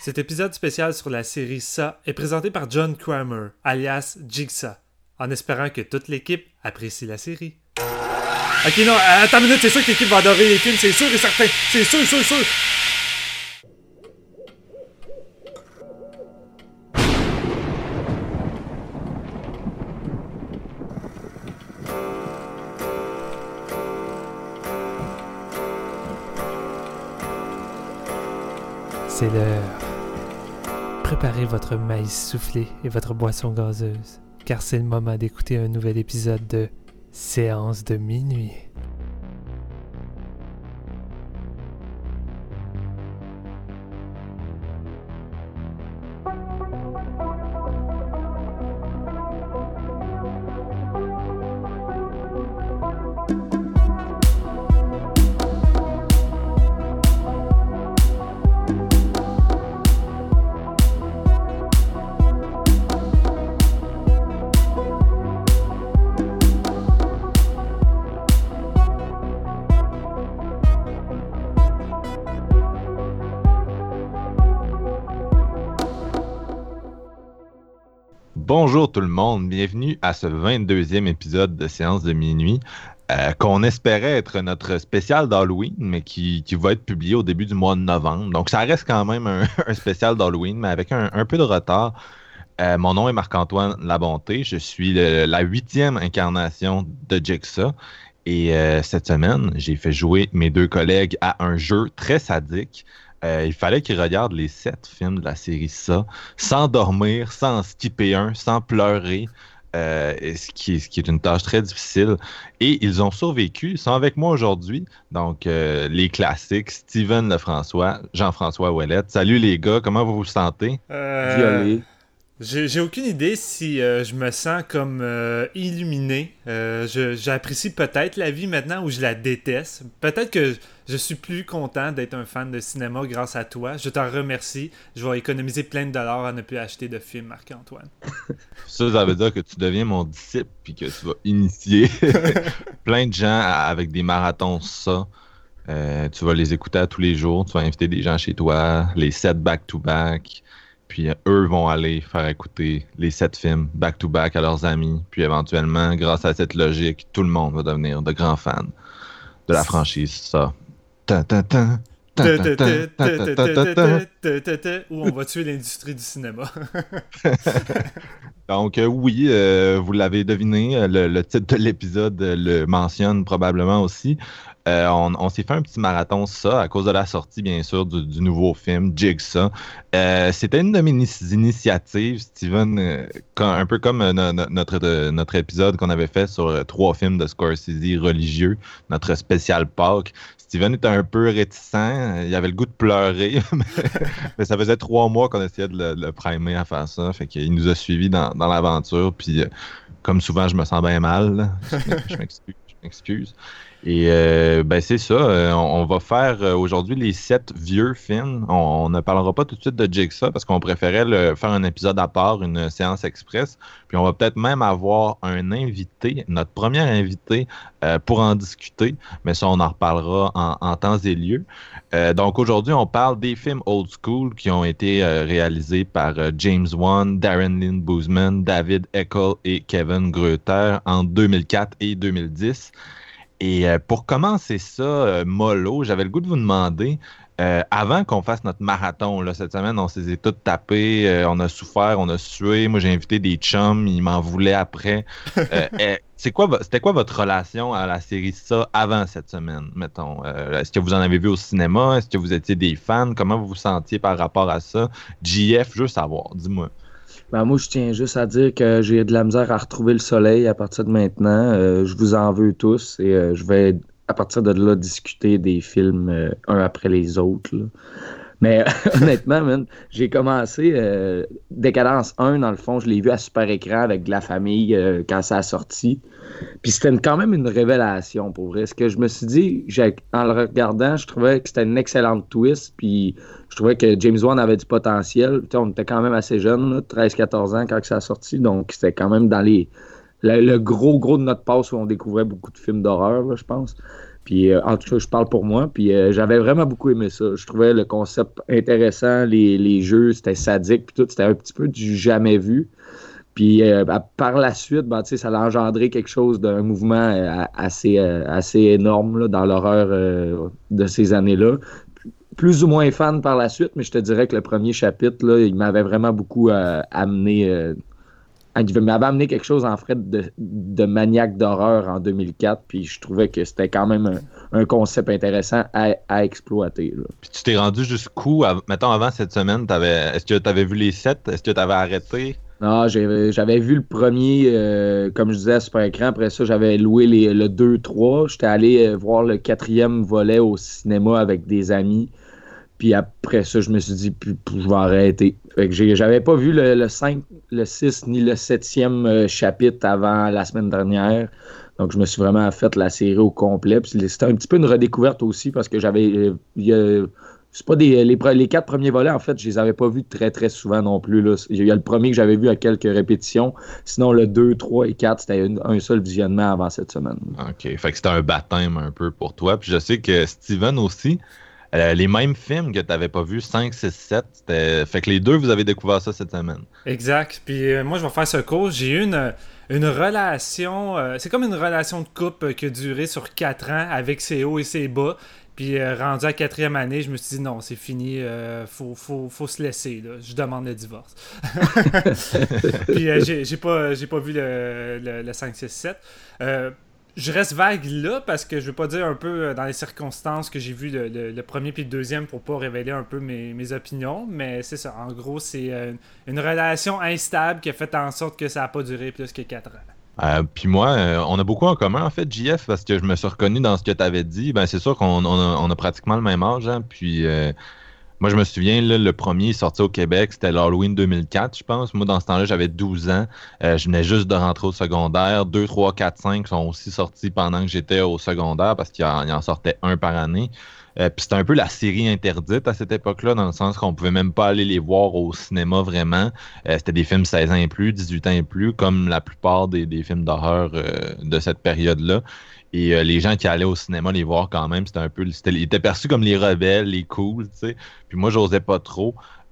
Cet épisode spécial sur la série Ça est présenté par John Kramer, alias Jigsaw, en espérant que toute l'équipe apprécie la série. Ok, non, attends une minute, c'est sûr que l'équipe va adorer les films, c'est sûr et certain, c'est sûr. C'est l'heure. Préparez votre maïs soufflé et votre boisson gazeuse, car c'est le moment d'écouter un nouvel épisode de Séance de minuit. Bonjour tout le monde, bienvenue à ce 22e épisode de Séance de minuit qu'on espérait être notre spécial d'Halloween, mais qui va être publié au début du mois de novembre. Donc ça reste quand même un spécial d'Halloween, mais avec un peu de retard. Mon nom est Marc-Antoine Labonté, je suis la 8e incarnation de Jigsaw. Et cette semaine, j'ai fait jouer mes deux collègues à un jeu très sadique. Il fallait qu'ils regardent les 7 films de la série Ça, sans dormir, sans en skipper un, sans pleurer, ce qui est une tâche très difficile. Et ils ont survécu, ils sont avec moi aujourd'hui. Donc, les classiques, Steven Lefrançois, Jean-François Ouellette. Salut les gars, comment vous vous sentez? Violé. J'ai aucune idée si je me sens comme illuminé. J'apprécie peut-être la vie maintenant ou je la déteste. Peut-être que je suis plus content d'être un fan de cinéma grâce à toi. Je t'en remercie. Je vais économiser plein de dollars à ne plus acheter de films, Marc-Antoine. Ça veut dire que tu deviens mon disciple puis que tu vas initier plein de gens avec des marathons ça. Tu vas les écouter à tous les jours. Tu vas inviter des gens chez toi, les 7 back-to-back. Puis eux vont aller faire écouter les 7 films back-to-back à leurs amis. Puis éventuellement, grâce à cette logique, tout le monde va devenir de grands fans de la franchise Ça. Où on va tuer l'industrie du cinéma. Donc oui, vous l'avez deviné, le titre de l'épisode le mentionne probablement aussi. On s'est fait un petit marathon Ça à cause de la sortie, bien sûr, du nouveau film Jigsaw. C'était une de mes initiatives, Steven, un peu comme notre épisode qu'on avait fait sur 3 films de Scorsese religieux, notre spécial Pâques. Steven était un peu réticent, il avait le goût de pleurer, mais ça faisait 3 mois qu'on essayait de le primer à faire ça, fait qu'il nous a suivis dans l'aventure, puis comme souvent je me sens bien mal, je m'excuse. Et c'est ça, on va faire aujourd'hui les 7 vieux films. On ne parlera pas tout de suite de Jigsaw parce qu'on préférait faire un épisode à part, une séance express. Puis on va peut-être même avoir un invité, notre premier invité, pour en discuter. Mais ça, on en reparlera en temps et lieu. Donc aujourd'hui, on parle des films old school qui ont été réalisés par James Wan, Darren Lynn Bousman, David Eckel et Kevin Greuter en 2004 et 2010. Et pour commencer ça, mollo, j'avais le goût de vous demander, avant qu'on fasse notre marathon, là, cette semaine, on s'est tous tapés, on a souffert, on a sué, moi j'ai invité des chums, ils m'en voulaient après. C'était quoi votre relation à la série Ça avant cette semaine, mettons? Est-ce que vous en avez vu au cinéma? Est-ce que vous étiez des fans? Comment vous vous sentiez par rapport à ça? JF, je veux savoir, dis-moi. Ben moi, je tiens juste à dire que j'ai de la misère à retrouver le soleil à partir de maintenant. Je vous en veux tous et je vais, à partir de là, discuter des films un après les autres, là. Mais honnêtement, man, j'ai commencé Décadence 1, dans le fond, je l'ai vu à super écran avec de la famille quand ça a sorti. Puis c'était quand même une révélation, pour vrai. Ce que je me suis dit, en le regardant, je trouvais que c'était une excellente twist, puis je trouvais que James Wan avait du potentiel. Puis, on était quand même assez jeunes, 13-14 ans quand ça a sorti, donc c'était quand même dans le gros de notre passe où on découvrait beaucoup de films d'horreur, là, je pense. Puis en tout cas, je parle pour moi. Puis j'avais vraiment beaucoup aimé ça. Je trouvais le concept intéressant, les jeux, c'était sadique, puis tout, c'était un petit peu du jamais vu. Puis par la suite, ben, ça a engendré quelque chose d'un mouvement assez énorme là, dans l'horreur de ces années-là. Plus ou moins fan par la suite, mais je te dirais que le premier chapitre, là, il m'avait vraiment beaucoup amené. Il m'avait amené quelque chose en fait de maniaque d'horreur en 2004, puis je trouvais que c'était quand même un concept intéressant à exploiter. Là. Puis tu t'es rendu jusqu'où, mettons, avant cette semaine, est-ce que tu avais vu les 7? Est-ce que tu avais arrêté? Non, j'avais vu le premier, comme je disais, à Super Écran. Après ça, j'avais loué le 2-3. J'étais allé voir le 4e volet au cinéma avec des amis. Puis après ça, je me suis dit, je vais arrêter. Fait que j'avais pas vu le 5, le 6 ni le 7e chapitre avant la semaine dernière. Donc, je me suis vraiment fait la série au complet. Puis c'était un petit peu une redécouverte aussi parce que c'est pas les 4 premiers volets, en fait, je les avais pas vus très, très souvent non plus. Là. Il y a le premier que j'avais vu à quelques répétitions. Sinon, le 2, 3 et 4, c'était un seul visionnement avant cette semaine. OK. Fait que c'était un baptême un peu pour toi. Puis je sais que Steven aussi, les mêmes films que tu n'avais pas vus, 5, 6, 7, fait que les deux, vous avez découvert ça cette semaine. Exact. Puis moi, je vais faire ce cours. J'ai eu une relation... c'est comme une relation de couple qui a duré sur 4 ans avec ses hauts et ses bas. Puis rendu à 4e année, je me suis dit non, c'est fini, faut se laisser. Là. Je demande le divorce. Puis j'ai pas vu le 5, 6, 7. Je reste vague là parce que je veux pas dire un peu dans les circonstances que j'ai vu le premier puis le deuxième pour pas révéler un peu mes opinions, mais c'est ça. En gros, c'est une relation instable qui a fait en sorte que ça a pas duré plus que 4 ans. Puis moi, on a beaucoup en commun en fait, JF, parce que je me suis reconnu dans ce que tu avais dit. Ben c'est sûr qu'on a pratiquement le même âge, hein, puis moi je me souviens, là, le premier sorti au Québec, c'était l'Halloween 2004, je pense. Moi dans ce temps-là, j'avais 12 ans. Je venais juste de rentrer au secondaire. 2, 3, 4, 5 sont aussi sortis pendant que j'étais au secondaire, parce qu'il en sortait un par année. Puis c'était un peu la série interdite à cette époque-là, dans le sens qu'on pouvait même pas aller les voir au cinéma vraiment. C'était des films 16 ans et plus, 18 ans et plus, comme la plupart des films d'horreur de cette période-là. Et les gens qui allaient au cinéma les voir quand même, ils étaient perçus comme les rebelles, les cools, tu sais. Puis moi, j'osais pas trop.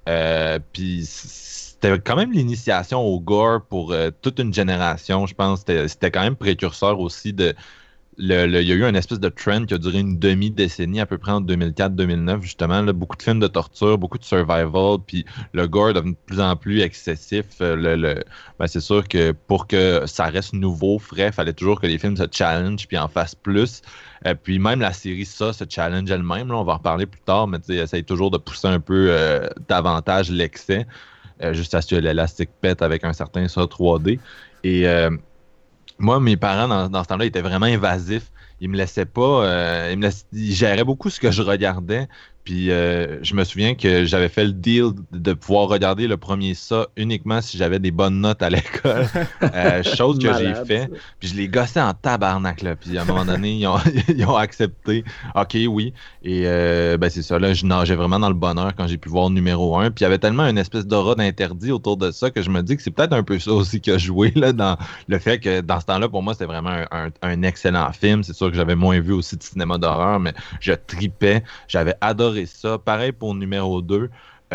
Puis c'était quand même l'initiation au gore pour toute une génération, je pense. C'était quand même précurseur aussi de... Il y a eu une espèce de trend qui a duré une demi-décennie, à peu près en 2004-2009, justement. Là, beaucoup de films de torture, beaucoup de survival, puis le gore devenu de plus en plus excessif. Ben, c'est sûr que pour que ça reste nouveau, frais, il fallait toujours que les films se challenge puis en fassent plus. Puis même la série, ça se challenge elle-même. Là, on va en reparler plus tard, mais essaye toujours de pousser un peu davantage l'excès, juste à ce que l'élastique pète avec un certain ça 3D. Et... moi, mes parents, dans ce temps-là, étaient vraiment invasifs. Ils me laissaient pas... ils géraient beaucoup ce que je regardais. Puis je me souviens que j'avais fait le deal de pouvoir regarder le premier ça uniquement si j'avais des bonnes notes à l'école. Chose que j'ai fait. Puis je les gossais en tabarnak, là. Puis à un moment donné, ils ont accepté. OK, oui. Et ben c'est ça, là, je nageais vraiment dans le bonheur quand j'ai pu voir numéro 1. Puis il y avait tellement une espèce d'aura d'interdit autour de ça que je me dis que c'est peut-être un peu ça aussi qui a joué, là, dans le fait que dans ce temps-là, pour moi, c'était vraiment un excellent film. C'est sûr que j'avais moins vu aussi de cinéma d'horreur, mais je tripais. J'avais adoré ça. Pareil pour numéro 2.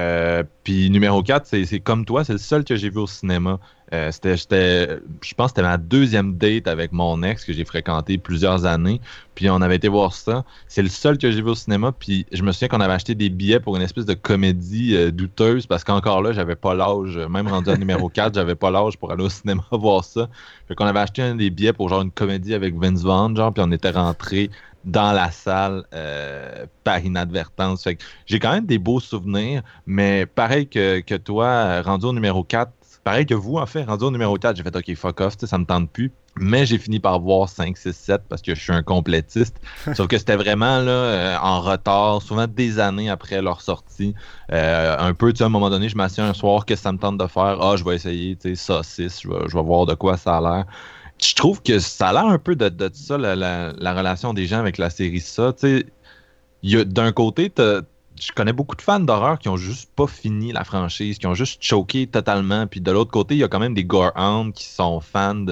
Puis numéro 4, c'est comme toi, c'est le seul que j'ai vu au cinéma. Je pense que c'était ma 2e date avec mon ex que j'ai fréquenté plusieurs années. Puis on avait été voir ça. C'est le seul que j'ai vu au cinéma. Puis je me souviens qu'on avait acheté des billets pour une espèce de comédie douteuse parce qu'encore là, j'avais pas l'âge. Même rendu à numéro 4, j'avais pas l'âge pour aller au cinéma voir ça. Fait qu'on avait acheté des billets pour genre une comédie avec Vince Vaughn, genre, puis on était rentrés dans la salle par inadvertance. Fait que j'ai quand même des beaux souvenirs, mais pareil que toi, rendu au numéro 4, pareil que vous, en fait, rendu au numéro 4, j'ai fait OK, fuck off, ça me tente plus. Mais j'ai fini par voir 5, 6, 7 parce que je suis un complétiste. Sauf que c'était vraiment là en retard, souvent des années après leur sortie. Un peu, tu sais, à un moment donné, je m'assieds un soir, qu'est-ce que ça me tente de faire? Ah, je vais essayer, tu sais, ça, 6, je vais voir de quoi ça a l'air. Je trouve que ça a l'air un peu de ça, la relation des gens avec la série ça. Tu sais, d'un côté, je connais beaucoup de fans d'horreur qui ont juste pas fini la franchise, qui ont juste choqué totalement. Puis de l'autre côté, il y a quand même des gorehounds qui sont fans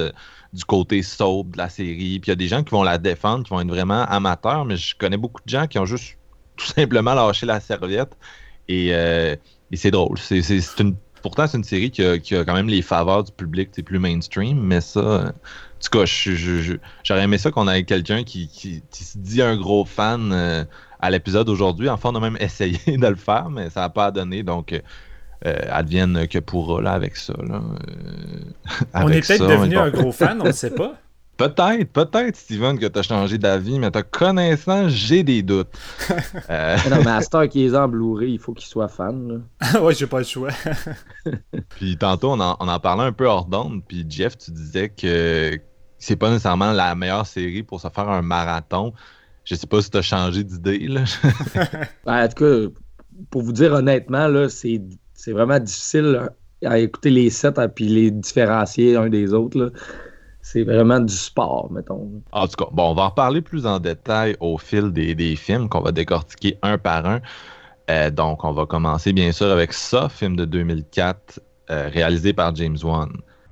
du côté soap de la série. Puis il y a des gens qui vont la défendre, qui vont être vraiment amateurs, mais je connais beaucoup de gens qui ont juste tout simplement lâché la serviette. Et c'est drôle. Pourtant, c'est une série qui a quand même les faveurs du public, c'est plus mainstream, mais ça, en tout cas, j'aurais aimé ça qu'on ait quelqu'un qui se dit un gros fan à l'épisode aujourd'hui. Enfin, on a même essayé de le faire, mais ça n'a pas donné, donc advienne que pourra là, avec ça. Là, on est peut-être devenu un gros fan, on ne sait pas. Peut-être, Steven, que tu as changé d'avis, mais te connaissant, j'ai des doutes. Non, mais à cette heure qu'il est en Blu-ray, il faut qu'il soit fan. Ouais, j'ai pas le choix. Puis tantôt, on en parlait un peu hors d'onde, puis Jeff, tu disais que c'est pas nécessairement la meilleure série pour se faire un marathon. Je sais pas si tu as changé d'idée, là. En tout cas, pour vous dire honnêtement, là, c'est vraiment difficile à écouter les sets et puis les différencier un des autres, là. C'est vraiment du sport, mettons. En tout cas, bon, on va en reparler plus en détail au fil des films qu'on va décortiquer un par un. Donc, on va commencer bien sûr avec ça, film de 2004, réalisé par James Wan.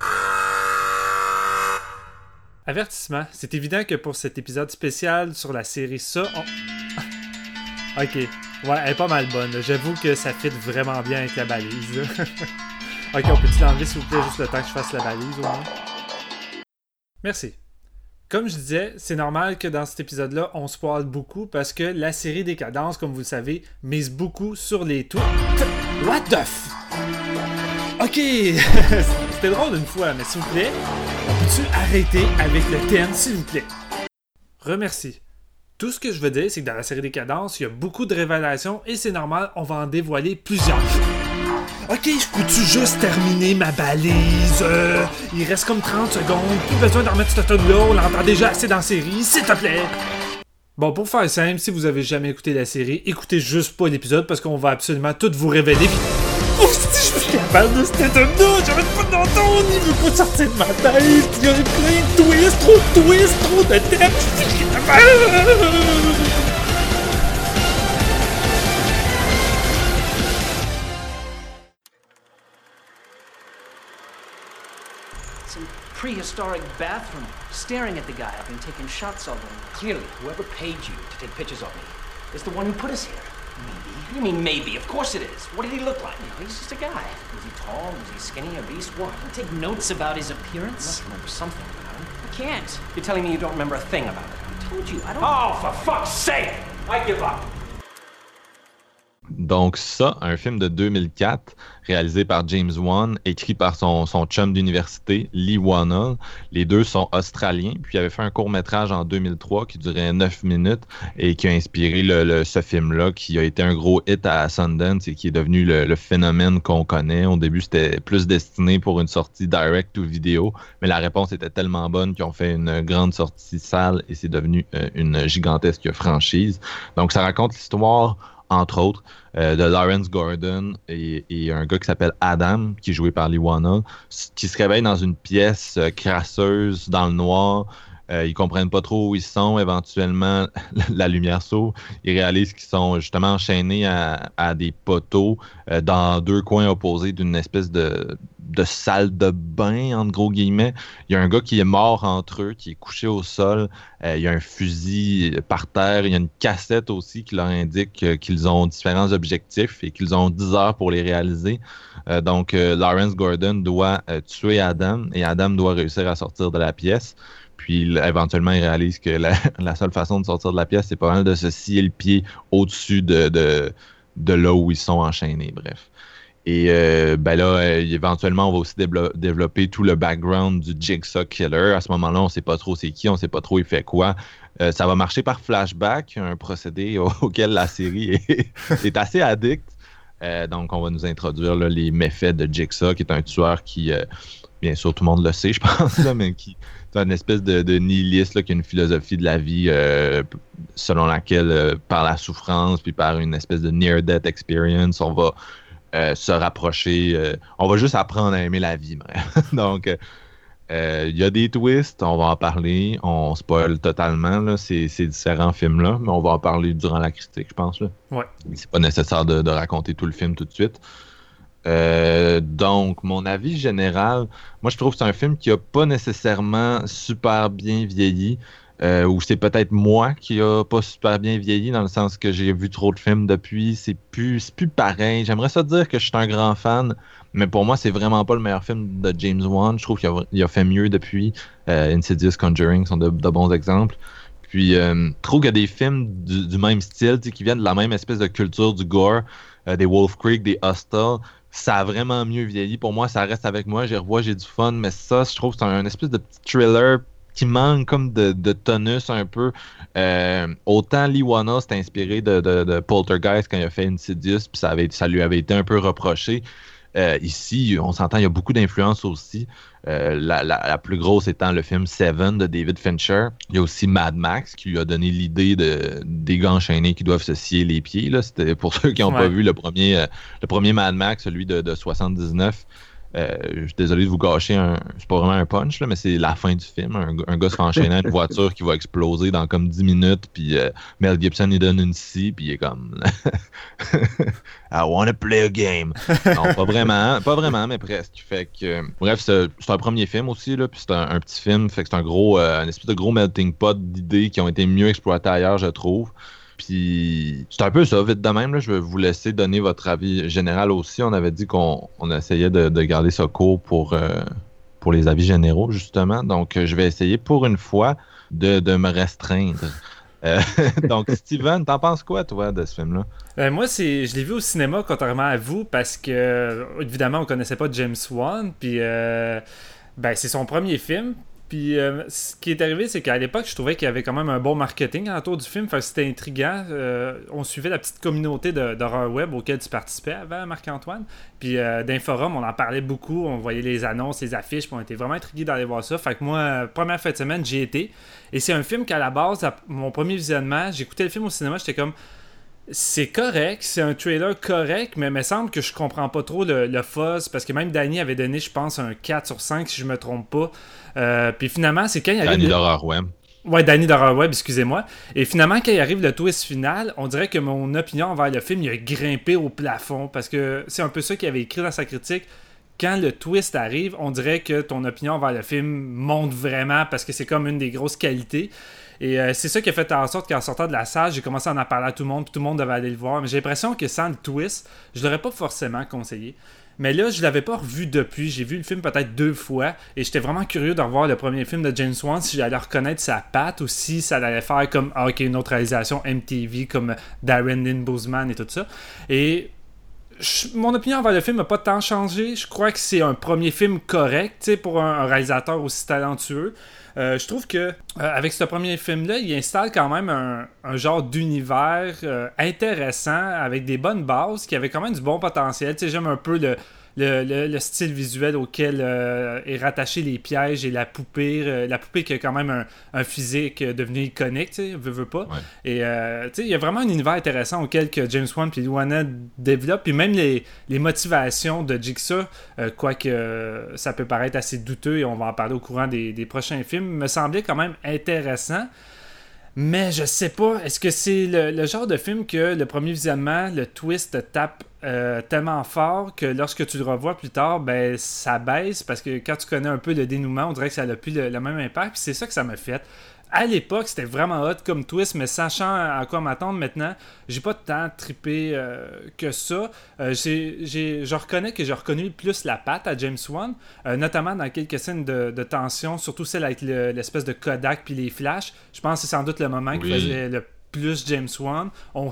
Avertissement, c'est évident que pour cet épisode spécial sur la série Ça, Ok, ouais, elle est pas mal bonne. J'avoue que ça fit vraiment bien avec la balise. Ok, on peut-tu l'enlever s'il vous plaît, juste le temps que je fasse la balise au moins? Merci. Comme je disais, c'est normal que dans cet épisode-là, on spoil beaucoup parce que la série Décadence, comme vous le savez, mise beaucoup sur les twists. What the f... Ok, c'était drôle une fois, mais s'il vous plaît, peux-tu arrêter avec le thème, s'il vous plaît? Remercie. Tout ce que je veux dire, c'est que dans la série Décadence, il y a beaucoup de révélations et c'est normal, on va en dévoiler plusieurs. Ok, je peux-tu juste terminer ma balise? Il reste comme 30 secondes, plus besoin d'en remettre cette tonne-là, on l'entend déjà assez dans la série, s'il te plaît! Bon, pour faire simple, si vous avez jamais écouté la série, écoutez juste pas l'épisode parce qu'on va absolument tout vous révéler. Oh, si je suis capable de cette tonne-là, j'arrête pas d'entendre, il veut pas sortir de ma tête, il y a plein de twists, trop de thèmes, je suis capable! Prehistoric bathroom, staring at the guy I've been taking shots of him. Clearly, whoever paid you to take pictures of me is the one who put us here. Maybe. You mean maybe? Of course it is. What did he look like? You know, he's just a guy. Was he tall? Was he skinny? Obese? What? You take notes about his appearance? I must remember something about him. I can't. You're telling me you don't remember a thing about it? I told you, I don't... Oh, for fuck's sake! I give up! Donc ça, un film de 2004, réalisé par James Wan, écrit par son chum d'université, Lee Whannell. Les deux sont australiens, puis il avait fait un court-métrage en 2003 qui durait 9 minutes et qui a inspiré ce film-là, qui a été un gros hit à Sundance et qui est devenu le phénomène qu'on connaît. Au début, c'était plus destiné pour une sortie direct ou vidéo, mais la réponse était tellement bonne qu'ils ont fait une grande sortie salle et c'est devenu une gigantesque franchise. Donc ça raconte l'histoire, entre autres, de Lawrence Gordon et un gars qui s'appelle Adam, qui est joué par Lee Whannell, qui se réveille dans une pièce crasseuse, dans le noir. Ils comprennent pas trop où ils sont. Éventuellement, la lumière s'ouvre. Ils réalisent qu'ils sont justement enchaînés à des poteaux dans deux coins opposés d'une espèce de salle de bain, entre gros guillemets. Il y a un gars qui est mort entre eux, qui est couché au sol. Il y a un fusil par terre. Il y a une cassette aussi qui leur indique qu'ils ont différents objectifs et qu'ils ont 10 heures pour les réaliser. Donc, Lawrence Gordon doit tuer Adam et Adam doit réussir à sortir de la pièce. Puis éventuellement, il réalise que la seule façon de sortir de la pièce, c'est pas mal de se scier le pied au-dessus de là où ils sont enchaînés, bref. Et éventuellement, on va aussi développer tout le background du Jigsaw Killer. À ce moment-là, on sait pas trop c'est qui, on sait pas trop il fait quoi. Ça va marcher par flashback, un procédé auquel la série est assez addict. Donc, on va nous introduire là, les méfaits de Jigsaw, qui est un tueur qui, bien sûr, tout le monde le sait, je pense, là, mais qui est une espèce de nihiliste là, qui a une philosophie de la vie selon laquelle, par la souffrance, puis par une espèce de near-death experience, on va se rapprocher. On va juste apprendre à aimer la vie, bref. Donc, il y a des twists, on va en parler. On spoil totalement là, ces différents films-là, mais on va en parler durant la critique, je pense. Là. Ouais. C'est pas nécessaire de raconter tout le film tout de suite. Donc, mon avis général, moi je trouve que c'est un film qui a pas nécessairement super bien vieilli, ou c'est peut-être moi qui a pas super bien vieilli, dans le sens que j'ai vu trop de films depuis, c'est plus pareil. J'aimerais ça dire que je suis un grand fan, mais pour moi c'est vraiment pas le meilleur film de James Wan. Je trouve qu'il a fait mieux depuis. Insidious, Conjuring sont de bons exemples. Puis, je trouve qu'il y a des films du même style, qui viennent de la même espèce de culture du gore, des Wolf Creek, des Hostel. Ça a vraiment mieux vieilli. Pour moi, ça reste avec moi. J'y revois, j'ai du fun. Mais ça, je trouve que c'est un espèce de petit thriller qui manque comme de tonus un peu. Autant Lee Whannell s'est inspiré de Poltergeist quand il a fait Insidious, puis ça lui avait été un peu reproché. Ici, on s'entend, il y a beaucoup d'influences aussi. La plus grosse étant le film Seven de David Fincher. Il y a aussi Mad Max qui lui a donné l'idée des gars enchaînés qui doivent se scier les pieds. Là. C'était pour ceux qui n'ont pas vu le premier Mad Max, celui de 79. Je suis désolé de vous gâcher, c'est pas vraiment un punch, là, mais c'est la fin du film. Un gars se fait enchaîner à une voiture qui va exploser dans comme 10 minutes, puis Mel Gibson il donne une scie, puis il est comme I wanna play a game. Non, pas vraiment, mais presque. Fait que, bref, c'est un premier film aussi, là, puis c'est un petit film, fait que c'est un espèce de gros melting pot d'idées qui ont été mieux exploitées ailleurs, je trouve. Puis c'est un peu ça, vite de même. Là, je vais vous laisser donner votre avis général aussi. On avait dit qu'on essayait de garder ça court pour les avis généraux, justement. Donc, je vais essayer pour une fois de me restreindre. Donc, Steven, t'en penses quoi, toi, de ce film-là? Moi, je l'ai vu au cinéma, contrairement à vous, parce que, évidemment, on connaissait pas James Wan. Puis, c'est son premier film. Puis ce qui est arrivé, c'est qu'à l'époque, je trouvais qu'il y avait quand même un bon marketing autour du film. Fait que c'était intriguant. On suivait la petite communauté d'horreur web auquel tu participais avant, Marc-Antoine. Puis d'un forum, on en parlait beaucoup. On voyait les annonces, les affiches. Puis on était vraiment intrigués d'aller voir ça. Fait que moi, première fin de semaine, j'y étais. Et c'est un film qu'à la base, mon premier visionnement, j'écoutais le film au cinéma, j'étais comme... C'est correct, c'est un trailer correct, mais il me semble que je comprends pas trop le fuzz, parce que même Danny avait donné, je pense, un 4 sur 5, si je me trompe pas. Puis finalement, c'est quand il arrive... Danny d'Horreur Web. Ouais, Danny d'Horreur Web, excusez-moi. Et finalement, quand il arrive le twist final, on dirait que mon opinion envers le film, il a grimpé au plafond, parce que c'est un peu ça qu'il avait écrit dans sa critique. Quand le twist arrive, on dirait que ton opinion envers le film monte vraiment, parce que c'est comme une des grosses qualités. Et c'est ça qui a fait en sorte qu'en sortant de la salle, j'ai commencé à en parler à tout le monde, puis tout le monde devait aller le voir. Mais j'ai l'impression que sans le twist, je l'aurais pas forcément conseillé. Mais là, je l'avais pas revu depuis. J'ai vu le film peut-être 2 fois. Et j'étais vraiment curieux de revoir le premier film de James Wan, si j'allais reconnaître sa patte ou si ça allait faire comme une autre réalisation MTV, comme Darren Lynn Bousman et tout ça. Et... mon opinion envers le film n'a pas tant changé. Je crois que c'est un premier film correct pour un réalisateur aussi talentueux. Je trouve que avec ce premier film-là, il installe quand même un genre d'univers intéressant, avec des bonnes bases, qui avait quand même du bon potentiel. J'aime un peu le style visuel auquel est rattaché les pièges et la poupée. La poupée qui a quand même un physique devenu iconique, veut pas. Ouais. Et il y a vraiment un univers intéressant auquel que James Wan et Lee Whannell développent. Puis même les motivations de Jigsaw, quoique ça peut paraître assez douteux, et on va en parler au courant des prochains films, me semblait quand même intéressant. Mais je sais pas, est-ce que c'est le genre de film que le premier visionnement, le twist tape tellement fort que lorsque tu le revois plus tard, ben ça baisse, parce que quand tu connais un peu le dénouement, on dirait que ça n'a plus le même impact. Puis c'est ça que ça m'a fait. À l'époque, c'était vraiment hot comme twist, mais sachant à quoi m'attendre maintenant, j'ai pas tant trippé que ça. Je reconnais que j'ai reconnu plus la patte à James Wan, notamment dans quelques scènes de tension, surtout celle avec l'espèce de Kodak puis les flashs. Je pense que c'est sans doute le moment qui faisait le plus James Wan.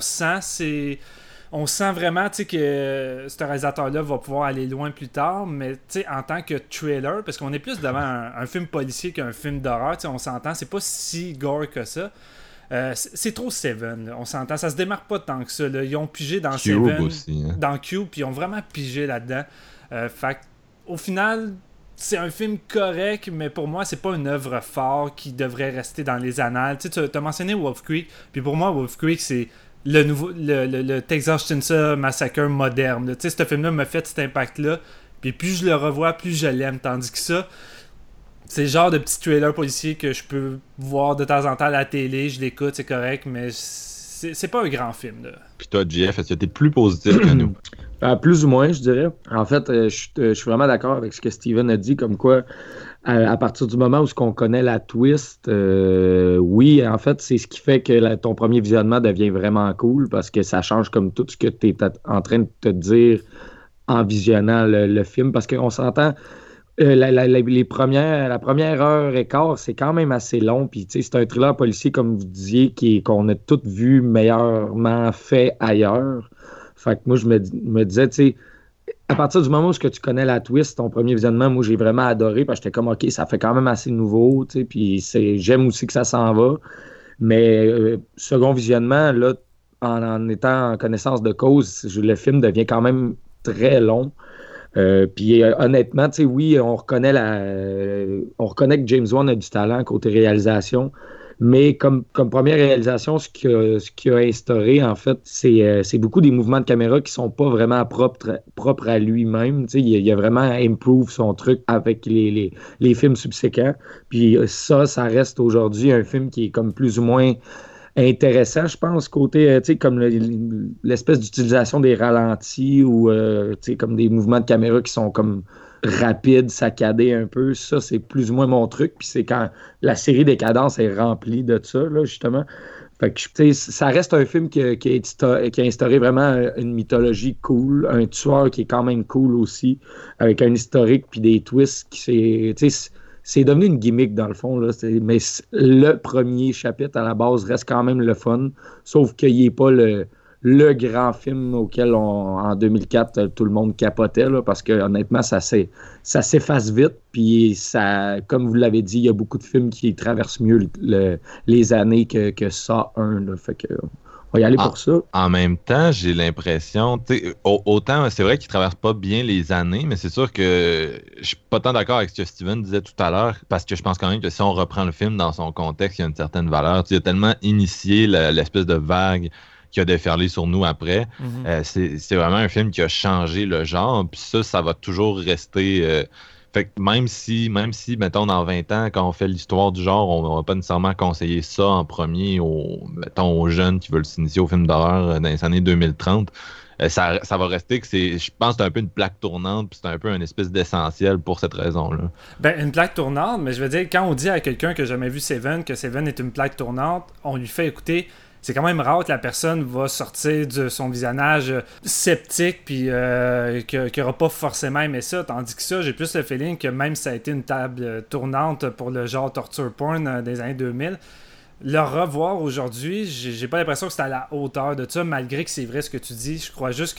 On sent vraiment que ce réalisateur-là va pouvoir aller loin plus tard, mais en tant que trailer, parce qu'on est plus devant un film policier qu'un film d'horreur, on s'entend, c'est pas si gore que ça. C'est trop Seven, là, on s'entend, ça se démarque pas tant que ça. Là. Ils ont pigé dans Cube Seven, aussi, hein. dans Cube, puis ils ont vraiment pigé là-dedans. Fait au final, c'est un film correct, mais pour moi, c'est pas une œuvre forte qui devrait rester dans les annales. Tu as mentionné Wolf Creek, puis pour moi, Wolf Creek, c'est le Texas Chainsaw Massacre moderne. Tu sais, ce film-là m'a fait cet impact-là. Puis plus je le revois, plus je l'aime. Tandis que ça, c'est le genre de petit trailer policier que je peux voir de temps en temps à la télé. Je l'écoute, c'est correct, mais c'est pas un grand film. Là. Puis toi, JF, est-ce que t'es plus positif que nous? Plus ou moins, je dirais. En fait, je suis vraiment d'accord avec ce que Steven a dit, comme quoi, à partir du moment où on connaît la twist, oui, en fait, c'est ce qui fait que ton premier visionnement devient vraiment cool, parce que ça change comme tout ce que tu es en train de te dire en visionnant le film, parce qu'on s'entend... la première heure et quart, c'est quand même assez long. Puis, c'est un thriller policier, comme vous disiez, qu'on a tous vu meilleurement fait ailleurs. Fait que moi, je me disais, tu sais, à partir du moment où tu connais la twist, ton premier visionnement, moi, j'ai vraiment adoré. Parce que j'étais comme, OK, ça fait quand même assez nouveau. Tu sais, puis j'aime aussi que ça s'en va. Mais second visionnement, là, en étant en connaissance de cause, le film devient quand même très long. Puis honnêtement, tu sais, oui, on reconnaît que James Wan a du talent côté réalisation, mais comme première réalisation, ce qu'il a instauré, en fait, c'est beaucoup des mouvements de caméra qui sont pas vraiment propres à lui-même. Tu sais, il a vraiment improve son truc avec les films subséquents. Puis ça reste aujourd'hui un film qui est comme plus ou moins intéressant, je pense, côté, tu sais, comme l'espèce d'utilisation des ralentis ou, tu sais, comme des mouvements de caméra qui sont comme rapides, saccadés un peu. Ça, c'est plus ou moins mon truc. Puis c'est quand la série des cadences est remplie de ça, là, justement. Fait que, tu sais, ça reste un film qui a instauré vraiment une mythologie cool, un tueur qui est quand même cool aussi, avec un historique puis des twists qui, tu sais, c'est devenu une gimmick dans le fond, là. Mais le premier chapitre à la base reste quand même le fun, sauf qu'il n'est pas le grand film auquel en 2004 tout le monde capotait, là, parce que honnêtement ça s'efface vite, puis ça, comme vous l'avez dit, il y a beaucoup de films qui traversent mieux les années que ça là. Fait que on va y aller pour ça. En même temps, j'ai l'impression, autant c'est vrai qu'il ne traverse pas bien les années, mais c'est sûr que je suis pas tant d'accord avec ce que Steven disait tout à l'heure, parce que je pense quand même que si on reprend le film dans son contexte, il y a une certaine valeur. Il a tellement initié l'espèce de vague qui a déferlé sur nous après. Mm-hmm. C'est vraiment un film qui a changé le genre, puis ça va toujours rester... Fait que même si, mettons, dans 20 ans, quand on fait l'histoire du genre, on va pas nécessairement conseiller ça en premier aux jeunes qui veulent s'initier au film d'horreur dans les années 2030, ça va rester que je pense que c'est un peu une plaque tournante, puis c'est un peu une espèce d'essentiel pour cette raison-là. Ben, une plaque tournante, mais je veux dire, quand on dit à quelqu'un qui n'a jamais vu Seven que Seven est une plaque tournante, on lui fait écouter... C'est quand même rare que la personne va sortir de son visionnage sceptique puis qu'il n'aura pas forcément aimé ça. Tandis que ça, j'ai plus le feeling que même si ça a été une table tournante pour le genre torture porn des années 2000, le revoir aujourd'hui, j'ai pas l'impression que c'est à la hauteur de ça, malgré que c'est vrai ce que tu dis. Je crois juste que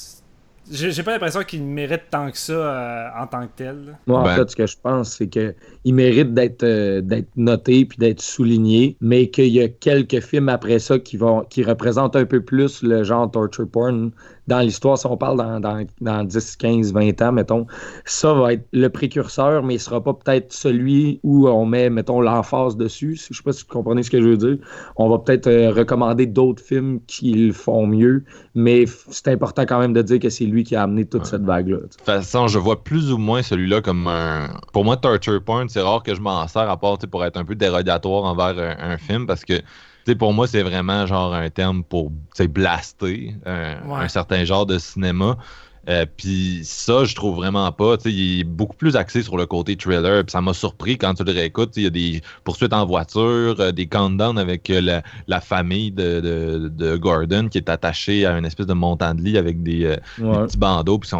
j'ai pas l'impression qu'il mérite tant que ça en tant que tel. Moi, en fait, ce que je pense, c'est qu'il mérite d'être noté puis d'être souligné, mais qu'il y a quelques films après ça qui représentent un peu plus le genre torture porn dans l'histoire. Si on parle dans 10, 15, 20 ans, mettons, ça va être le précurseur, mais il sera pas peut-être celui où on met, mettons, l'emphase dessus. Je sais pas si vous comprenez ce que je veux dire. On va peut-être recommander d'autres films qui le font mieux, mais c'est important quand même de dire que c'est lui qui a amené toute cette vague-là. De toute façon, je vois plus ou moins celui-là comme un... Pour moi, torture porn, c'est rare que je m'en sers à part pour être un peu dérogatoire envers un film, parce que pour moi, c'est vraiment genre un terme pour blaster un certain genre de cinéma. Puis ça, je trouve vraiment pas. Il est beaucoup plus axé sur le côté thriller. Puis ça m'a surpris quand tu le réécoutes. Il y a des poursuites en voiture, des countdowns avec la famille de Gordon qui est attachée à une espèce de montant de lit avec des petits bandeaux. Puis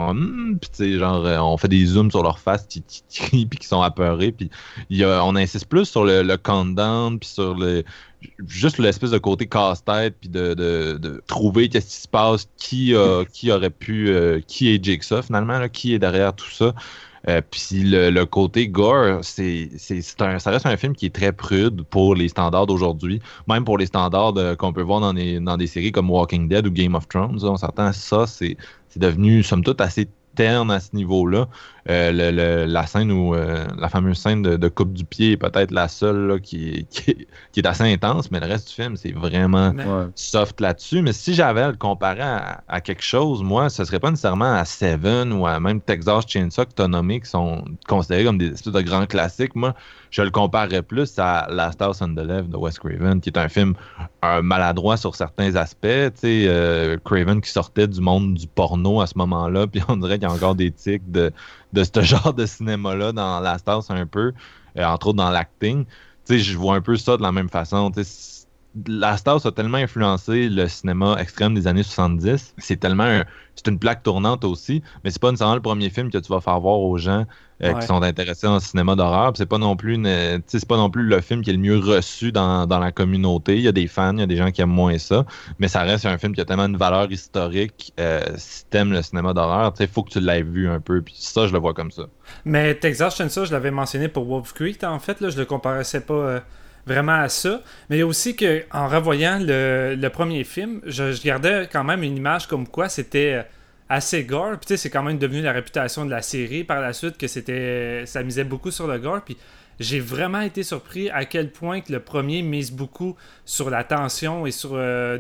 on fait des zooms sur leur face qui crient puis qui sont apeurés. Puis on insiste plus sur le countdown puis sur juste l'espèce de côté casse-tête puis de trouver qu'est-ce qui se passe, qui aurait pu qui est Jigsaw finalement là, qui est derrière tout ça, puis le côté gore, ça reste un film qui est très prude pour les standards d'aujourd'hui, même pour les standards qu'on peut voir dans des séries comme Walking Dead ou Game of Thrones. On s'entend, ça c'est devenu somme toute assez terne à ce niveau-là. La scène où la fameuse scène de coupe du pied est peut-être la seule là, qui est assez intense, mais le reste du film, c'est vraiment soft là-dessus. Mais si j'avais à le comparer à quelque chose, moi, ce serait pas nécessairement à Seven ou à même Texas Chainsaw que tu as nommé, qui sont considérés comme des espèces de grands classiques. Moi, je le comparerais plus à Last House on the Left de Wes Craven, qui est un film maladroit sur certains aspects. Craven qui sortait du monde du porno à ce moment-là, puis on dirait qu'il y a encore des tics de ce genre de cinéma-là dans Last House un peu, entre autres dans l'acting. Je vois un peu ça de la même façon. Last House a tellement influencé le cinéma extrême des années 70. C'est une plaque tournante aussi, mais c'est pas nécessairement le premier film que tu vas faire voir aux gens qui sont intéressés en cinéma d'horreur. C'est pas non plus c'est pas non plus le film qui est le mieux reçu dans la communauté. Il y a des fans, il y a des gens qui aiment moins ça, mais ça reste un film qui a tellement une valeur historique. Si t'aimes le cinéma d'horreur, il faut que tu l'aies vu un peu, puis ça, je le vois comme ça. Mais Texas Chainsaw, je l'avais mentionné pour Wolf Creek, en fait, là, je le comparaissais pas vraiment à ça, mais il y a aussi qu'en revoyant le premier film, je gardais quand même une image comme quoi c'était assez gore, puis tu sais, c'est quand même devenu la réputation de la série par la suite, que ça misait beaucoup sur le gore, puis j'ai vraiment été surpris à quel point que le premier mise beaucoup sur la tension et sur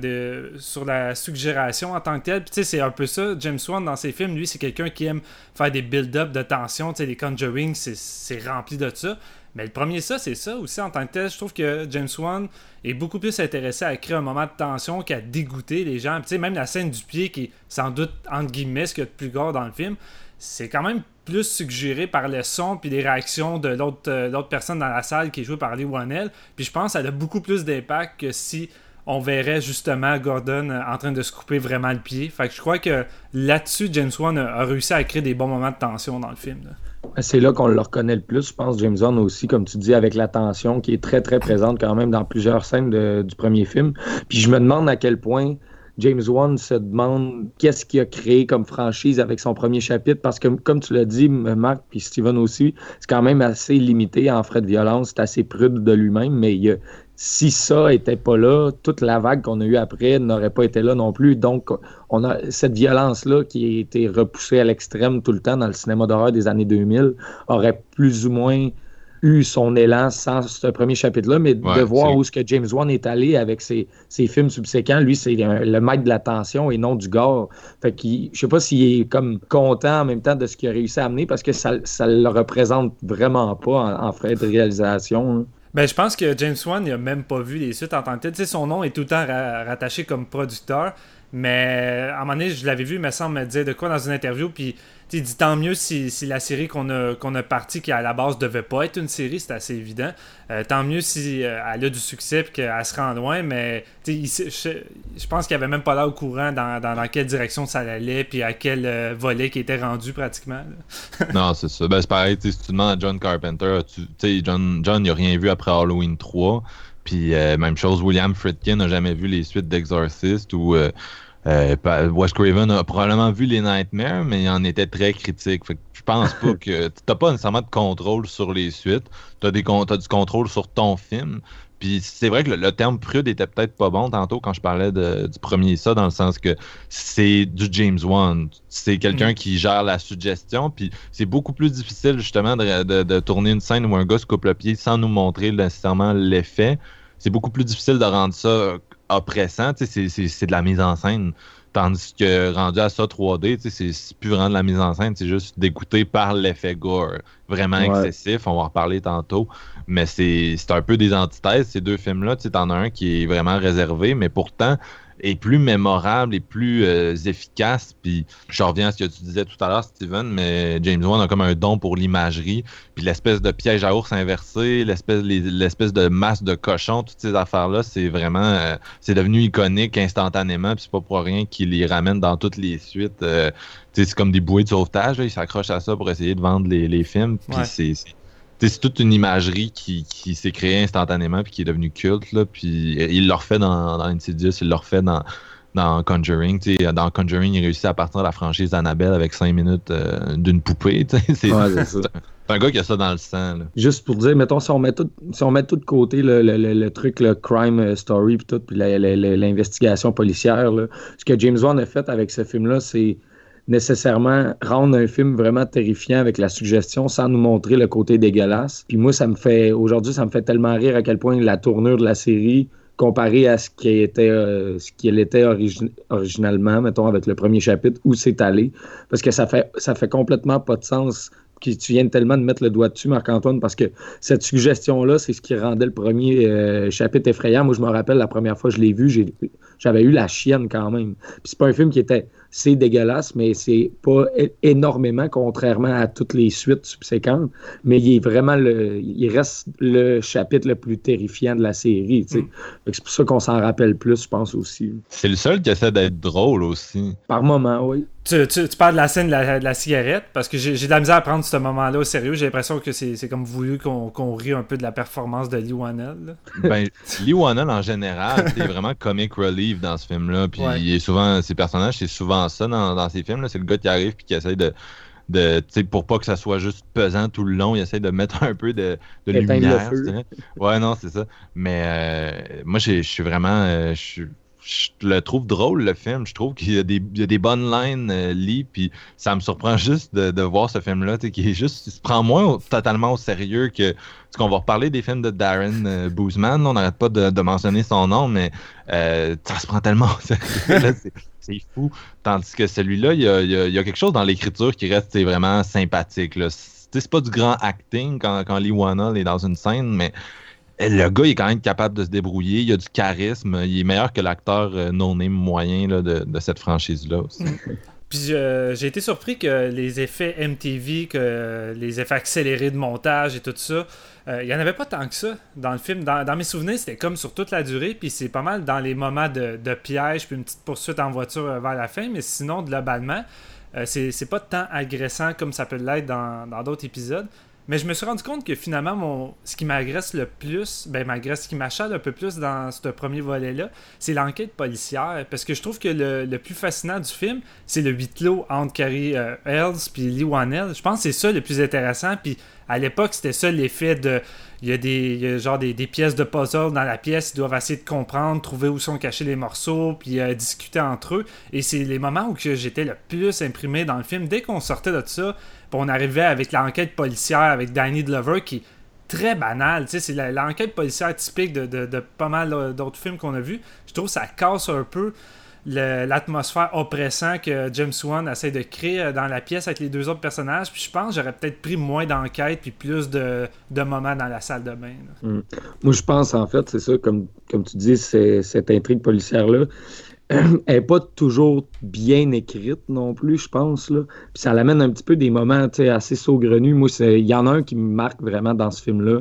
la suggération en tant que tel. Puis tu sais, c'est un peu ça, James Wan dans ses films, lui, c'est quelqu'un qui aime faire des build-up de tension, tu sais, les Conjuring, c'est rempli de ça. Mais le premier, c'est ça aussi en tant que tel. Je trouve que James Wan est beaucoup plus intéressé à créer un moment de tension qu'à dégoûter les gens. Tu sais, même la scène du pied, qui est sans doute, entre guillemets, ce qu'il y a de plus gore dans le film, c'est quand même plus suggéré par le son puis les réactions de l'autre personne dans la salle qui est jouée par Lee Whannell. Puis je pense que ça a beaucoup plus d'impact que si on verrait justement Gordon en train de se couper vraiment le pied. Fait que je crois que là-dessus, James Wan a réussi à créer des bons moments de tension dans le film, là. C'est là qu'on le reconnaît le plus, je pense, James Wan aussi, comme tu dis, avec la tension qui est très, très présente quand même dans plusieurs scènes du premier film. Puis je me demande à quel point James Wan se demande qu'est-ce qu'il a créé comme franchise avec son premier chapitre, parce que, comme tu l'as dit, Marc, puis Steven aussi, c'est quand même assez limité en frais de violence, c'est assez prude de lui-même, mais si ça était pas là, toute la vague qu'on a eue après n'aurait pas été là non plus. Donc, on a cette violence-là qui a été repoussée à l'extrême tout le temps dans le cinéma d'horreur des années 2000, aurait plus ou moins eu son élan sans ce premier chapitre-là, mais de voir où ce que James Wan est allé avec ses films subséquents, lui, c'est le maître de la tension et non du gore. Fait que je sais pas s'il est comme content en même temps de ce qu'il a réussi à amener, parce que ça le représente vraiment pas en frais de réalisation, hein. Ben, je pense que James Wan n'a même pas vu les suites en tant que tel. Tu sais, son nom est tout le temps rattaché comme producteur, mais à un moment donné, je l'avais vu, il me semble me dire de quoi dans une interview, puis il dit tant mieux si la série qu'on a partie, qui à la base devait pas être une série, c'est assez évident, tant mieux si elle a du succès et qu'elle se rend loin, mais je pense qu'il avait même pas l'air au courant dans quelle direction ça allait, puis à quel volet qui était rendu pratiquement. Non, c'est ça. Ben, c'est pareil, si tu demandes à John Carpenter, John n'a rien vu après Halloween 3, puis même chose, William Friedkin n'a jamais vu les suites d'Exorcist, ou Wes Craven a probablement vu les Nightmares, mais il en était très critique. Fait que je pense pas que t'as pas nécessairement de contrôle sur les suites. T'as du contrôle sur ton film. Puis c'est vrai que le terme prude était peut-être pas bon tantôt quand je parlais du premier ça, dans le sens que c'est du James Wan. C'est quelqu'un qui gère la suggestion, puis c'est beaucoup plus difficile justement de tourner une scène où un gars se coupe le pied sans nous montrer nécessairement l'effet. C'est beaucoup plus difficile de rendre ça oppressant, c'est de la mise en scène. Tandis que rendu à ça 3D, c'est plus vraiment de la mise en scène, c'est juste dégoûté par l'effet gore. Vraiment excessif, on va en reparler tantôt. Mais c'est un peu des antithèses, ces deux films-là. T'en as un qui est vraiment réservé, mais pourtant est plus mémorable et plus efficace. Puis je reviens à ce que tu disais tout à l'heure, Steven, mais James Wan a comme un don pour l'imagerie. Puis l'espèce de piège à ours inversé, l'espèce de masse de cochon, toutes ces affaires-là, c'est vraiment c'est devenu iconique instantanément. Puis c'est pas pour rien qu'il les ramène dans toutes les suites. C'est comme des bouées de sauvetage, là, ils s'accrochent à ça pour essayer de vendre les films. Puis c'est toute une imagerie qui s'est créée instantanément puis qui est devenue culte, là. Puis il l'a refait dans Insidious, il l'a refait dans Conjuring. Dans Conjuring, il réussit à partir de la franchise d'Annabelle avec 5 minutes d'une poupée. C'est un gars qui a ça dans le sang, là. Juste pour dire, mettons, si on met tout de côté le truc, le crime story puis tout, puis l'investigation policière, là, ce que James Wan a fait avec ce film-là, c'est nécessairement rendre un film vraiment terrifiant avec la suggestion sans nous montrer le côté dégueulasse. Puis moi, aujourd'hui, ça me fait tellement rire à quel point la tournure de la série, comparée à ce qu'elle était originalement, mettons, avec le premier chapitre, où c'est allé. Parce que ça fait complètement pas de sens. Tu viens tellement de mettre le doigt dessus, Marc-Antoine, parce que cette suggestion-là, c'est ce qui rendait le premier chapitre effrayant. Moi, je me rappelle, la première fois que je l'ai vu, j'avais eu la chienne quand même. Puis c'est pas un film c'est dégueulasse, mais c'est pas énormément, contrairement à toutes les suites subséquentes, mais il reste le chapitre le plus terrifiant de la série, tu sais. C'est pour ça qu'on s'en rappelle plus, je pense aussi. C'est le seul qui essaie d'être drôle aussi. Par moment, oui. Tu parles de la scène de la cigarette, parce que j'ai de la misère à prendre ce moment-là au sérieux. J'ai l'impression que c'est comme voulu qu'on rit un peu de la performance de Leigh Whannell. Ben, Leigh Whannell, en général, c'est vraiment comic relief dans ce film-là. Puis ses personnages, c'est souvent ça dans ces films-là. C'est le gars qui arrive et qui essaie de tu sais, pour pas que ça soit juste pesant tout le long, il essaie de mettre un peu de lumière. Ouais, non, c'est ça. Mais moi, je suis vraiment... je le trouve drôle, le film. Je trouve qu'il y a des bonnes lines, Lee, puis ça me surprend juste de voir ce film-là, qui est juste... Il se prend moins totalement au sérieux que... Parce qu'on va reparler des films de Darren Bousman, on n'arrête pas de mentionner son nom, mais ça se prend tellement au sérieux, là, c'est fou. Tandis que celui-là, il y a quelque chose dans l'écriture qui reste vraiment sympathique, là. C'est pas du grand acting quand Leigh Whannell est dans une scène, mais... Le gars, il est quand même capable de se débrouiller. Il a du charisme. Il est meilleur que l'acteur no-name moyen là, de cette franchise-là aussi. Puis j'ai été surpris que les effets MTV, que les effets accélérés de montage et tout ça, il n'y en avait pas tant que ça dans le film. Dans mes souvenirs, c'était comme sur toute la durée. Puis c'est pas mal dans les moments de piège, puis une petite poursuite en voiture vers la fin. Mais sinon, globalement, c'est pas tant agressant comme ça peut l'être dans d'autres épisodes. Mais je me suis rendu compte que finalement, ce qui m'agresse le plus, ce qui m'achale un peu plus dans ce premier volet-là, c'est l'enquête policière. Parce que je trouve que le plus fascinant du film, c'est le huis clos entre Cary Elwes et Leigh Whannell. Je pense que c'est ça le plus intéressant. Puis à l'époque, c'était ça l'effet de... Il y a genre des pièces de puzzle dans la pièce, ils doivent essayer de comprendre, trouver où sont cachés les morceaux, puis discuter entre eux. Et c'est les moments où j'étais le plus imprimé dans le film. Dès qu'on sortait de ça, puis on arrivait avec l'enquête policière avec Danny Glover, qui est très banale. Tu sais, c'est l'enquête policière typique de pas mal d'autres films qu'on a vus. Je trouve que ça casse un peu l'atmosphère oppressante que James Wan essaie de créer dans la pièce avec les deux autres personnages. Puis je pense que j'aurais peut-être pris moins d'enquête puis plus de moments dans la salle de bain. Moi, je pense, en fait, c'est ça, comme tu dis, cette intrigue policière-là, elle n'est pas toujours bien écrite non plus, je pense. Là. Puis ça l'amène un petit peu des moments assez saugrenus. Moi, il y en a un qui me marque vraiment dans ce film-là.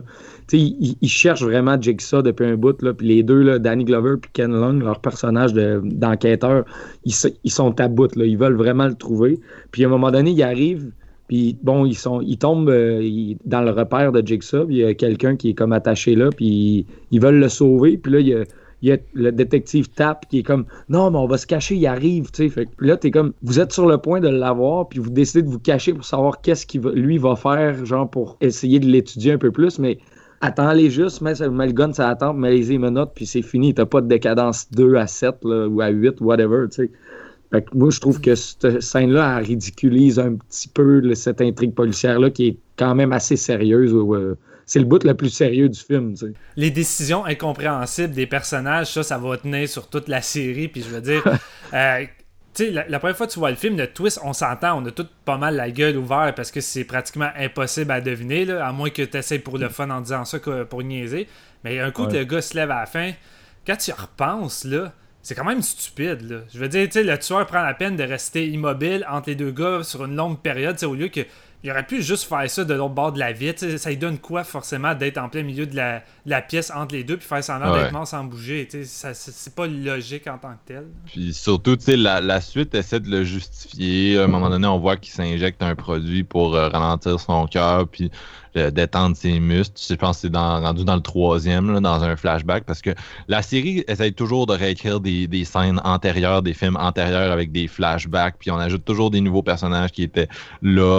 Il cherche vraiment Jigsaw depuis un bout. Là, puis les deux, là, Danny Glover et Ken Long, leurs personnages d'enquêteurs, ils sont à bout. Là, ils veulent vraiment le trouver. Puis à un moment donné, ils arrivent. Puis bon, ils tombent dans le repère de Jigsaw. Puis il y a quelqu'un qui est comme attaché là. Puis ils veulent le sauver. Puis là, il y a le détective Tapp qui est comme non, mais on va se cacher, il arrive, tu sais. Fait que là, t'es comme, vous êtes sur le point de l'avoir, puis vous décidez de vous cacher pour savoir qu'est-ce qu'il va faire, genre pour essayer de l'étudier un peu plus, mais attends-les juste, mets le gun sur la tempe, mets les menottes, puis c'est fini. T'as pas de décadence 2 à 7 là, ou à 8, whatever, tu sais. Fait que moi, je trouve que cette scène-là, elle ridiculise un petit peu cette intrigue policière-là qui est quand même assez sérieuse. C'est le bout le plus sérieux du film, tu sais. Les décisions incompréhensibles des personnages, ça va tenir sur toute la série. Puis je veux dire, tu sais, la première fois que tu vois le film, le twist, on s'entend, on a tous pas mal la gueule ouverte parce que c'est pratiquement impossible à deviner, là, à moins que tu essaies pour le fun en disant ça pour niaiser. Mais un coup que le gars se lève à la fin, quand tu y repenses, là, c'est quand même stupide, là. Je veux dire, tu sais, le tueur prend la peine de rester immobile entre les deux gars sur une longue période, au lieu que il aurait pu juste faire ça de l'autre bord de la vitre. Ça lui donne quoi, forcément, d'être en plein milieu de la pièce entre les deux puis faire semblant d'être mort sans bouger. C'est pas logique en tant que tel. Puis surtout, la suite essaie de le justifier. À un moment donné, on voit qu'il s'injecte un produit pour ralentir son cœur puis détendre ses muscles. Je pense que c'est rendu dans le 3e, là, dans un flashback, parce que la série essaie toujours de réécrire des scènes antérieures, des films antérieurs avec des flashbacks, puis on ajoute toujours des nouveaux personnages qui étaient là à des moments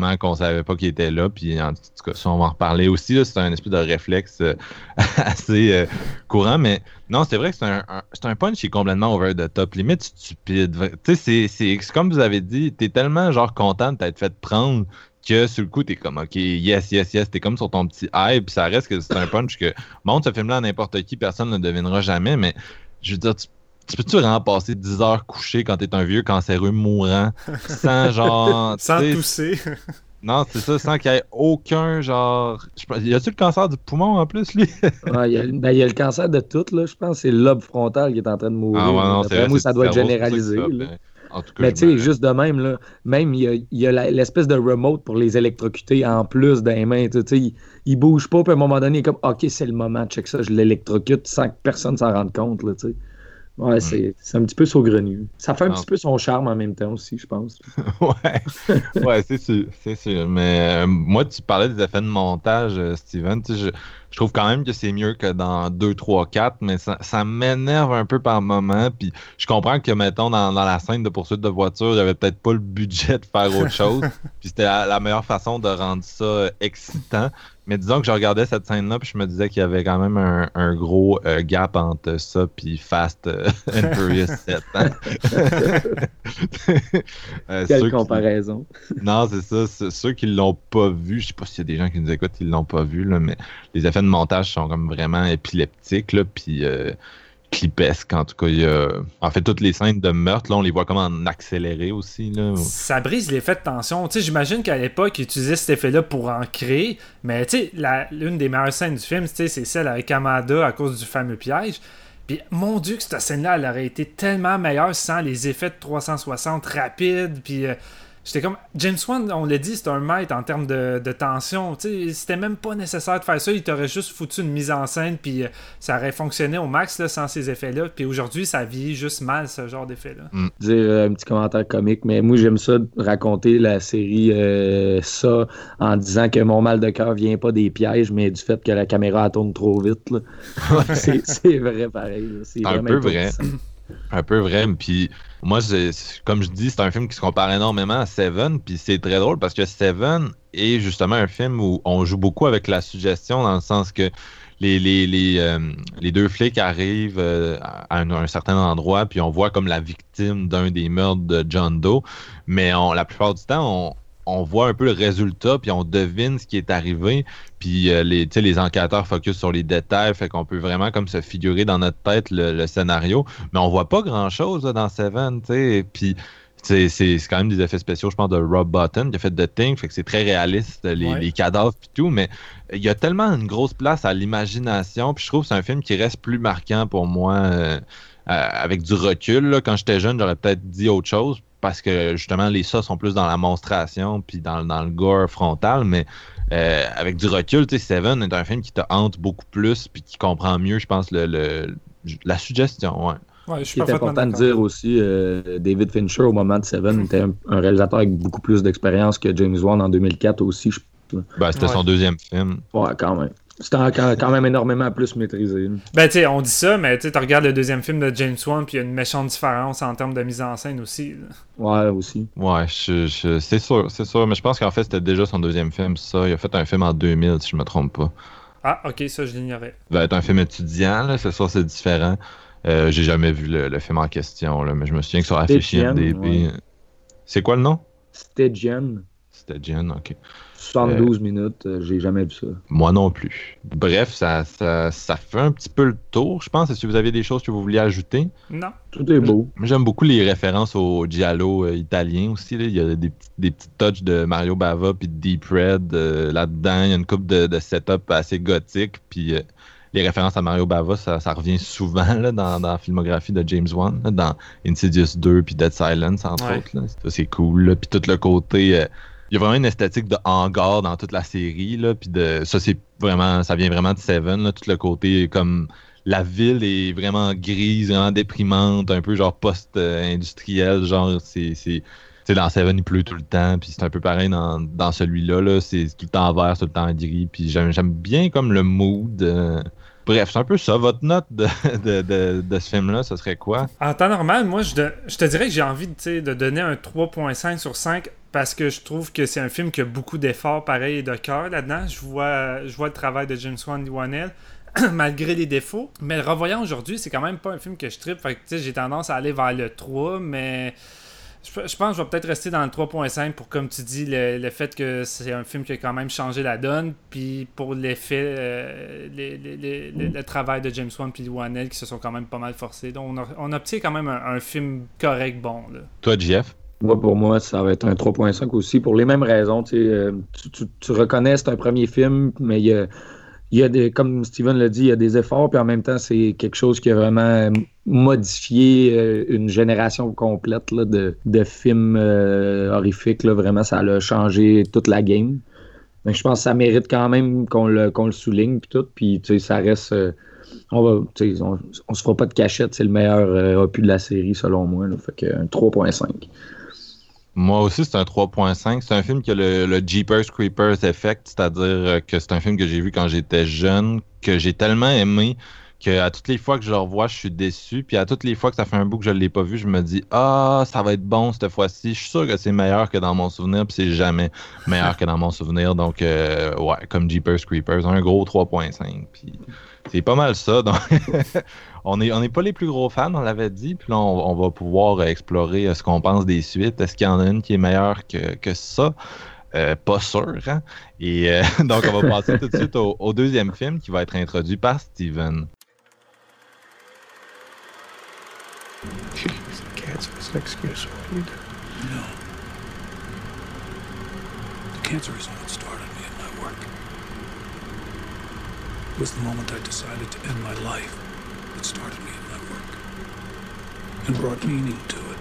comment qu'on savait pas qu'il était là. Puis en tout cas, ça, on va en reparler aussi. Là, c'est un espèce de réflexe assez courant. Mais non, c'est vrai que c'est un punch qui est complètement over the top, limite stupide. Tu sais, c'est comme vous avez dit, t'es tellement genre content de t'être fait prendre que sur le coup, t'es comme OK, yes, t'es comme sur ton petit hype, puis ça reste que c'est un punch que montre ce film-là à n'importe qui, personne ne le devinera jamais, mais je veux dire, tu peux-tu vraiment passer 10 heures couché quand t'es un vieux cancéreux mourant sans genre. Sans tousser. Non, c'est ça, sans qu'il y ait aucun genre. Y a-tu le cancer du poumon en plus, lui? Il y a le cancer de tout, là, je pense. C'est le lobe frontal qui est en train de mourir. Ah ouais, non, c'est vrai, moi, ça doit être généralisé. En tout cas, mais tu sais, juste de même, là, même il y a l'espèce de remote pour les électrocuter en plus dans les mains. Tu sais, il bouge pas, puis à un moment donné, il est comme OK, c'est le moment, check ça, je l'électrocute sans que personne s'en rende compte. Là, tu sais. Ouais, c'est un petit peu saugrenu. Ça fait un petit peu son charme en même temps aussi, je pense. ouais, c'est sûr. Mais moi, tu parlais des effets de montage, Steven. Je trouve quand même que c'est mieux que dans 2, 3, 4, mais ça m'énerve un peu par moment. Puis je comprends que, mettons, dans la scène de poursuite de voiture, il n'y avait peut-être pas le budget de faire autre chose. Puis c'était la meilleure façon de rendre ça excitant. Mais disons que je regardais cette scène-là, puis je me disais qu'il y avait quand même un gros gap entre ça puis Fast and Furious 7. Hein? Quelle comparaison. Non, c'est ça. Ceux qui l'ont pas vu, je sais pas s'il y a des gens qui nous écoutent qui l'ont pas vu, là, mais les effets de montage sont comme vraiment épileptiques, là, puis clipesque. En tout cas, il y a... En fait, toutes les scènes de meurtre, là, on les voit comme en accéléré aussi. Là. Ça brise l'effet de tension. Tu sais, j'imagine qu'à l'époque, ils utilisaient cet effet-là pour en créer. Mais tu sais, l'une des meilleures scènes du film, c'est celle avec Amanda à cause du fameux piège. Puis, mon Dieu, que cette scène-là, elle aurait été tellement meilleure sans les effets de 360 rapides. Puis, j'étais comme... James Wan, on l'a dit, c'est un maître en termes de tension. Tu sais, c'était même pas nécessaire de faire ça. Il t'aurait juste foutu une mise en scène, puis ça aurait fonctionné au max là, sans ces effets-là. Puis aujourd'hui, ça vieillit juste mal, ce genre d'effet-là. Dire un petit commentaire comique, mais moi, j'aime ça raconter la série ça en disant que mon mal de cœur vient pas des pièges, mais du fait que la caméra elle tourne trop vite. Là. c'est vrai pareil. Là. C'est un peu vrai. Un peu vrai, puis moi, comme je dis, c'est un film qui se compare énormément à Seven, puis c'est très drôle parce que Seven est justement un film où on joue beaucoup avec la suggestion dans le sens que les deux flics arrivent à un certain endroit, puis on voit comme la victime d'un des meurtres de John Doe, mais la plupart du temps, on voit un peu le résultat, puis on devine ce qui est arrivé, puis les enquêteurs focus sur les détails, fait qu'on peut vraiment comme se figurer dans notre tête le scénario, mais on voit pas grand-chose là, dans Seven, tu sais, puis c'est quand même des effets spéciaux, je pense, de Rob Bottin qui a fait The Thing, fait que c'est très réaliste, les cadavres et tout, mais il y a tellement une grosse place à l'imagination, puis je trouve que c'est un film qui reste plus marquant pour moi avec du recul. Là. Quand j'étais jeune, j'aurais peut-être dit autre chose, parce que justement, les ça sont plus dans la monstration puis dans le gore frontal, mais avec du recul, tu sais, Seven est un film qui te hante beaucoup plus puis qui comprend mieux, je pense, la suggestion, ouais. Ouais, Ce qui est important de dire aussi, David Fincher, au moment de Seven, était un réalisateur avec beaucoup plus d'expérience que James Wan en 2004 aussi. C'était son deuxième film. Ouais, quand même. C'était quand même énormément plus maîtrisé. Ben, tu sais, on dit ça, mais tu regardes le deuxième film de James Wan, puis il y a une méchante différence en termes de mise en scène aussi. Là. Ouais, aussi. Ouais, c'est sûr. Mais je pense qu'en fait, c'était déjà son deuxième film, ça. Il a fait un film en 2000, si je me trompe pas. Ah, ok, ça, je l'ignorais. Il va être un film étudiant, là, c'est sûr, c'est différent. J'ai jamais vu le film en question, là, mais je me souviens que sur la fiche IMDb... Ouais. C'est quoi le nom? Stygian, ok. 72 minutes, j'ai jamais vu ça. Moi non plus. Bref, ça fait un petit peu le tour, je pense. Est-ce que vous aviez des choses que vous vouliez ajouter? Non. Tout est beau. J'aime beaucoup les références au giallo italien aussi. Là. Il y a des petits touches de Mario Bava puis de Deep Red là-dedans. Il y a une couple de setup assez gothique. Puis les références à Mario Bava, ça revient souvent là, dans la filmographie de James Wan, là, dans Insidious 2 puis Dead Silence, entre autres. Là. Ça, c'est cool. Là. Puis tout le côté... il y a vraiment une esthétique de hangar dans toute la série, là, puis ça vient vraiment de Seven, là, tout le côté comme la ville est vraiment grise, vraiment déprimante, un peu genre post-industriel, genre c'est dans Seven il pleut tout le temps, puis c'est un peu pareil dans celui-là, là, c'est tout le temps vert, tout le temps gris, puis j'aime bien comme le mood Bref, c'est un peu ça. Votre note de ce film-là, ce serait quoi? En temps normal, moi, je te dirais que j'ai envie de donner un 3.5 sur 5 parce que je trouve que c'est un film qui a beaucoup d'efforts, pareil, et de cœur là-dedans. Je vois le travail de James Wan malgré les défauts. Mais le revoyant aujourd'hui, c'est quand même pas un film que je trippe. Fait que j'ai tendance à aller vers le 3, mais je pense que je vais peut-être rester dans le 3.5 pour, comme tu dis, le fait que c'est un film qui a quand même changé la donne, puis pour l'effet, le travail de James Wan et Wanell qui se sont quand même pas mal forcés. Donc on obtient quand même un film correct, bon. Là. Toi, Jeff? Pour moi, ça va être un 3.5 aussi, pour les mêmes raisons. Tu reconnais, c'est un premier film, mais il y a des, comme Steven l'a dit, il y a des efforts, puis en même temps, c'est quelque chose qui a vraiment modifié une génération complète là, de films horrifiques. Là. Vraiment, ça a changé toute la game. Mais je pense que ça mérite quand même qu'on le souligne, puis tout. Puis, ça reste... on se fera pas de cachette, c'est le meilleur opus de la série, selon moi. Là. Fait que un 3.5. Moi aussi, c'est un 3.5. C'est un film qui a le Jeepers Creepers effect, c'est-à-dire que c'est un film que j'ai vu quand j'étais jeune, que j'ai tellement aimé qu'à toutes les fois que je le revois, je suis déçu. Puis à toutes les fois que ça fait un bout que je ne l'ai pas vu, je me dis « Ah, ça va être bon cette fois-ci. » Je suis sûr que c'est meilleur que dans mon souvenir, puis c'est jamais meilleur que dans mon souvenir. Donc, ouais, comme Jeepers Creepers, un gros 3.5. Puis c'est pas mal ça. Donc on n'est pas les plus gros fans, on l'avait dit. Puis là, on va pouvoir explorer ce qu'on pense des suites. Est-ce qu'il y en a une qui est meilleure que ça? Pas sûr, hein? Et donc, on va passer tout de suite au deuxième film qui va être introduit par Steven. She used the cancer as an excuse. What do you do? No. The cancer isn't what started me in my work. It was the moment I decided to end my life that started me in my work and brought meaning to it.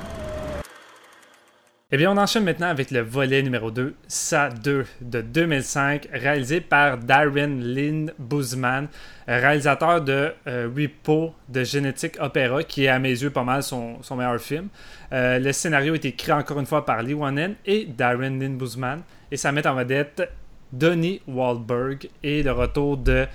Eh bien, on enchaîne maintenant avec le volet numéro 2, Saw 2 de 2005, réalisé par Darren Lynn Bousman, réalisateur de Repo de Genetic Opera, qui est à mes yeux pas mal son meilleur film. Le scénario est écrit encore une fois par Lee Wanen et Darren Lynn Bousman, et ça met en vedette Donnie Wahlberg et le retour de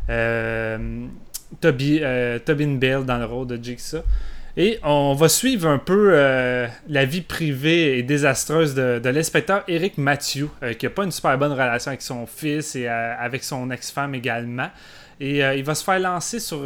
Tobin Bell dans le rôle de Jigsaw. Et on va suivre un peu la vie privée et désastreuse de l'inspecteur Eric Matthew, qui n'a pas une super bonne relation avec son fils et avec son ex-femme également. Et il va se faire lancer sur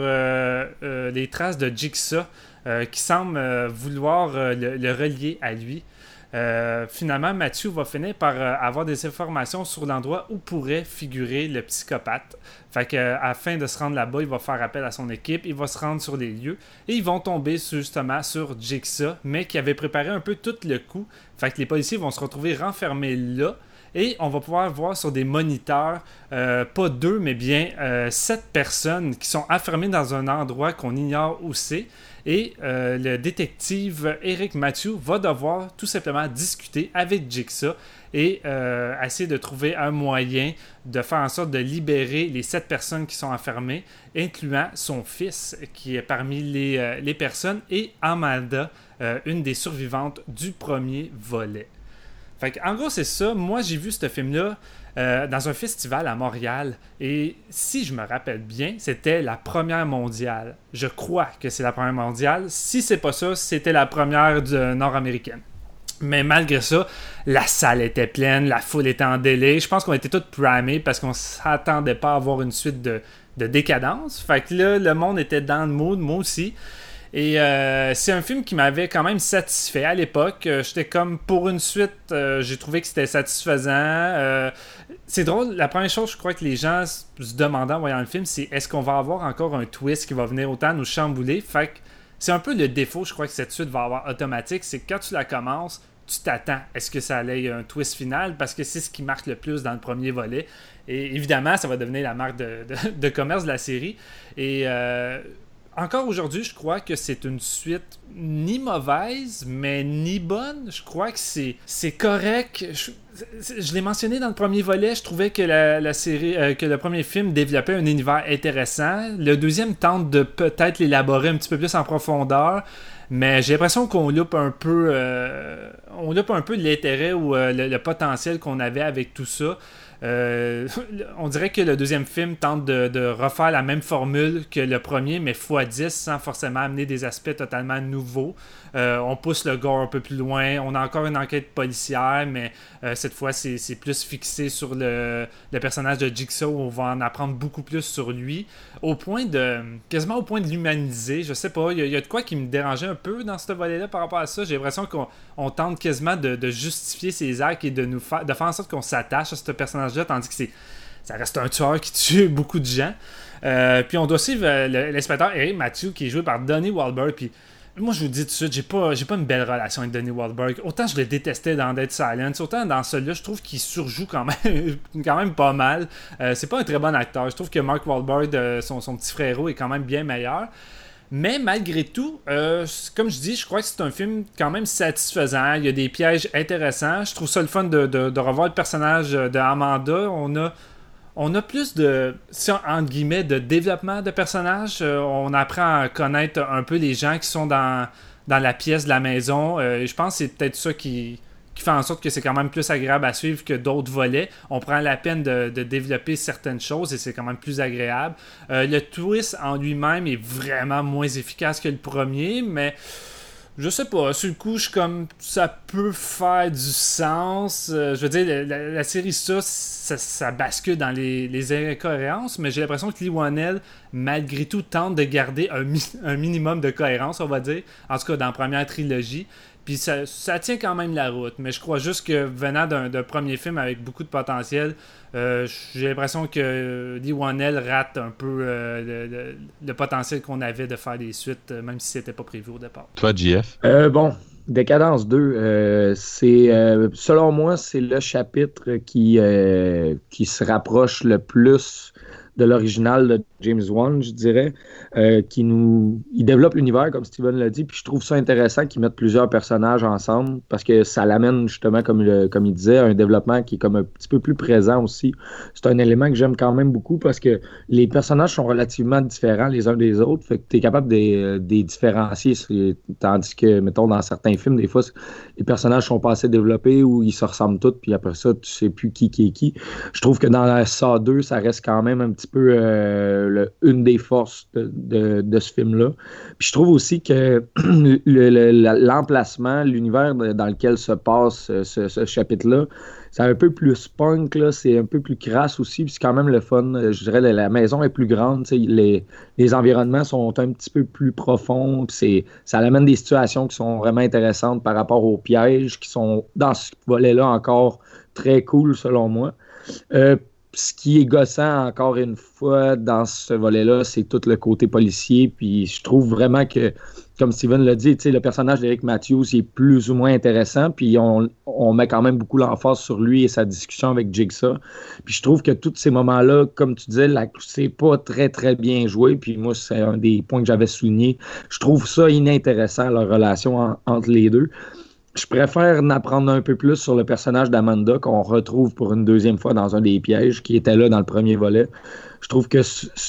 les traces de Jigsaw, qui semble vouloir le relier à lui. Finalement, Matthew va finir par avoir des informations sur l'endroit où pourrait figurer le psychopathe. Fait que, afin de se rendre là-bas, il va faire appel à son équipe, il va se rendre sur les lieux et ils vont tomber justement sur Jigsaw, mais qui avait préparé un peu tout le coup. Fait que les policiers vont se retrouver renfermés là. Et on va pouvoir voir sur des moniteurs, pas 2, mais bien 7 personnes qui sont enfermées dans un endroit qu'on ignore où c'est. Et le détective Eric Matthew va devoir tout simplement discuter avec Jigsaw et essayer de trouver un moyen de faire en sorte de libérer les 7 personnes qui sont enfermées, incluant son fils qui est parmi les personnes, et Amanda, une des survivantes du premier volet. Fait en gros, c'est ça. Moi, j'ai vu ce film-là dans un festival à Montréal. Et si je me rappelle bien, c'était la première mondiale. Je crois que c'est la première mondiale. Si c'est pas ça, c'était la première nord-américaine. Mais malgré ça, la salle était pleine, la foule était en délai. Je pense qu'on était tous primés parce qu'on s'attendait pas à avoir une suite de décadence. Fait que là, le monde était dans le mood, moi aussi. Et c'est un film qui m'avait quand même satisfait à l'époque. J'étais comme pour une suite, j'ai trouvé que c'était satisfaisant. C'est drôle, la première chose je crois que les gens se demandaient en voyant le film, c'est est-ce qu'on va avoir encore un twist qui va venir autant nous chambouler. Fait que c'est un peu le défaut, je crois, que cette suite va avoir automatique, c'est que quand tu la commences, tu t'attends. Est-ce que ça allait un twist final? Parce que c'est ce qui marque le plus dans le premier volet. Et évidemment, ça va devenir la marque de commerce de la série. Et encore aujourd'hui, je crois que c'est une suite ni mauvaise, mais ni bonne. Je crois que c'est correct. Je l'ai mentionné dans le premier volet, je trouvais que la série, que le premier film développait un univers intéressant. Le deuxième tente de peut-être l'élaborer un petit peu plus en profondeur, mais j'ai l'impression qu'on loupe un peu l'intérêt ou le potentiel qu'on avait avec tout ça. On dirait que le deuxième film tente de refaire la même formule que le premier, mais x10 sans forcément amener des aspects totalement nouveaux. On pousse le gore un peu plus loin. On a encore une enquête policière, mais cette fois, c'est plus fixé sur le personnage de Jigsaw. On va en apprendre beaucoup plus sur lui, quasiment au point de l'humaniser. Je sais pas, il y a de quoi qui me dérangeait un peu dans ce volet-là par rapport à ça. J'ai l'impression qu'on tente quasiment de justifier ses actes et de faire en sorte qu'on s'attache à ce personnage-là, tandis que ça reste un tueur qui tue beaucoup de gens. Puis on doit suivre l'inspecteur Eric Matthews, qui est joué par Donnie Wahlberg. Puis moi, je vous dis tout de suite, j'ai pas une belle relation avec Donnie Wahlberg. Autant je le détestais dans Dead Silence, autant dans celui-là, je trouve qu'il surjoue quand même pas mal. C'est pas un très bon acteur. Je trouve que Mark Wahlberg, son petit frérot, est quand même bien meilleur. Mais malgré tout, comme je dis, je crois que c'est un film quand même satisfaisant. Il y a des pièges intéressants. Je trouve ça le fun de revoir le personnage de Amanda. On a plus entre guillemets, de développement de personnages. On apprend à connaître un peu les gens qui sont dans la pièce de la maison. Je pense que c'est peut-être ça qui fait en sorte que c'est quand même plus agréable à suivre que d'autres volets. On prend la peine de développer certaines choses et c'est quand même plus agréable. Le twist en lui-même est vraiment moins efficace que le premier, mais je sais pas, sur le coup, je suis comme, ça peut faire du sens. Je veux dire, la série, ça bascule dans les incohérences, mais j'ai l'impression que Leigh Whannell, malgré tout, tente de garder un minimum de cohérence, on va dire. En tout cas, dans la première trilogie. Puis ça tient quand même la route. Mais je crois juste que venant d'un premier film avec beaucoup de potentiel, j'ai l'impression que Leigh Whannell rate un peu le potentiel qu'on avait de faire des suites, même si c'était pas prévu au départ. Toi, JF? Bon, Décadence 2, selon moi, c'est le chapitre qui se rapproche le plus de l'original de James Wan, je dirais, il développe l'univers, comme Steven l'a dit, puis je trouve ça intéressant qu'ils mettent plusieurs personnages ensemble, parce que ça l'amène justement, comme il disait, à un développement qui est comme un petit peu plus présent aussi. C'est un élément que j'aime quand même beaucoup, parce que les personnages sont relativement différents les uns des autres, fait que tu es capable de les différencier, tandis que, mettons, dans certains films, des fois, les personnages sont pas assez développés, ou ils se ressemblent tous, puis après ça, tu sais plus qui est qui. Je trouve que dans la Saw 2, ça reste quand même un petit peu une des forces de ce film-là. Puis je trouve aussi que l'emplacement, l'univers dans lequel se passe ce chapitre-là, c'est un peu plus punk, là, c'est un peu plus crasse aussi, puis c'est quand même le fun. Je dirais la maison est plus grande, les environnements sont un petit peu plus profonds, puis ça amène des situations qui sont vraiment intéressantes par rapport aux pièges, qui sont dans ce volet-là encore très cool selon moi. Ce qui est gossant, encore une fois, dans ce volet-là, c'est tout le côté policier. Puis je trouve vraiment que, comme Steven l'a dit, le personnage d'Eric Matthews est plus ou moins intéressant. Puis on met quand même beaucoup l'emphase sur lui et sa discussion avec Jigsaw. Puis je trouve que tous ces moments-là, comme tu disais, c'est pas très, très bien joué. Puis moi, c'est un des points que j'avais souligné. Je trouve ça inintéressant, leur relation entre les deux. Je préfère en apprendre un peu plus sur le personnage d'Amanda qu'on retrouve pour une deuxième fois dans un des pièges qui était là dans le premier volet. Je trouve que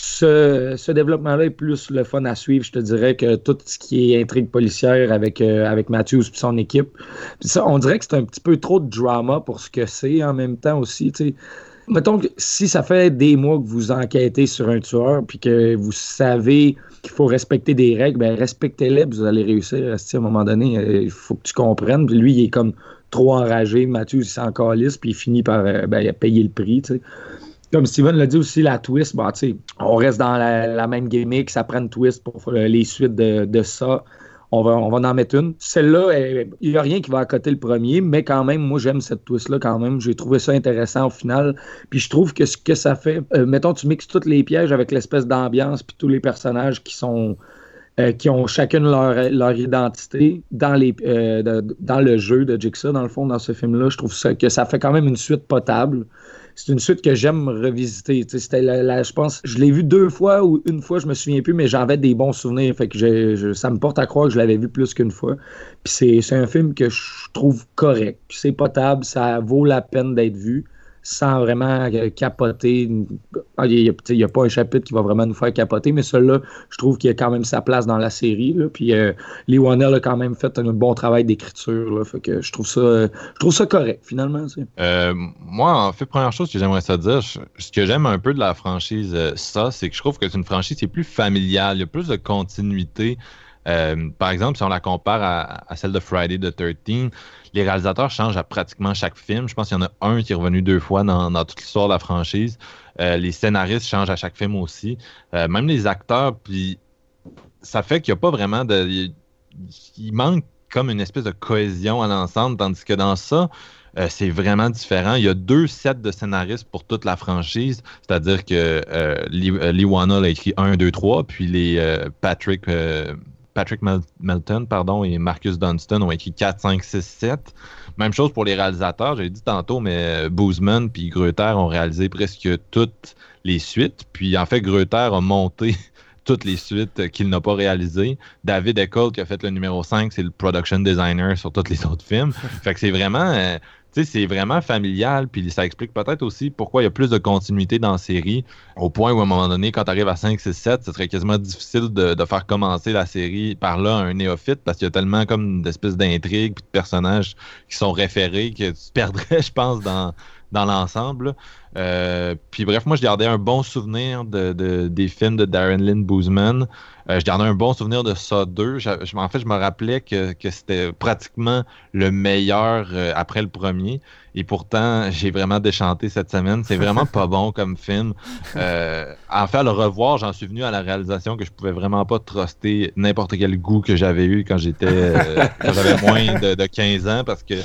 ce développement-là est plus le fun à suivre, je te dirais, que tout ce qui est intrigue policière avec Matthews et son équipe. Puis ça, on dirait que c'est un petit peu trop de drama pour ce que c'est en même temps aussi, tu sais. Mettons que si ça fait des mois que vous enquêtez sur un tueur puis que vous savez qu'il faut respecter des règles, ben respectez-les, puis vous allez réussir. À un moment donné, il faut que tu comprennes. Puis lui, il est comme trop enragé. Matthews, il s'en calisse, puis il finit par payer le prix, tu sais. Comme Steven l'a dit aussi, la twist, on reste dans la même gimmick, ça prend une twist pour les suites de ça. On va en mettre une. Celle-là, il n'y a rien qui va accoter le premier, mais quand même, moi, j'aime cette twist-là quand même. J'ai trouvé ça intéressant au final. Puis je trouve que ce que ça fait... mettons, tu mixes tous les pièges avec l'espèce d'ambiance puis tous les personnages qui ont chacune leur identité dans le jeu de Jigsaw, dans le fond, dans ce film-là. Je trouve que ça fait quand même une suite potable. C'est une suite que j'aime revisiter. C'était je pense, je l'ai vu 2 fois ou une fois, je me souviens plus, mais j'avais des bons souvenirs. Fait que ça me porte à croire que je l'avais vu plus qu'une fois. Puis c'est un film que je trouve correct. Puis c'est potable, ça vaut la peine d'être vu. sans vraiment capoter. Il n'y a pas un chapitre qui va vraiment nous faire capoter, mais celui-là, je trouve qu'il a quand même sa place dans la série. Là. Puis Leigh Whannell a quand même fait un bon travail d'écriture. Là. Fait que je trouve ça correct, finalement. Moi, en fait, première chose que j'aimerais ça dire, ce que j'aime un peu de la franchise, c'est que je trouve que c'est une franchise qui est plus familiale, il y a plus de continuité. Par exemple, si on la compare à celle de Friday the 13th, les réalisateurs changent à pratiquement chaque film. Je pense qu'il y en a un qui est revenu 2 fois dans toute l'histoire de la franchise. Les scénaristes changent à chaque film aussi. Même les acteurs, puis ça fait qu'il n'y a pas vraiment de... Il manque comme une espèce de cohésion à l'ensemble, tandis que dans ça, c'est vraiment différent. Il y a 2 sets de scénaristes pour toute la franchise, c'est-à-dire que Leigh Whannell a écrit 1, 2, 3, puis les Patrick Melton et Marcus Dunstan ont écrit 4, 5, 6, 7. Même chose pour les réalisateurs, j'avais dit tantôt, mais Boseman puis Gruyter ont réalisé presque toutes les suites. Puis en fait, Gruyter a monté toutes les suites qu'il n'a pas réalisées. David Echols, qui a fait le numéro 5, c'est le production designer sur tous les autres films. Fait que c'est vraiment... c'est vraiment familial, puis ça explique peut-être aussi pourquoi il y a plus de continuité dans la série, au point où à un moment donné, quand tu arrives à 5, 6, 7, ce serait quasiment difficile de faire commencer la série par là un néophyte, parce qu'il y a tellement comme d'espèces d'intrigues et de personnages qui sont référés que tu te perdrais, je pense, dans l'ensemble. Puis bref, moi je gardais un bon souvenir des films de Darren Lynn Bousman. Je gardais un bon souvenir de Saw 2. En fait, je me rappelais que c'était pratiquement le meilleur après le premier. Et pourtant, j'ai vraiment déchanté cette semaine. C'est vraiment pas bon comme film. En fait, à le revoir, j'en suis venu à la réalisation que je pouvais vraiment pas truster n'importe quel goût que j'avais eu quand j'avais moins de 15 ans, parce que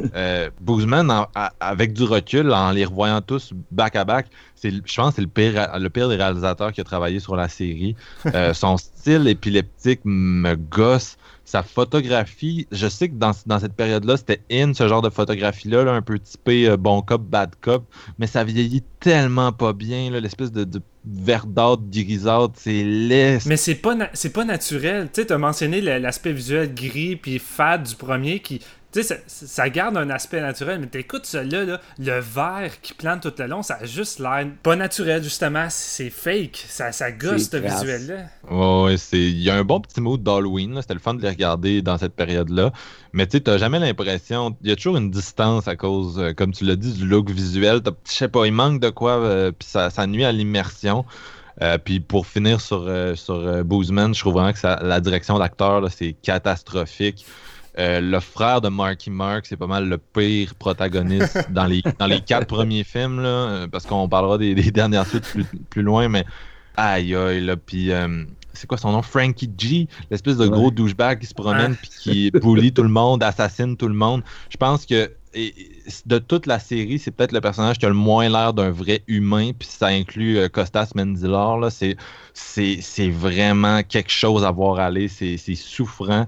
Boseman, avec du recul, en les revoyant tous back-à-back, je pense que c'est le pire des réalisateurs qui a travaillé sur la série. Son style épileptique me gosse. Sa photographie, je sais que dans cette période-là, c'était ce genre de photographie-là, là, un peu typé bon cop, bad cop, mais ça vieillit tellement pas bien, là, l'espèce de verdâtre, grisâtre, c'est laid. Mais c'est pas naturel. Tu sais, t'as mentionné l'aspect visuel gris puis fade du premier qui... Tu sais, ça garde un aspect naturel, mais t'écoutes celui-là, là, le vert qui plante tout le long, ça a juste l'air pas naturel, justement. C'est fake. Ça gosse, ce visuel-là. Ouais, il y a un bon petit mood d'Halloween. C'était le fun de les regarder dans cette période-là. Mais tu sais, t'as jamais l'impression... Il y a toujours une distance à cause, comme tu l'as dit, du look visuel. Je sais pas, il manque de quoi, puis ça nuit à l'immersion. Puis pour finir sur Boseman, je trouve vraiment que la direction d'acteur, là, c'est catastrophique. Le frère de Marky Mark, c'est pas mal le pire protagoniste dans les 4 premiers films, là, parce qu'on parlera des dernières suites plus loin, mais aïe aïe, là, puis c'est quoi son nom? Frankie G, l'espèce de gros douchebag qui se promène puis qui bully tout le monde, assassine tout le monde. Je pense que de toute la série, c'est peut-être le personnage qui a le moins l'air d'un vrai humain, puis ça inclut Costas Mandylor, là, c'est vraiment quelque chose à voir aller, c'est souffrant.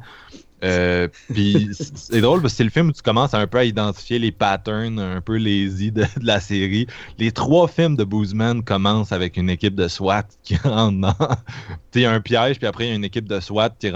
Puis c'est drôle parce que c'est le film où tu commences un peu à identifier les patterns un peu lazy de la série. Les 3 films de Boseman commencent avec une équipe de SWAT qui rentre dans... Tu sais, un piège, puis après il y a une équipe de SWAT qui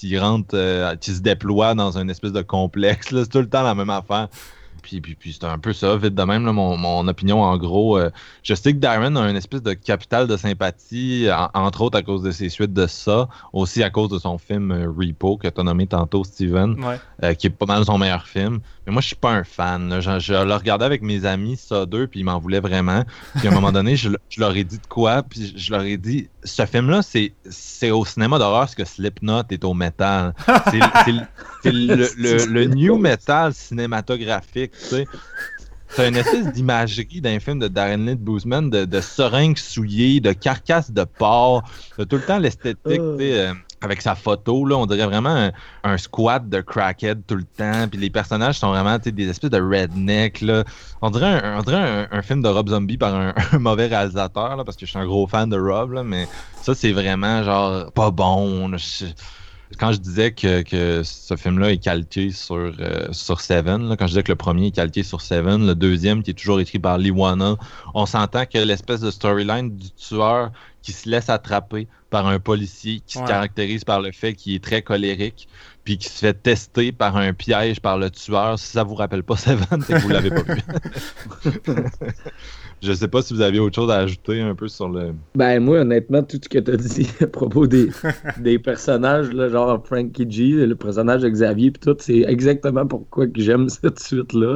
se déploie dans une espèce de complexe. Là. C'est tout le temps la même affaire. Puis c'est un peu ça, vite de même, là, mon opinion en gros. Je sais que Darren a une espèce de capital de sympathie, entre autres à cause de ses suites de ça, aussi à cause de son film Repo, que tu as nommé tantôt, Steven, qui est pas mal son meilleur film. Mais moi, je suis pas un fan. Là. Je le regardais avec mes amis, ça 2, puis ils m'en voulaient vraiment. Puis à un moment donné, je leur ai dit de quoi, puis je leur ai dit, ce film-là, c'est au cinéma d'horreur ce que Slipknot est au métal. C'est le new metal cinématographique, tu sais. C'est une espèce d'imagerie d'un film de Darren Lynn Bousman, de seringues souillées, de carcasses de porc, de tout le temps l'esthétique, tu sais, avec sa photo, là, on dirait vraiment un squat de crackhead tout le temps, puis les personnages sont vraiment des espèces de redneck, là. On dirait un film de Rob Zombie par un mauvais réalisateur, là, parce que je suis un gros fan de Rob, là, mais ça, c'est vraiment, genre, pas bon, là. Quand je disais que ce film-là est calqué sur Seven, là, quand je disais que le premier est calqué sur Seven, le deuxième qui est toujours écrit par Leigh Whannell, on s'entend que l'espèce de storyline du tueur qui se laisse attraper par un policier qui se caractérise par le fait qu'il est très colérique, puis qui se fait tester par un piège par le tueur. Si ça vous rappelle pas Seven, c'est que vous l'avez pas vu. Je sais pas si vous avez autre chose à ajouter un peu sur le... Ben moi, honnêtement, tout ce que tu as dit à propos des personnages, là, genre Frankie G, le personnage de Xavier, puis tout, c'est exactement pourquoi que j'aime cette suite-là.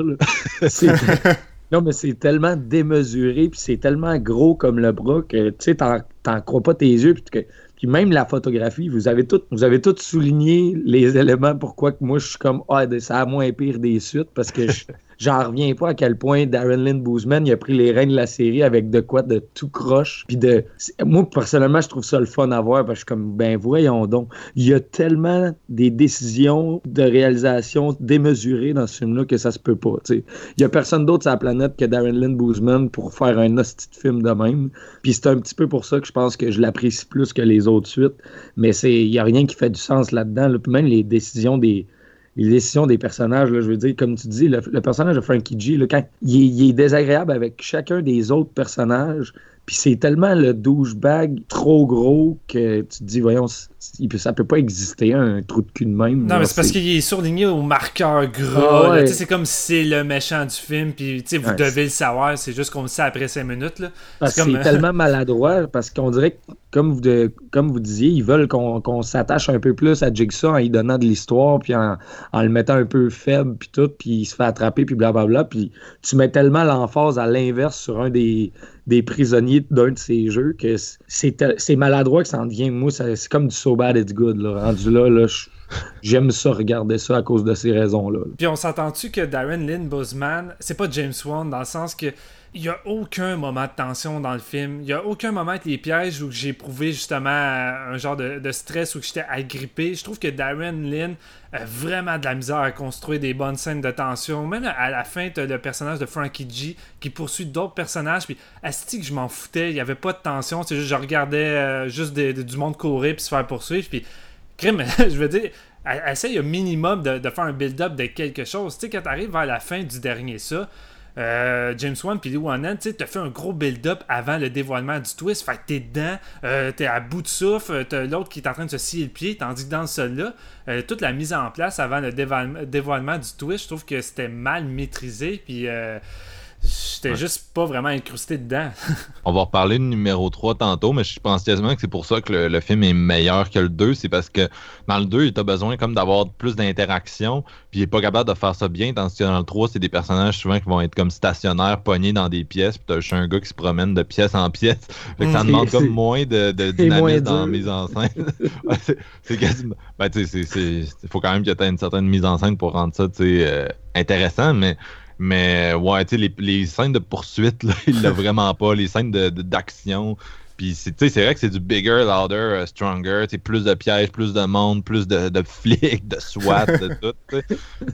Là. Non, mais c'est tellement démesuré, puis c'est tellement gros comme le bras que, tu sais, t'en crois pas tes yeux, puis même la photographie, vous avez tout souligné les éléments pourquoi que moi, je suis comme, c'est à moins pire des suites, parce que j'en reviens pas à quel point Darren Lynn Bousman, il a pris les rênes de la série avec de quoi de tout croche, puis moi, personnellement, je trouve ça le fun à voir, parce que je suis comme, ben voyons donc, il y a tellement des décisions de réalisation démesurées dans ce film-là que ça se peut pas, tu sais. Il y a personne d'autre sur la planète que Darren Lynn Bousman pour faire un hostie de film de même, puis c'est un petit peu pour ça que je pense que je l'apprécie plus que les autres suites, mais il y a rien qui fait du sens là-dedans, là. Puis même les décisions des personnages, là, je veux dire, comme tu dis, le personnage de Frankie G, là, quand il est désagréable avec chacun des autres personnages, puis c'est tellement le douchebag trop gros que tu te dis, voyons, ça peut pas exister un trou de cul de même. Non, là, mais c'est parce qu'il est surligné au marqueur gras. ouais. C'est comme si c'est le méchant du film, puis vous devez le savoir, c'est juste qu'on le sait après 5 minutes. Là. Parce que c'est tellement maladroit, parce qu'on dirait que, comme vous disiez, ils veulent qu'on s'attache un peu plus à Jigsaw en lui donnant de l'histoire, puis en le mettant un peu faible, puis tout, puis il se fait attraper, puis blablabla, puis tu mets tellement l'emphase à l'inverse sur un des prisonniers d'un de ces jeux que c'est maladroit que ça en devient. Moi, c'est comme du So Bad It's Good. Là. Rendu là, j'aime ça, regarder ça à cause de ces raisons-là. Puis on s'entend-tu que Darren Lynn Bousman, c'est pas James Wan dans le sens que il n'y a aucun moment de tension dans le film. Il n'y a aucun moment avec les pièges où j'ai éprouvé justement un genre de stress où j'étais agrippé. Je trouve que Darren Lynn a vraiment de la misère à construire des bonnes scènes de tension. Même à la fin, tu as le personnage de Frankie G qui poursuit d'autres personnages. Puis, asti que je m'en foutais. Il n'y avait pas de tension. C'est juste, je regardais juste du monde courir puis se faire poursuivre. Puis, crime, je veux dire, essaye au minimum de faire un build-up de quelque chose. Tu sais, quand tu arrives vers la fin du dernier ça, James Wan puis Lee Wanell, tu sais, t'as fait un gros build-up avant le dévoilement du twist. Fait que t'es dedans, t'es à bout de souffle, t'as l'autre qui est en train de se scier le pied, tandis que dans celui-là, toute la mise en place avant le dévoilement du twist, je trouve que c'était mal maîtrisé, puis j'étais juste pas vraiment incrusté dedans. On va reparler de numéro 3 tantôt, mais je pense quasiment que c'est pour ça que le film est meilleur que le 2. C'est parce que dans le 2, il a besoin comme d'avoir plus d'interaction, puis il est pas capable de faire ça bien, tandis que dans le 3, c'est des personnages souvent qui vont être comme stationnaires, pognés dans des pièces, puis t'as juste un gars qui se promène de pièce en pièce. Fait que ça demande comme moins de dynamisme dans la mise en scène. c'est quasiment... Ben, tu sais, il faut quand même qu'il y ait une certaine mise en scène pour rendre ça, tu sais, intéressant, mais ouais, tu sais, les scènes de poursuite, là, il l'a vraiment pas. Les scènes d'action. Puis, c'est vrai que c'est du bigger, louder, stronger. Plus de pièges, plus de monde, plus de flics, de SWAT, de tout. T'sais.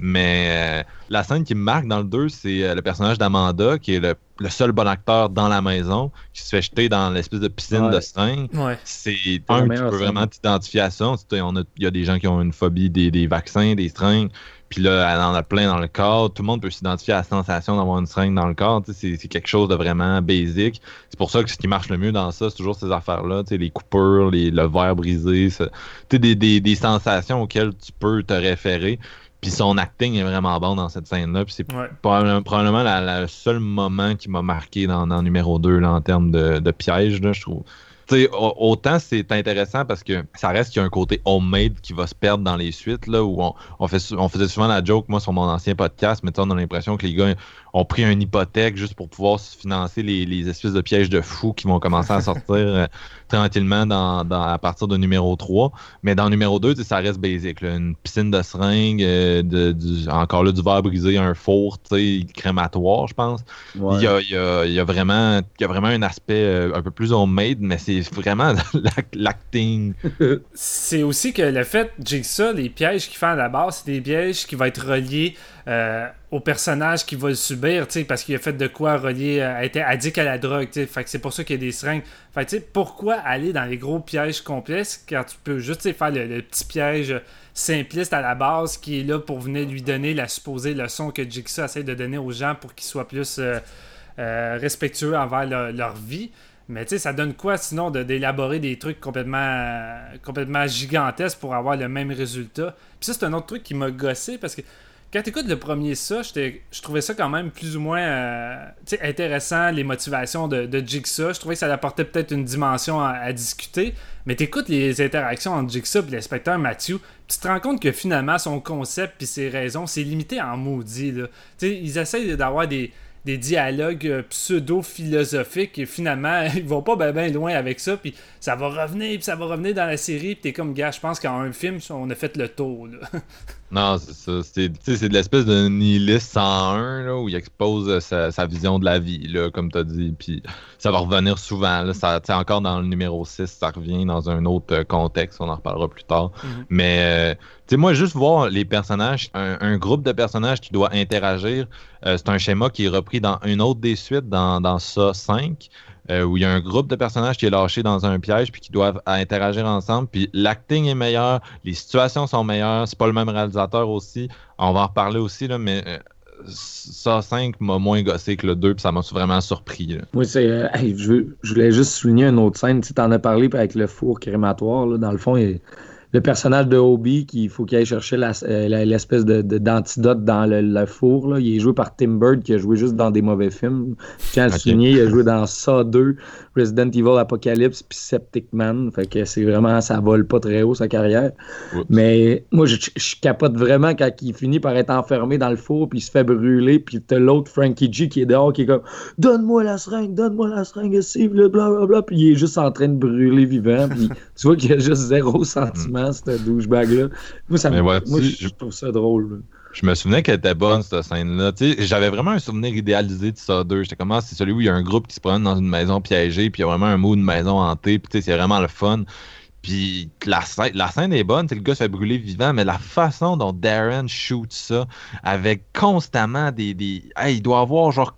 Mais la scène qui me marque dans le 2, c'est le personnage d'Amanda, qui est le seul bon acteur dans la maison, qui se fait jeter dans l'espèce de piscine de seringues. Ouais. C'est tu peux vraiment t'identifier à ça. Il y a des gens qui ont une phobie des vaccins, des seringues. Puis là, elle en a plein dans le corps. Tout le monde peut s'identifier à la sensation d'avoir une seringue dans le corps. C'est quelque chose de vraiment basique. C'est pour ça que ce qui marche le mieux dans ça, c'est toujours ces affaires-là. Les coupures, le verre brisé. Des sensations auxquelles tu peux te référer. Puis son acting est vraiment bon dans cette scène-là. Puis c'est probablement le seul moment qui m'a marqué dans numéro 2 là, en termes de piège, là, je trouve. T'sais, autant c'est intéressant parce que ça reste qu'il y a un côté homemade qui va se perdre dans les suites, là, où on faisait souvent la joke, moi, sur mon ancien podcast, mais on a l'impression que les gars ont pris une hypothèque juste pour pouvoir se financer les espèces de pièges de fous qui vont commencer à sortir tranquillement à partir de numéro 3. Mais dans numéro 2, ça reste basic. Là, une piscine de seringues, encore là, du verre brisé, un four, crématoire, je pense. Ouais. Il y a vraiment un aspect un peu plus homemade, mais c'est vraiment l'acting. C'est aussi que le fait, Jigsaw, les pièges qu'il fait à la base, c'est des pièges qui vont être reliés au personnage qui va le subir, parce qu'il a fait de quoi relié, a été addict à la drogue, fait que c'est pour ça qu'il y a des seringues. Fait que pourquoi aller dans les gros pièges complexes quand tu peux juste faire le petit piège simpliste à la base qui est là pour venir lui donner la supposée leçon que Jigsaw essaie de donner aux gens pour qu'ils soient plus respectueux envers leur vie. Mais tu sais, ça donne quoi sinon d'élaborer des trucs complètement gigantesques pour avoir le même résultat? Puis ça, c'est un autre truc qui m'a gossé parce que quand t'écoutes le premier ça, je trouvais ça quand même plus ou moins intéressant, les motivations de Jigsaw. Je trouvais que ça apportait peut-être une dimension à discuter. Mais t'écoutes les interactions entre Jigsaw et l'inspecteur Matthew, tu te rends compte que finalement son concept puis ses raisons, c'est limité en maudit. Là. Ils essayent d'avoir des dialogues pseudo-philosophiques et finalement, ils vont pas ben loin avec ça, puis ça va revenir dans la série, puis t'es comme, gars, je pense qu'en un film, on a fait le tour, là. Non, c'est ça. C'est de l'espèce de nihiliste 101, là, où il expose sa vision de la vie, là, comme t'as dit, puis ça va revenir souvent, là, encore dans le numéro 6, ça revient dans un autre contexte, on en reparlera plus tard, mais... moi, juste voir les personnages, un groupe de personnages qui doit interagir, c'est un schéma qui est repris dans une autre des suites, dans ça 5, où il y a un groupe de personnages qui est lâché dans un piège puis qui doivent interagir ensemble. Puis l'acting est meilleur, les situations sont meilleures, c'est pas le même réalisateur aussi. On va en reparler aussi, là, mais ça 5 m'a moins gossé que le 2, puis ça m'a vraiment surpris. Là. Oui, je voulais juste souligner une autre scène. Tu en as parlé avec le four crématoire. Là, dans le fond, le personnage de Obi, il faut qu'il aille chercher l'espèce d'antidote dans le four. Là. Il est joué par Tim Burton, qui a joué juste dans des mauvais films. Je tiens à le souligner, il a joué dans Saw 2, Resident Evil Apocalypse, puis Septic Man. Fait que c'est vraiment, ça vole pas très haut sa carrière. Oups. Mais moi, je capote vraiment quand il finit par être enfermé dans le four, puis il se fait brûler, puis t'as l'autre Frankie G qui est dehors, qui est comme « Donne-moi la seringue, ici, blablabla », puis il est juste en train de brûler vivant, puis tu vois qu'il y a juste zéro sentiment. Cette douchebag-là. Moi, je trouve ça drôle. Là. Je me souvenais qu'elle était bonne, cette scène-là. J'avais vraiment un souvenir idéalisé de ça 2. J'étais comme, c'est celui où il y a un groupe qui se promène dans une maison piégée, puis il y a vraiment un mot de maison hantée, puis c'est vraiment le fun. Puis la scène est bonne, le gars se fait brûler vivant, mais la façon dont Darren shoot ça, avec constamment il doit avoir genre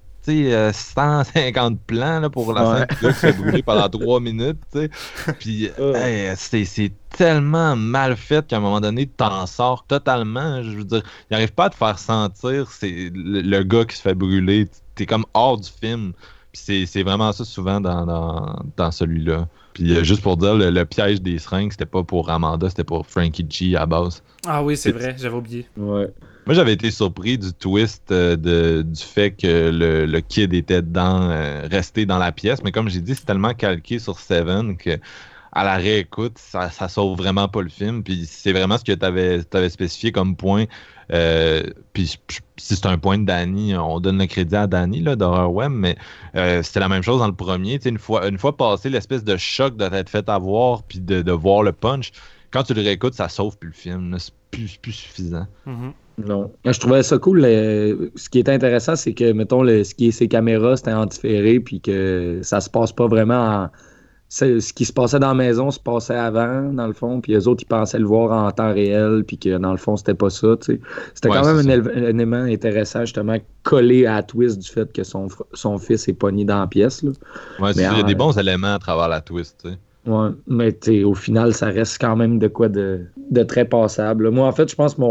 150 plans là, pour la scène qui se fait brûler pendant 3 minutes. Puis c'est tellement mal fait qu'à un moment donné, t'en sors totalement. Je veux dire, il n'arrive pas à te faire sentir c'est le gars qui se fait brûler. T'es comme hors du film. Puis c'est vraiment ça souvent dans celui-là. Puis juste pour dire, le piège des seringues, c'était pas pour Amanda, c'était pour Frankie G à base. Ah oui, c'est vrai, j'avais oublié. Ouais. Moi, j'avais été surpris du twist du fait que le kid était resté dans la pièce. Mais comme j'ai dit, c'est tellement calqué sur Seven que à la réécoute, ça sauve vraiment pas le film. Puis c'est vraiment ce que t'avais spécifié comme point. Puis si c'est un point de Danny, on donne le crédit à Danny là, d'Horror Web, mais c'était la même chose dans le premier. Une fois passé l'espèce de choc de t'être fait avoir puis de voir le punch, quand tu le réécoutes, ça sauve plus le film. Là, c'est plus suffisant. Mm-hmm. Non. Je trouvais ça cool. Ce qui était intéressant, c'est que, mettons, ce qui est ses caméras, c'était en différé, puis que ça se passe pas vraiment ce qui se passait dans la maison se passait avant, dans le fond, puis eux autres, ils pensaient le voir en temps réel, puis que, dans le fond, c'était pas ça, tu sais. C'était quand même un élément intéressant, justement, collé à la twist du fait que son fils est pogné dans la pièce, là. Ouais, il y a des bons éléments à travers la twist, tu sais. Ouais, mais au final, ça reste quand même de quoi de très passable. Moi, en fait, je pense que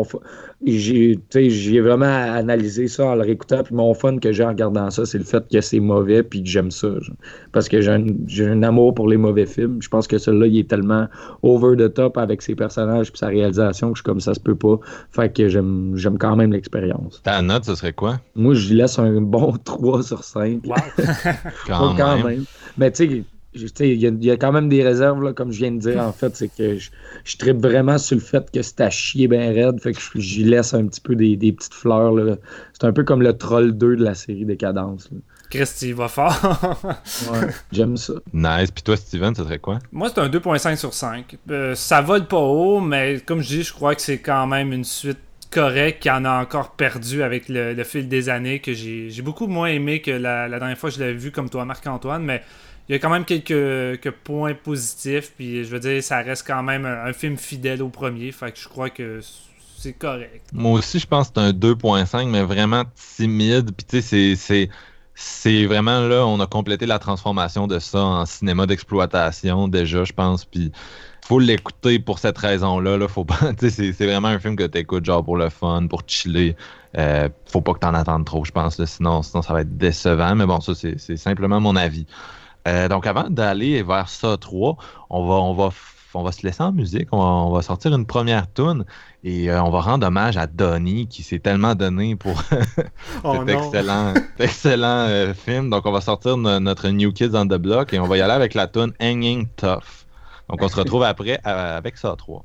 j'ai vraiment analysé ça en le réécoutant, puis mon fun que j'ai en regardant ça, c'est le fait que c'est mauvais, puis que j'aime ça. Parce que j'ai un amour pour les mauvais films. Je pense que celui-là, il est tellement over the top avec ses personnages puis sa réalisation que je suis comme ça se peut pas. Fait que j'aime quand même l'expérience. Ta note, ce serait quoi? Moi, je lui laisse un bon 3 sur 5. Wow! quand même. Mais tu sais, il y a quand même des réserves, là, comme je viens de dire, en fait, c'est que je trippe vraiment sur le fait que c'est à chier bien raide, fait que j'y laisse un petit peu des petites fleurs, là. C'est un peu comme le Troll 2 de la série Décadence, là. Christy va fort. Ouais, j'aime ça. Nice. Puis toi, Steven, ça serait quoi? Moi, c'est un 2.5 sur 5. Ça vole pas haut, mais comme je dis, je crois que c'est quand même une suite correcte qui en a encore perdu avec le fil des années, que j'ai beaucoup moins aimé que la dernière fois que je l'avais vu comme toi, Marc-Antoine, mais il y a quand même quelques points positifs, puis je veux dire, ça reste quand même un film fidèle au premier, fait que je crois que c'est correct. Moi aussi, je pense que c'est un 2.5, mais vraiment timide, puis tu sais, c'est vraiment là, on a complété la transformation de ça en cinéma d'exploitation déjà, je pense, puis faut l'écouter pour cette raison-là, là, faut pas, tu sais, c'est vraiment un film que t'écoutes genre pour le fun, pour chiller. Faut pas que t'en attendes trop, je pense, là, sinon ça va être décevant, mais bon, ça c'est simplement mon avis. Donc, avant d'aller vers ça 3, on va se laisser en musique. On va sortir une première tune et on va rendre hommage à Donnie qui s'est tellement donné pour cet excellent film. Donc, on va sortir notre New Kids on the Block et on va y aller avec la tune Hanging Tough. Donc, on se retrouve après avec ça 3.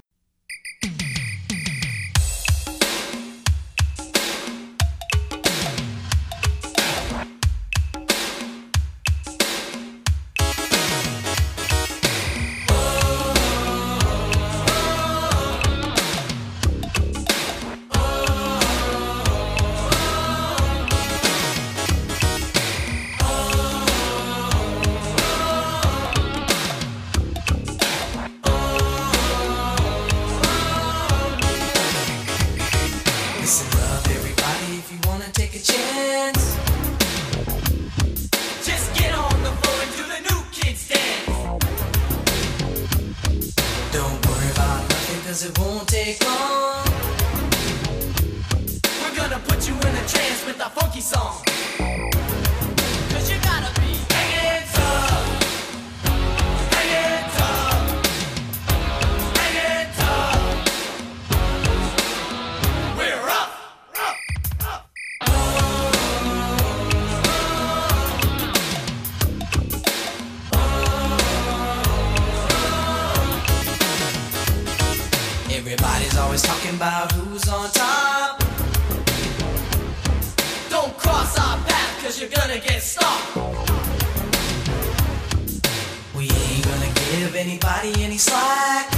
Everybody's always talking about who's on top. Don't cross our path, cause you're gonna get stopped. We ain't gonna give anybody any slack.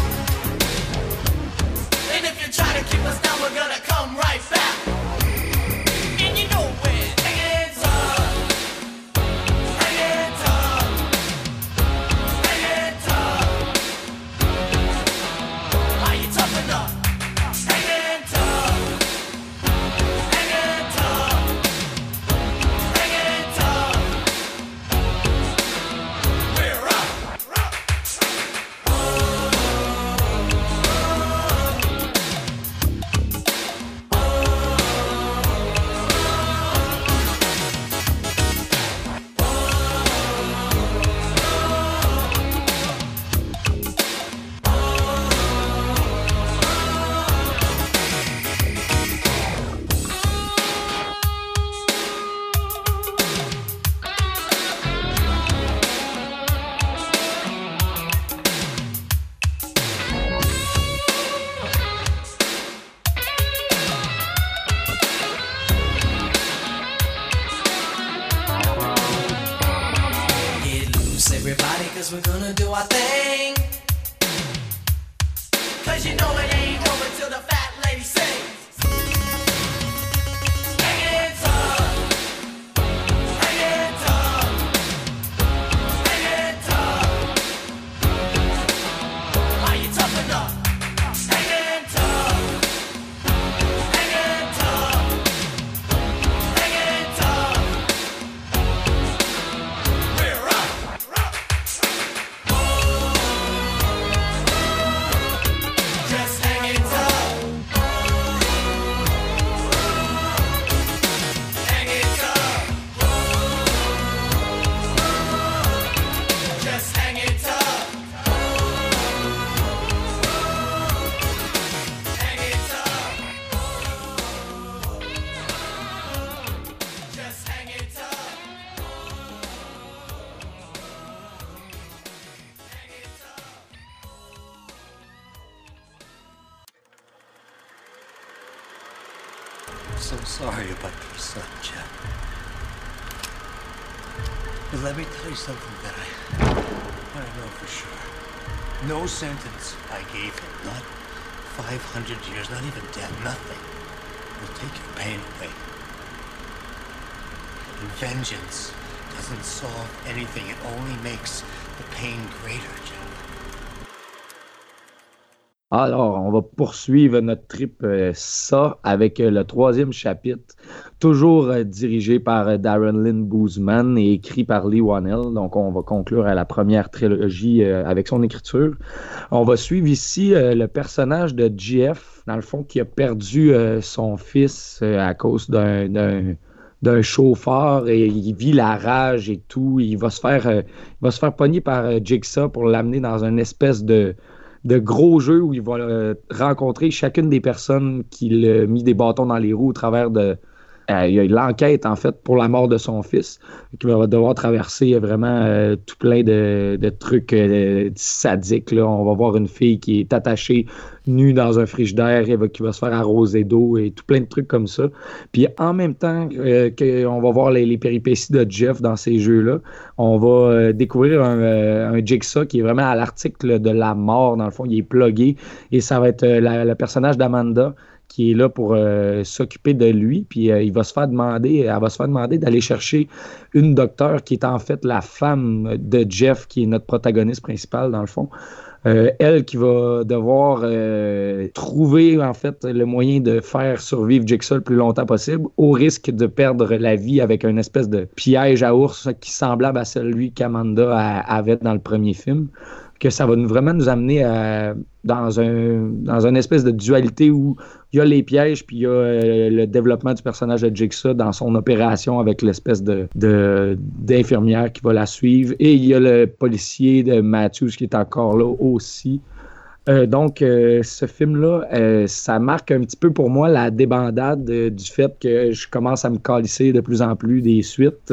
And if you try to keep us down, we're gonna come right back. And you know we're hanging tough. Hanging tough. Hanging tough. Are you tough enough? Hanging tough. Hanging tough. Hanging tough. We're up. Get loose, everybody, cause we're gonna do our thing. Cause you know it ain't over till the fat lady sings. Hanging tough. Hanging tough. Hanging tough. Are you tough enough? Hanging tough. Hanging tough. Hanging tough. We're up. Just hanging tough. Hanging tough. Just hanging tough. Hanging tough. Just hanging tough. So sorry about your son, Jeff. But let me tell you something that I know for sure. No sentence I gave him, not 500 years, not even death, nothing, will take your pain away. And vengeance doesn't solve anything. It only makes the pain greater, Jeff. Alors, on va poursuivre notre trip ça avec le troisième chapitre, toujours dirigé par Darren Lynn Bousman et écrit par Lee Whannell. Donc, on va conclure à la première trilogie avec son écriture. On va suivre ici le personnage de Jeff, dans le fond, qui a perdu son fils à cause d'un d'un chauffeur et il vit la rage et tout. Il va se faire pogner par Jigsaw pour l'amener dans une espèce de gros jeu où il va rencontrer chacune des personnes qui l'a mis des bâtons dans les roues au travers de... il y a l'enquête, en fait, pour la mort de son fils, qui va devoir traverser vraiment tout plein de trucs sadiques. Là. On va voir une fille qui est attachée nue dans un frigidaire qui va se faire arroser d'eau et tout plein de trucs comme ça. Puis en même temps qu'on va voir les péripéties de Jeff dans ces jeux-là, on va découvrir un Jigsaw qui est vraiment à l'article de la mort. Dans le fond, il est plugué et ça va être le personnage d'Amanda qui est là pour s'occuper de lui, puis elle va se faire demander d'aller chercher une docteure qui est en fait la femme de Jeff, qui est notre protagoniste principal dans le fond. Elle qui va devoir trouver en fait le moyen de faire survivre Jigsaw le plus longtemps possible, au risque de perdre la vie avec une espèce de piège à ours qui est semblable à celui qu'Amanda avait dans le premier film. Que ça va vraiment nous amener dans une espèce de dualité où il y a les pièges puis il y a le développement du personnage de Jigsaw dans son opération avec l'espèce d'infirmière qui va la suivre. Et il y a le policier de Matthews qui est encore là aussi. Donc, ce film-là, ça marque un petit peu pour moi la débandade du fait que je commence à me calisser de plus en plus des suites.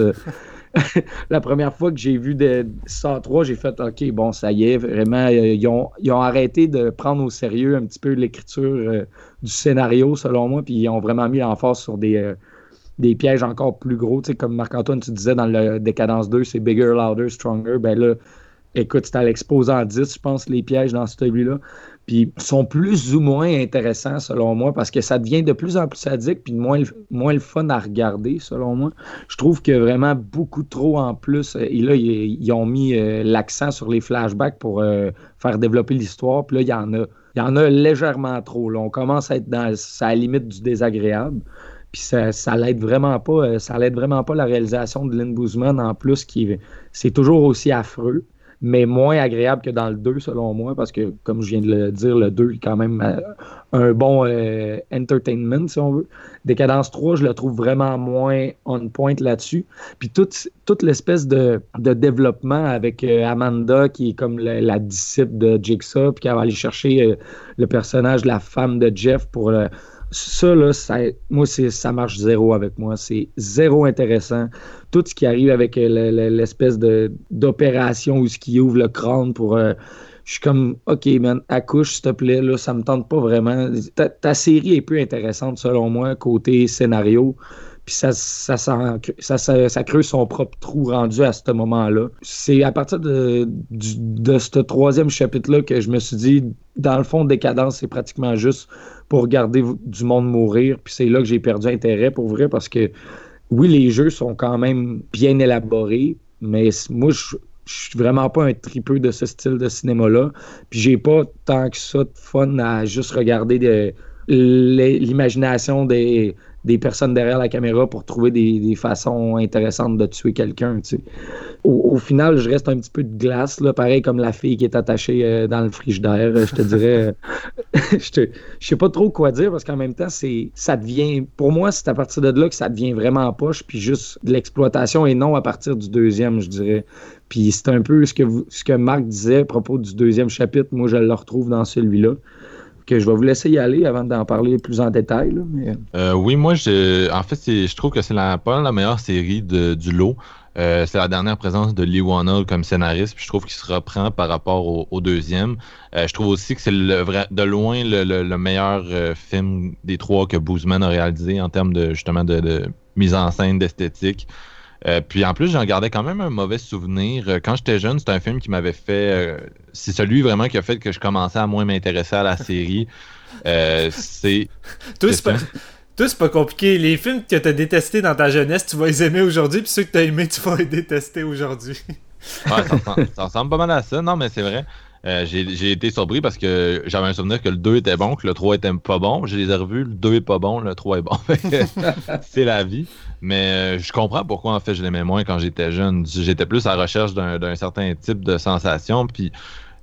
La première fois que j'ai vu Saw 3, j'ai fait « OK, bon, ça y est, vraiment, ils ont arrêté de prendre au sérieux un petit peu l'écriture du scénario, selon moi, puis ils ont vraiment mis l'emphase sur des pièges encore plus gros. Tu sais, comme Marc-Antoine, tu disais dans le Décadence 2, c'est « bigger, louder, stronger ». Ben là, écoute, c'est à l'exposant 10, je pense, les pièges dans celui-là. Puis sont plus ou moins intéressants, selon moi, parce que ça devient de plus en plus sadique, puis moins le fun à regarder, selon moi. Je trouve que vraiment beaucoup trop en plus. Et là, ils ont mis l'accent sur les flashbacks pour faire développer l'histoire. Puis là, il y en a légèrement trop. Là. On commence à être à la limite du désagréable. Puis ça l'aide vraiment pas. Ça l'aide vraiment pas la réalisation de Lynn Bousman, en plus, c'est toujours aussi affreux, mais moins agréable que dans le 2, selon moi, parce que, comme je viens de le dire, le 2 est quand même un bon entertainment, si on veut. Décadence 3, je le trouve vraiment moins on point là-dessus. Puis toute l'espèce de développement avec Amanda, qui est comme la disciple de Jigsaw, puis qui va aller chercher le personnage de la femme de Jeff pour... ça, là, ça marche zéro avec moi. C'est zéro intéressant. Tout ce qui arrive avec l'espèce d'opération où ce qui ouvre le crâne pour... je suis comme, OK, man, accouche, s'il te plaît. Là, ça me tente pas vraiment. Ta série est peu intéressante, selon moi, côté scénario. Puis ça creuse son propre trou rendu à ce moment-là. C'est à partir de ce troisième chapitre-là que je me suis dit, dans le fond, Décadence, c'est pratiquement juste pour regarder du monde mourir. Puis c'est là que j'ai perdu intérêt, pour vrai, parce que, oui, les jeux sont quand même bien élaborés, mais moi, je suis vraiment pas un tripeux de ce style de cinéma-là. Puis j'ai pas tant que ça de fun à juste regarder l'imagination des personnes derrière la caméra pour trouver des façons intéressantes de tuer quelqu'un, tu sais. Au final, je reste un petit peu de glace, là, pareil comme la fille qui est attachée dans le frigidaire, je te dirais. Je sais pas trop quoi dire, parce qu'en même temps, ça devient... Pour moi, c'est à partir de là que ça devient vraiment poche, puis juste de l'exploitation, et non à partir du deuxième, je dirais. Puis c'est un peu ce que Marc disait à propos du deuxième chapitre, moi je le retrouve dans celui-là. Que je vais vous laisser y aller avant d'en parler plus en détail. Là, mais... oui, moi, en fait, je trouve que c'est pas la meilleure série du lot. C'est la dernière présence de Lee Whannell comme scénariste, puis je trouve qu'il se reprend par rapport au deuxième. Je trouve aussi que c'est de loin le meilleur film des trois que Bousman a réalisé en termes de mise en scène, d'esthétique. Puis en plus, j'en gardais quand même un mauvais souvenir. Quand j'étais jeune, c'était un film qui m'avait fait... c'est celui vraiment qui a fait que je commençais à moins m'intéresser à la série. C'est... Toi, c'est pas compliqué. Les films que t'as détestés dans ta jeunesse, tu vas les aimer aujourd'hui, puis ceux que t'as aimés, tu vas les détester aujourd'hui. Ouais, ça ressemble pas mal à ça. Non, mais c'est vrai. J'ai été surpris parce que j'avais un souvenir que le 2 était bon, que le 3 était pas bon. Je les ai revus, le 2 est pas bon, le 3 est bon. C'est la vie. Mais je comprends pourquoi, en fait, je l'aimais moins quand j'étais jeune. J'étais plus à la recherche d'un certain type de sensation. Puis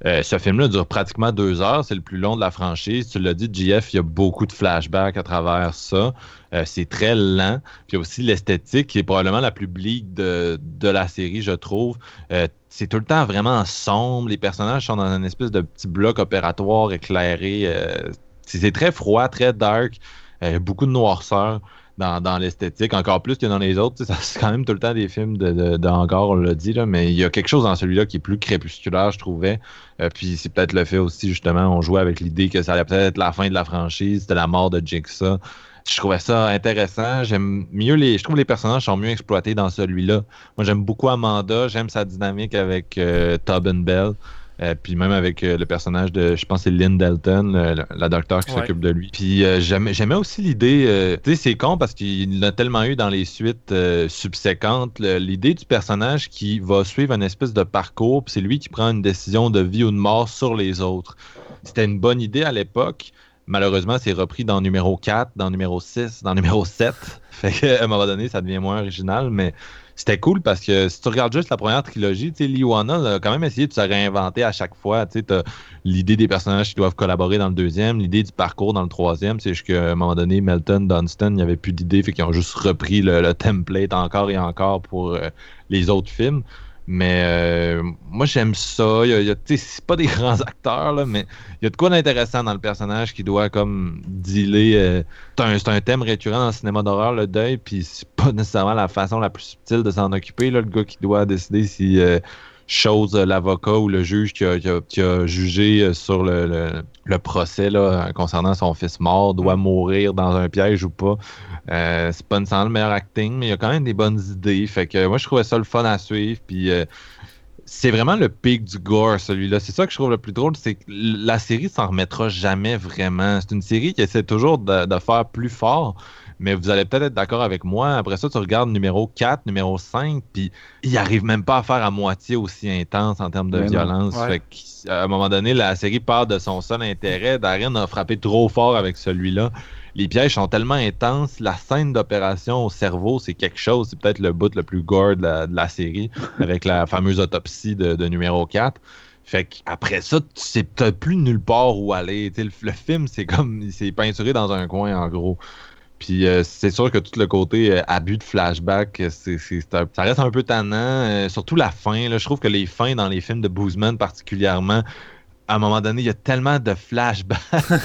Ce film-là dure pratiquement 2 heures, c'est le plus long de la franchise. Tu l'as dit, JF, il y a beaucoup de flashbacks à travers ça. C'est très lent. Puis il y a aussi l'esthétique qui est probablement la plus bleak de la série, je trouve. C'est tout le temps vraiment sombre. Les personnages sont dans une espèce de petit bloc opératoire éclairé. C'est très froid, très dark. Beaucoup de noirceur dans l'esthétique. Encore plus que dans les autres. C'est quand même tout le temps des films de hangar, on l'a dit. Là, mais il y a quelque chose dans celui-là qui est plus crépusculaire, je trouvais. Puis c'est peut-être le fait aussi, justement, on jouait avec l'idée que ça allait peut-être être la fin de la franchise. C'était la mort de Jigsaw. Je trouvais ça intéressant. Je trouve les personnages sont mieux exploités dans celui-là. Moi, j'aime beaucoup Amanda. J'aime sa dynamique avec Tobin Bell. Puis même avec le personnage de, je pense que c'est Lynn Dalton, la docteure qui s'occupe de lui. Puis j'aimais aussi l'idée, tu sais, c'est con parce qu'il l'a tellement eu dans les suites subséquentes, l'idée du personnage qui va suivre une espèce de parcours, puis c'est lui qui prend une décision de vie ou de mort sur les autres. C'était une bonne idée à l'époque. Malheureusement, c'est repris dans numéro 4, dans numéro 6, dans numéro 7. Fait qu'à un moment donné, ça devient moins original, mais c'était cool parce que si tu regardes juste la première trilogie, tu sais, Lee Whannell a quand même essayé de se réinventer à chaque fois. Tu sais, t'as l'idée des personnages qui doivent collaborer dans le deuxième, l'idée du parcours dans le troisième. C'est juste qu'à un moment donné, Melton, Dunstan, il n'y avait plus d'idées, fait qu'ils ont juste repris le template encore et encore pour les autres films. Mais moi, j'aime ça. C'est pas des grands acteurs, là, mais il y a de quoi d'intéressant dans le personnage qui doit comme dealer. C'est un thème récurrent dans le cinéma d'horreur, le deuil, puis c'est pas nécessairement la façon la plus subtile de s'en occuper. Là, le gars qui doit décider si chose l'avocat ou le juge qui a jugé sur le procès là, concernant son fils mort doit mourir dans un piège ou pas. C'est pas nécessairement le meilleur acting, mais il y a quand même des bonnes idées. Fait que moi, je trouvais ça le fun à suivre. Puis c'est vraiment le pic du gore, celui-là. C'est ça que je trouve le plus drôle, c'est que la série s'en remettra jamais vraiment. C'est une série qui essaie toujours de faire plus fort. Mais vous allez peut-être être d'accord avec moi. Après ça, tu regardes numéro 4, numéro 5, puis il arrive même pas à faire à moitié aussi intense en termes de violence. Ouais. Fait qu'à un moment donné, la série part de son seul intérêt. Darren a frappé trop fort avec celui-là. Les pièges sont tellement intenses. La scène d'opération au cerveau, c'est quelque chose. C'est peut-être le bout le plus gore de la série, avec la fameuse autopsie de numéro 4. Fait qu'après ça, tu n'as plus nulle part où aller. Le film, c'est comme il s'est peinturé dans un coin, en gros. Puis c'est sûr que tout le côté abus de flashback, ça reste un peu tannant. Surtout la fin. Là, je trouve que les fins dans les films de Boozman particulièrement, à un moment donné, il y a tellement de flashbacks.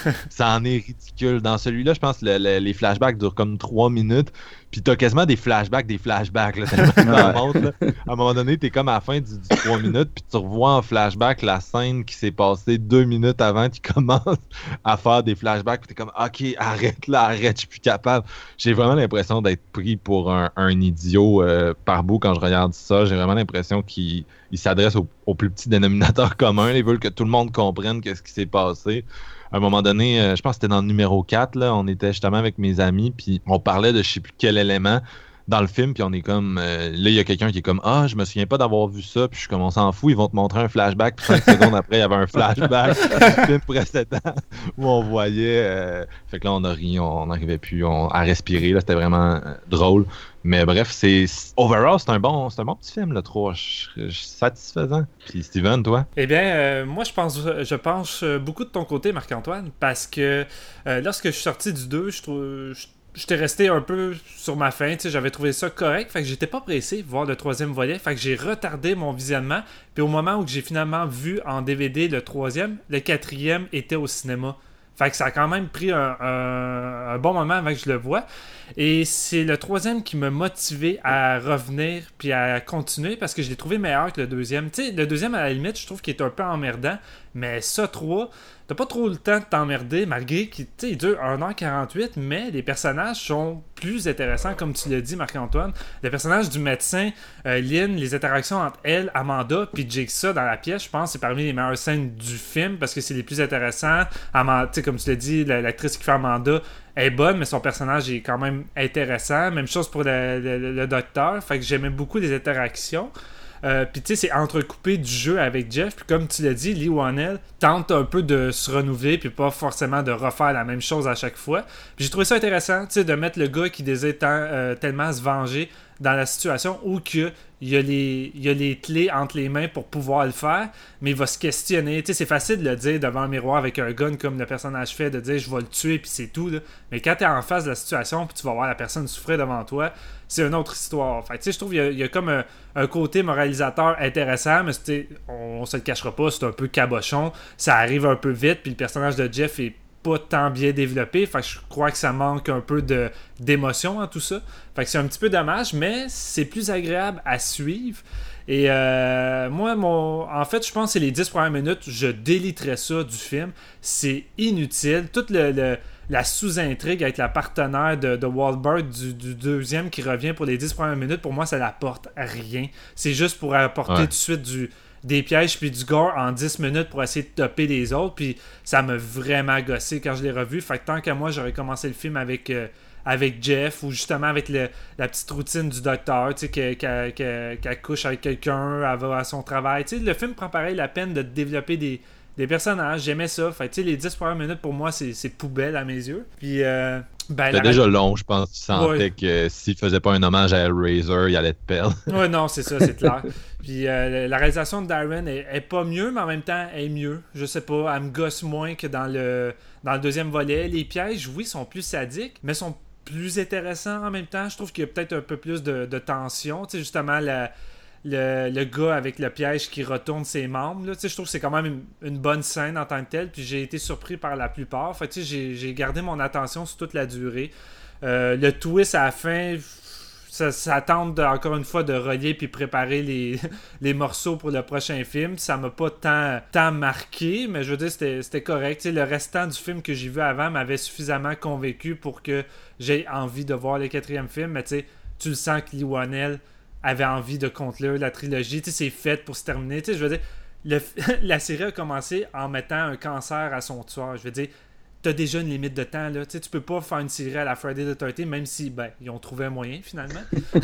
Ça en est ridicule. Dans celui-là, je pense que les flashbacks durent comme 3 minutes. Puis t'as quasiment des flashbacks. Là, tellement que ça monte, là. À un moment donné, t'es comme à la fin du 3 minutes, puis tu revois en flashback la scène qui s'est passée 2 minutes avant. Tu commences à faire des flashbacks, puis t'es comme, OK, arrête, je suis plus capable. J'ai vraiment l'impression d'être pris pour un idiot par bout quand je regarde ça. J'ai vraiment l'impression qu'il s'adresse au plus petit dénominateur commun. Ils veulent que tout le monde comprenne ce qui s'est passé. À un moment donné, je pense que c'était dans le numéro 4, là, on était justement avec mes amis, puis on parlait de je sais plus quel élément dans le film, puis on est comme, là, il y a quelqu'un qui est comme, je me souviens pas d'avoir vu ça, puis je suis comme, on s'en fout, ils vont te montrer un flashback, puis 5 secondes après, il y avait un flashback du film précédent où on voyait, fait que là, on a ri, on n'arrivait plus à respirer, là, c'était vraiment drôle. Mais bref, overall, c'est un bon petit film, le 3. Je suis satisfaisant. Puis Steven, toi? Eh bien, moi, je pense beaucoup de ton côté, Marc-Antoine, parce que lorsque je suis sorti du 2, j'étais resté un peu sur ma faim. J'avais trouvé ça correct, fait que j'étais pas pressé de voir le 3e volet. Fait que j'ai retardé mon visionnement. Puis au moment où j'ai finalement vu en DVD le 3e, le 4e était au cinéma. Fait que ça a quand même pris un bon moment avant que je le voie. Et c'est le 3e qui m'a motivé à revenir puis à continuer parce que je l'ai trouvé meilleur que le 2e. Tu sais, le 2e, à la limite, je trouve qu'il est un peu emmerdant. Mais ça, 3, t'as pas trop le temps de t'emmerder malgré qu'il dure 1h48, mais les personnages sont plus intéressants, comme tu l'as dit, Marc-Antoine. Le personnage du médecin, Lynn, les interactions entre elle, Amanda puis Jigsaw dans la pièce, je pense que c'est parmi les meilleures scènes du film parce que c'est les plus intéressants. Comme tu l'as dit, l'actrice qui fait Amanda est bonne, mais son personnage est quand même intéressant. Même chose pour le docteur. Fait que j'aimais beaucoup les interactions. Puis tu sais, c'est entrecoupé du jeu avec Jeff. Puis comme tu l'as dit, Lee Whannell tente un peu de se renouveler, puis pas forcément de refaire la même chose à chaque fois. Puis j'ai trouvé ça intéressant, tu sais, de mettre le gars qui désire tellement se venger dans la situation où il y a les clés entre les mains pour pouvoir le faire, mais il va se questionner. Tu sais, c'est facile de le dire devant un miroir avec un gun comme le personnage fait, de dire je vais le tuer puis c'est tout, là. Mais quand tu es en face de la situation puis tu vas voir la personne souffrir devant toi, c'est une autre histoire. Fait, tu sais, je trouve qu'il y a comme un côté moralisateur intéressant, mais on se le cachera pas, c'est un peu cabochon, ça arrive un peu vite puis le personnage de Jeff est pas tant bien développé, fait que je crois que ça manque un peu d'émotion en tout ça, fait que c'est un petit peu dommage, mais c'est plus agréable à suivre. Et moi, en fait, je pense que c'est les 10 premières minutes, je déliterais ça du film, c'est inutile, toute la sous-intrigue avec la partenaire de Wahlberg du deuxième qui revient pour les 10 premières minutes, pour moi ça n'apporte rien, c'est juste pour apporter tout de suite des pièges puis du gore en 10 minutes pour essayer de topper les autres, puis ça m'a vraiment gossé quand je l'ai revu. Fait que tant qu'à moi, j'aurais commencé le film avec Jeff, ou justement avec la petite routine du docteur, tu sais, qu'elle couche avec quelqu'un, elle va à son travail. Tu sais, le film prend pareil la peine de développer des personnages, j'aimais ça. Fait que, tu sais, les 10 premières minutes pour moi, c'est poubelle à mes yeux. Puis c'était déjà long, je pense. Tu sentais que s'il faisait pas un hommage à Hellraiser, il allait te perdre. Ouais, non, c'est ça, c'est clair. Puis la réalisation de Darren est pas mieux, mais en même temps, elle est mieux. Je sais pas, elle me gosse moins que dans le deuxième volet. Les pièges, oui, sont plus sadiques, mais sont plus intéressants en même temps. Je trouve qu'il y a peut-être un peu plus de tension. Tu sais, justement, le gars avec le piège qui retourne ses membres, là, tu sais, je trouve que c'est quand même une bonne scène en tant que telle, puis j'ai été surpris par la plupart. Fait, tu sais, j'ai gardé mon attention sur toute la durée. Le twist à la fin, ça tente encore une fois de relier puis préparer les morceaux pour le prochain film. Ça m'a pas tant marqué, mais je veux dire, c'était correct. Tu sais, le restant du film que j'ai vu avant m'avait suffisamment convaincu pour que j'ai envie de voir le quatrième film, mais tu sais, tu le sens que Lee Whannell avait envie de conclure la trilogie. Tu sais, c'est fait pour se terminer. Tu sais, je veux dire, la série a commencé en mettant un cancer à son tueur. Je veux dire, t'as déjà une limite de temps, là. Tu sais, tu peux pas faire une série à la Friday the 13th, même si, ils ont trouvé un moyen, finalement.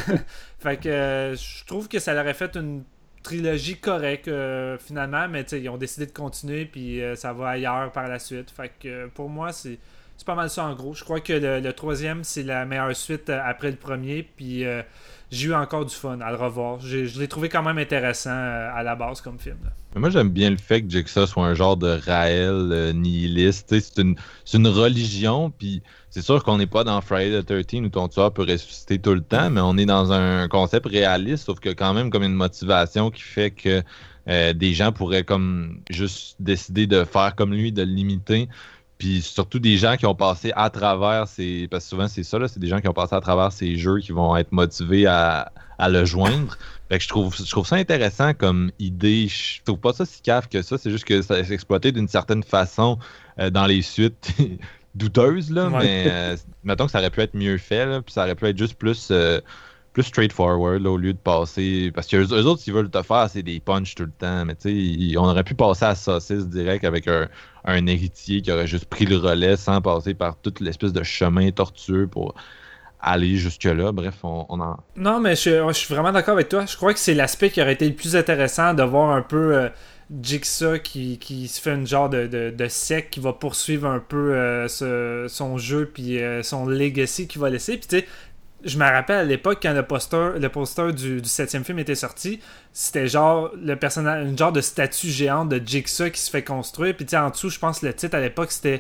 Fait que je trouve que ça leur aurait fait une trilogie correcte, finalement, mais tu sais, ils ont décidé de continuer, puis ça va ailleurs par la suite. Fait que pour moi, c'est pas mal ça, en gros. Je crois que le troisième, c'est la meilleure suite après le premier, puis j'ai eu encore du fun à le revoir. Je l'ai trouvé quand même intéressant à la base comme film, là. Mais moi, j'aime bien le fait que Jigsaw soit un genre de Raël nihiliste. C'est une religion, puis c'est sûr qu'on n'est pas dans Friday the 13th où ton tueur peut ressusciter tout le temps, mais on est dans un concept réaliste, sauf que quand même comme une motivation qui fait que des gens pourraient comme juste décider de faire comme lui, de le limiter. Puis surtout des gens qui ont passé à travers ces... Parce que souvent c'est ça, là, c'est des gens qui ont passé à travers ces jeux qui vont être motivés à le joindre. Fait que je trouve ça intéressant comme idée. Je trouve pas ça si cave que ça. C'est juste que ça s'est exploité d'une certaine façon dans les suites douteuses, là. Ouais. Mais mettons que ça aurait pu être mieux fait, là, puis ça aurait pu être juste plus straightforward, là, au lieu de passer... Parce que eux autres, s'ils veulent te faire, c'est des punchs tout le temps. Mais tu sais, on aurait pu passer à la saucisse direct avec un héritier qui aurait juste pris le relais sans passer par toute l'espèce de chemin tortueux pour aller jusque-là. Bref, on en... Non, mais je suis vraiment d'accord avec toi. Je crois que c'est l'aspect qui aurait été le plus intéressant, de voir un peu Jigsaw qui se fait une genre de secte qui va poursuivre un peu son jeu puis son legacy qu'il va laisser. Puis tu sais, je me rappelle à l'époque quand le poster du 7e film était sorti, c'était genre le personnage, une genre de statue géante de Jigsaw qui se fait construire. Puis tu sais, en dessous, je pense que le titre à l'époque c'était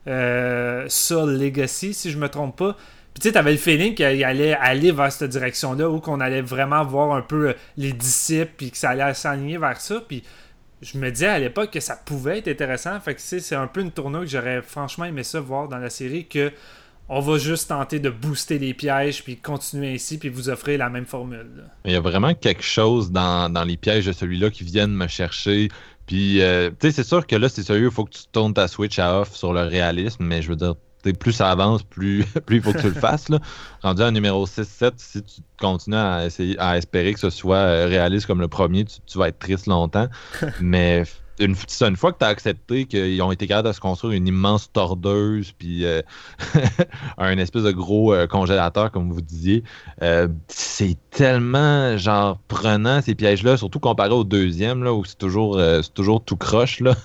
Saw Legacy, si je me trompe pas. Puis tu sais, t'avais le feeling qu'il allait aller vers cette direction-là, où qu'on allait vraiment voir un peu les disciples, puis que ça allait s'aligner vers ça. Puis je me disais à l'époque que ça pouvait être intéressant. Fait que c'est un peu une tournure que j'aurais franchement aimé ça voir dans la série, que on va juste tenter de booster les pièges puis continuer ainsi puis vous offrir la même formule, là. Il y a vraiment quelque chose dans les pièges de celui-là qui viennent me chercher. Puis, tu sais, c'est sûr que là, c'est sérieux, il faut que tu tournes ta switch à off sur le réalisme, mais je veux dire, plus ça avance, plus il faut que tu le fasses, là. Rendu à numéro 6-7, si tu continues à espérer que ce soit réaliste comme le premier, tu vas être triste longtemps. Mais une fois que tu as accepté qu'ils ont été capables de se construire une immense tordeuse puis un espèce de gros congélateur, comme vous disiez, c'est tellement genre prenant ces pièges-là, surtout comparé au deuxième, là, où c'est toujours tout croche, là.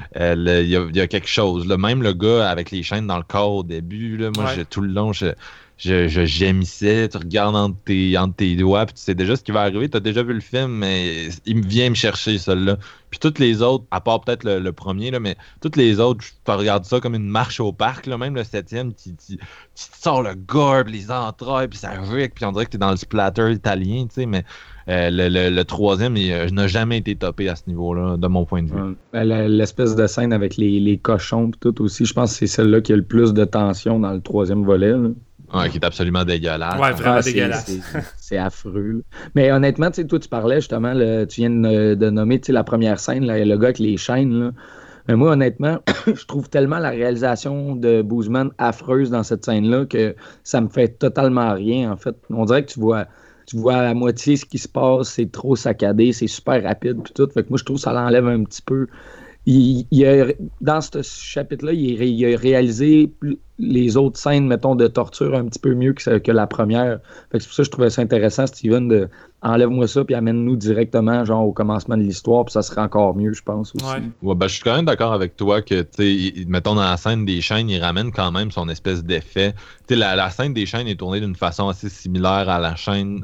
Il y a quelque chose, là. Même le gars avec les chaînes dans le corps au début, là, moi, tout le long, je gémissais, tu regardes entre tes doigts, puis tu sais déjà ce qui va arriver, tu as déjà vu le film, mais il vient me chercher, celui-là. Puis toutes les autres, à part peut-être le premier, là, mais toutes les autres, je regarde ça comme une marche au parc, là, même le 7e, tu sors le gore, puis les entrailles, puis ça ric, puis on dirait que t'es dans le splatter italien, tu sais, mais le 3e, il n'a jamais été topé à ce niveau-là, de mon point de vue. L'espèce de scène avec les cochons, puis tout aussi, je pense que c'est celle-là qui a le plus de tension dans le 3e volet, là. Ouais, qui est absolument dégueulasse. Ouais, vraiment dégueulasse. C'est affreux. Là. Mais honnêtement, tu sais, toi, tu parlais justement, tu viens de nommer la première scène, là, le gars avec les chaînes. Là. Mais moi, honnêtement, je trouve tellement la réalisation de Boseman affreuse dans cette scène-là que ça me fait totalement rien, en fait. On dirait que tu vois à moitié ce qui se passe, c'est trop saccadé, c'est super rapide, puis tout. Fait que moi, je trouve que ça l'enlève un petit peu. Dans ce chapitre-là, il a réalisé les autres scènes, mettons, de torture un petit peu mieux que la première. Fait que c'est pour ça que je trouvais ça intéressant, Steven, de enlève-moi ça puis amène-nous directement genre au commencement de l'histoire, puis ça serait encore mieux, je pense aussi. Ouais, ben, je suis quand même d'accord avec toi que, tu sais, mettons, dans la scène des chaînes, il ramène quand même son espèce d'effet. Tu sais, la scène des chaînes est tournée d'une façon assez similaire à la scène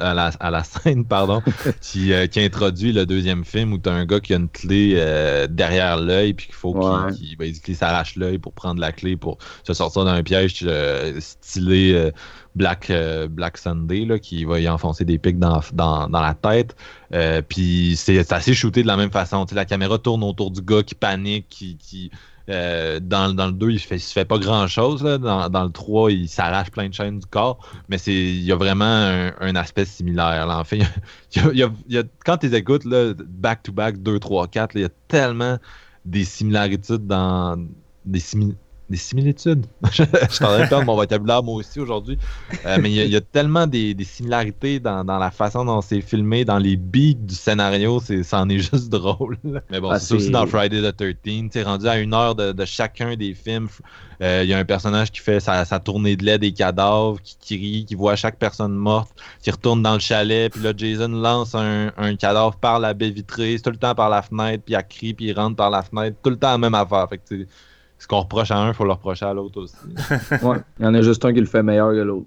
qui introduit le deuxième film où tu as un gars qui a une clé derrière l'œil puis qu'il faut qu'il s'arrache l'œil pour prendre la clé pour se sortir d'un piège stylé Black Sunday là, qui va y enfoncer des pics dans la tête. Puis c'est assez shooté de la même façon. T'sais, la caméra tourne autour du gars qui panique, qui dans le 2, il se fait pas grand-chose. Là. Dans le 3, il s'arrache plein de chaînes du corps. Mais il y a vraiment un aspect similaire. Là. En fait, quand tu les écoutes, là, back-to-back, 2, 3, 4, il y a tellement des similarités dans... Des similitudes. Je suis en train de perdre mon vocabulaire moi aussi aujourd'hui. Mais il y a tellement des similarités dans la façon dont c'est filmé, dans les beats du scénario, ça en est juste drôle. Mais bon, c'est aussi dans Friday the 13th. T'es rendu à 1 heure de chacun des films. Il y a un personnage qui fait sa tournée de lait des cadavres, qui rit, qui voit chaque personne morte, qui retourne dans le chalet, puis là, Jason lance un cadavre par la baie vitrée, c'est tout le temps par la fenêtre, puis il crie, puis il rentre par la fenêtre, tout le temps la même affaire. Fait que ce qu'on reproche à un, il faut le reprocher à l'autre aussi. Ouais, il y en a juste un qui le fait meilleur que l'autre.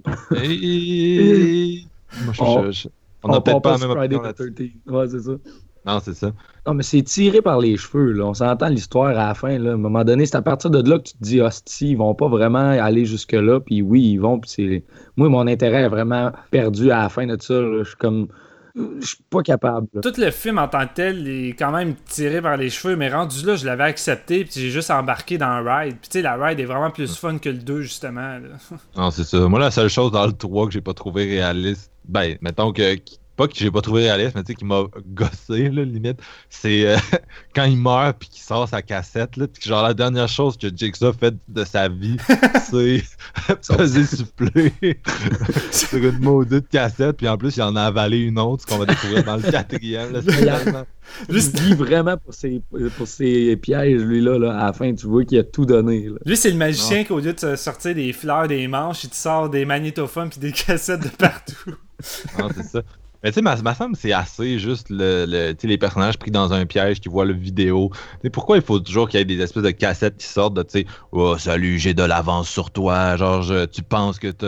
Moi, on n'a peut-être pas la même Friday opinion the 13th. Ouais, c'est ça. Non, c'est ça. Non, mais c'est tiré par les cheveux, là. On s'entend l'histoire à la fin, là. À un moment donné, c'est à partir de là que tu te dis, hostie, ils vont pas vraiment aller jusque-là, puis oui, ils vont, puis c'est... Moi, mon intérêt est vraiment perdu à la fin de ça, là. Je suis comme... Je suis pas capable. Là. Tout le film en tant que tel est quand même tiré par les cheveux, mais rendu là, je l'avais accepté, puis j'ai juste embarqué dans la ride. Puis tu sais, la ride est vraiment plus fun que le 2, justement. Là. Non, c'est ça. Moi, la seule chose dans le 3 que j'ai pas trouvé réaliste, ben, mettons que... Pas que j'ai pas trouvé réaliste, mais tu sais, qui m'a gossé, là, limite, c'est quand il meurt puis qu'il sort sa cassette, là, puis genre la dernière chose que Jigsaw fait de sa vie, c'est peser suppléer sur une maudite cassette, puis en plus, il en a avalé une autre, ce qu'on va découvrir dans le 4e. Là, Juste lui vraiment pour ses pièges, lui-là, là, à la fin, tu vois qu'il a tout donné. Là. Lui, c'est le magicien qui, au lieu de sortir des fleurs des manches, il te sort des magnétophones puis des cassettes de partout. Non, c'est ça. Mais tu sais, ma femme, c'est assez juste les personnages pris dans un piège qui voient le vidéo. T'sais, pourquoi il faut toujours qu'il y ait des espèces de cassettes qui sortent de, tu sais, oh, salut, j'ai de l'avance sur toi. Genre, tu penses que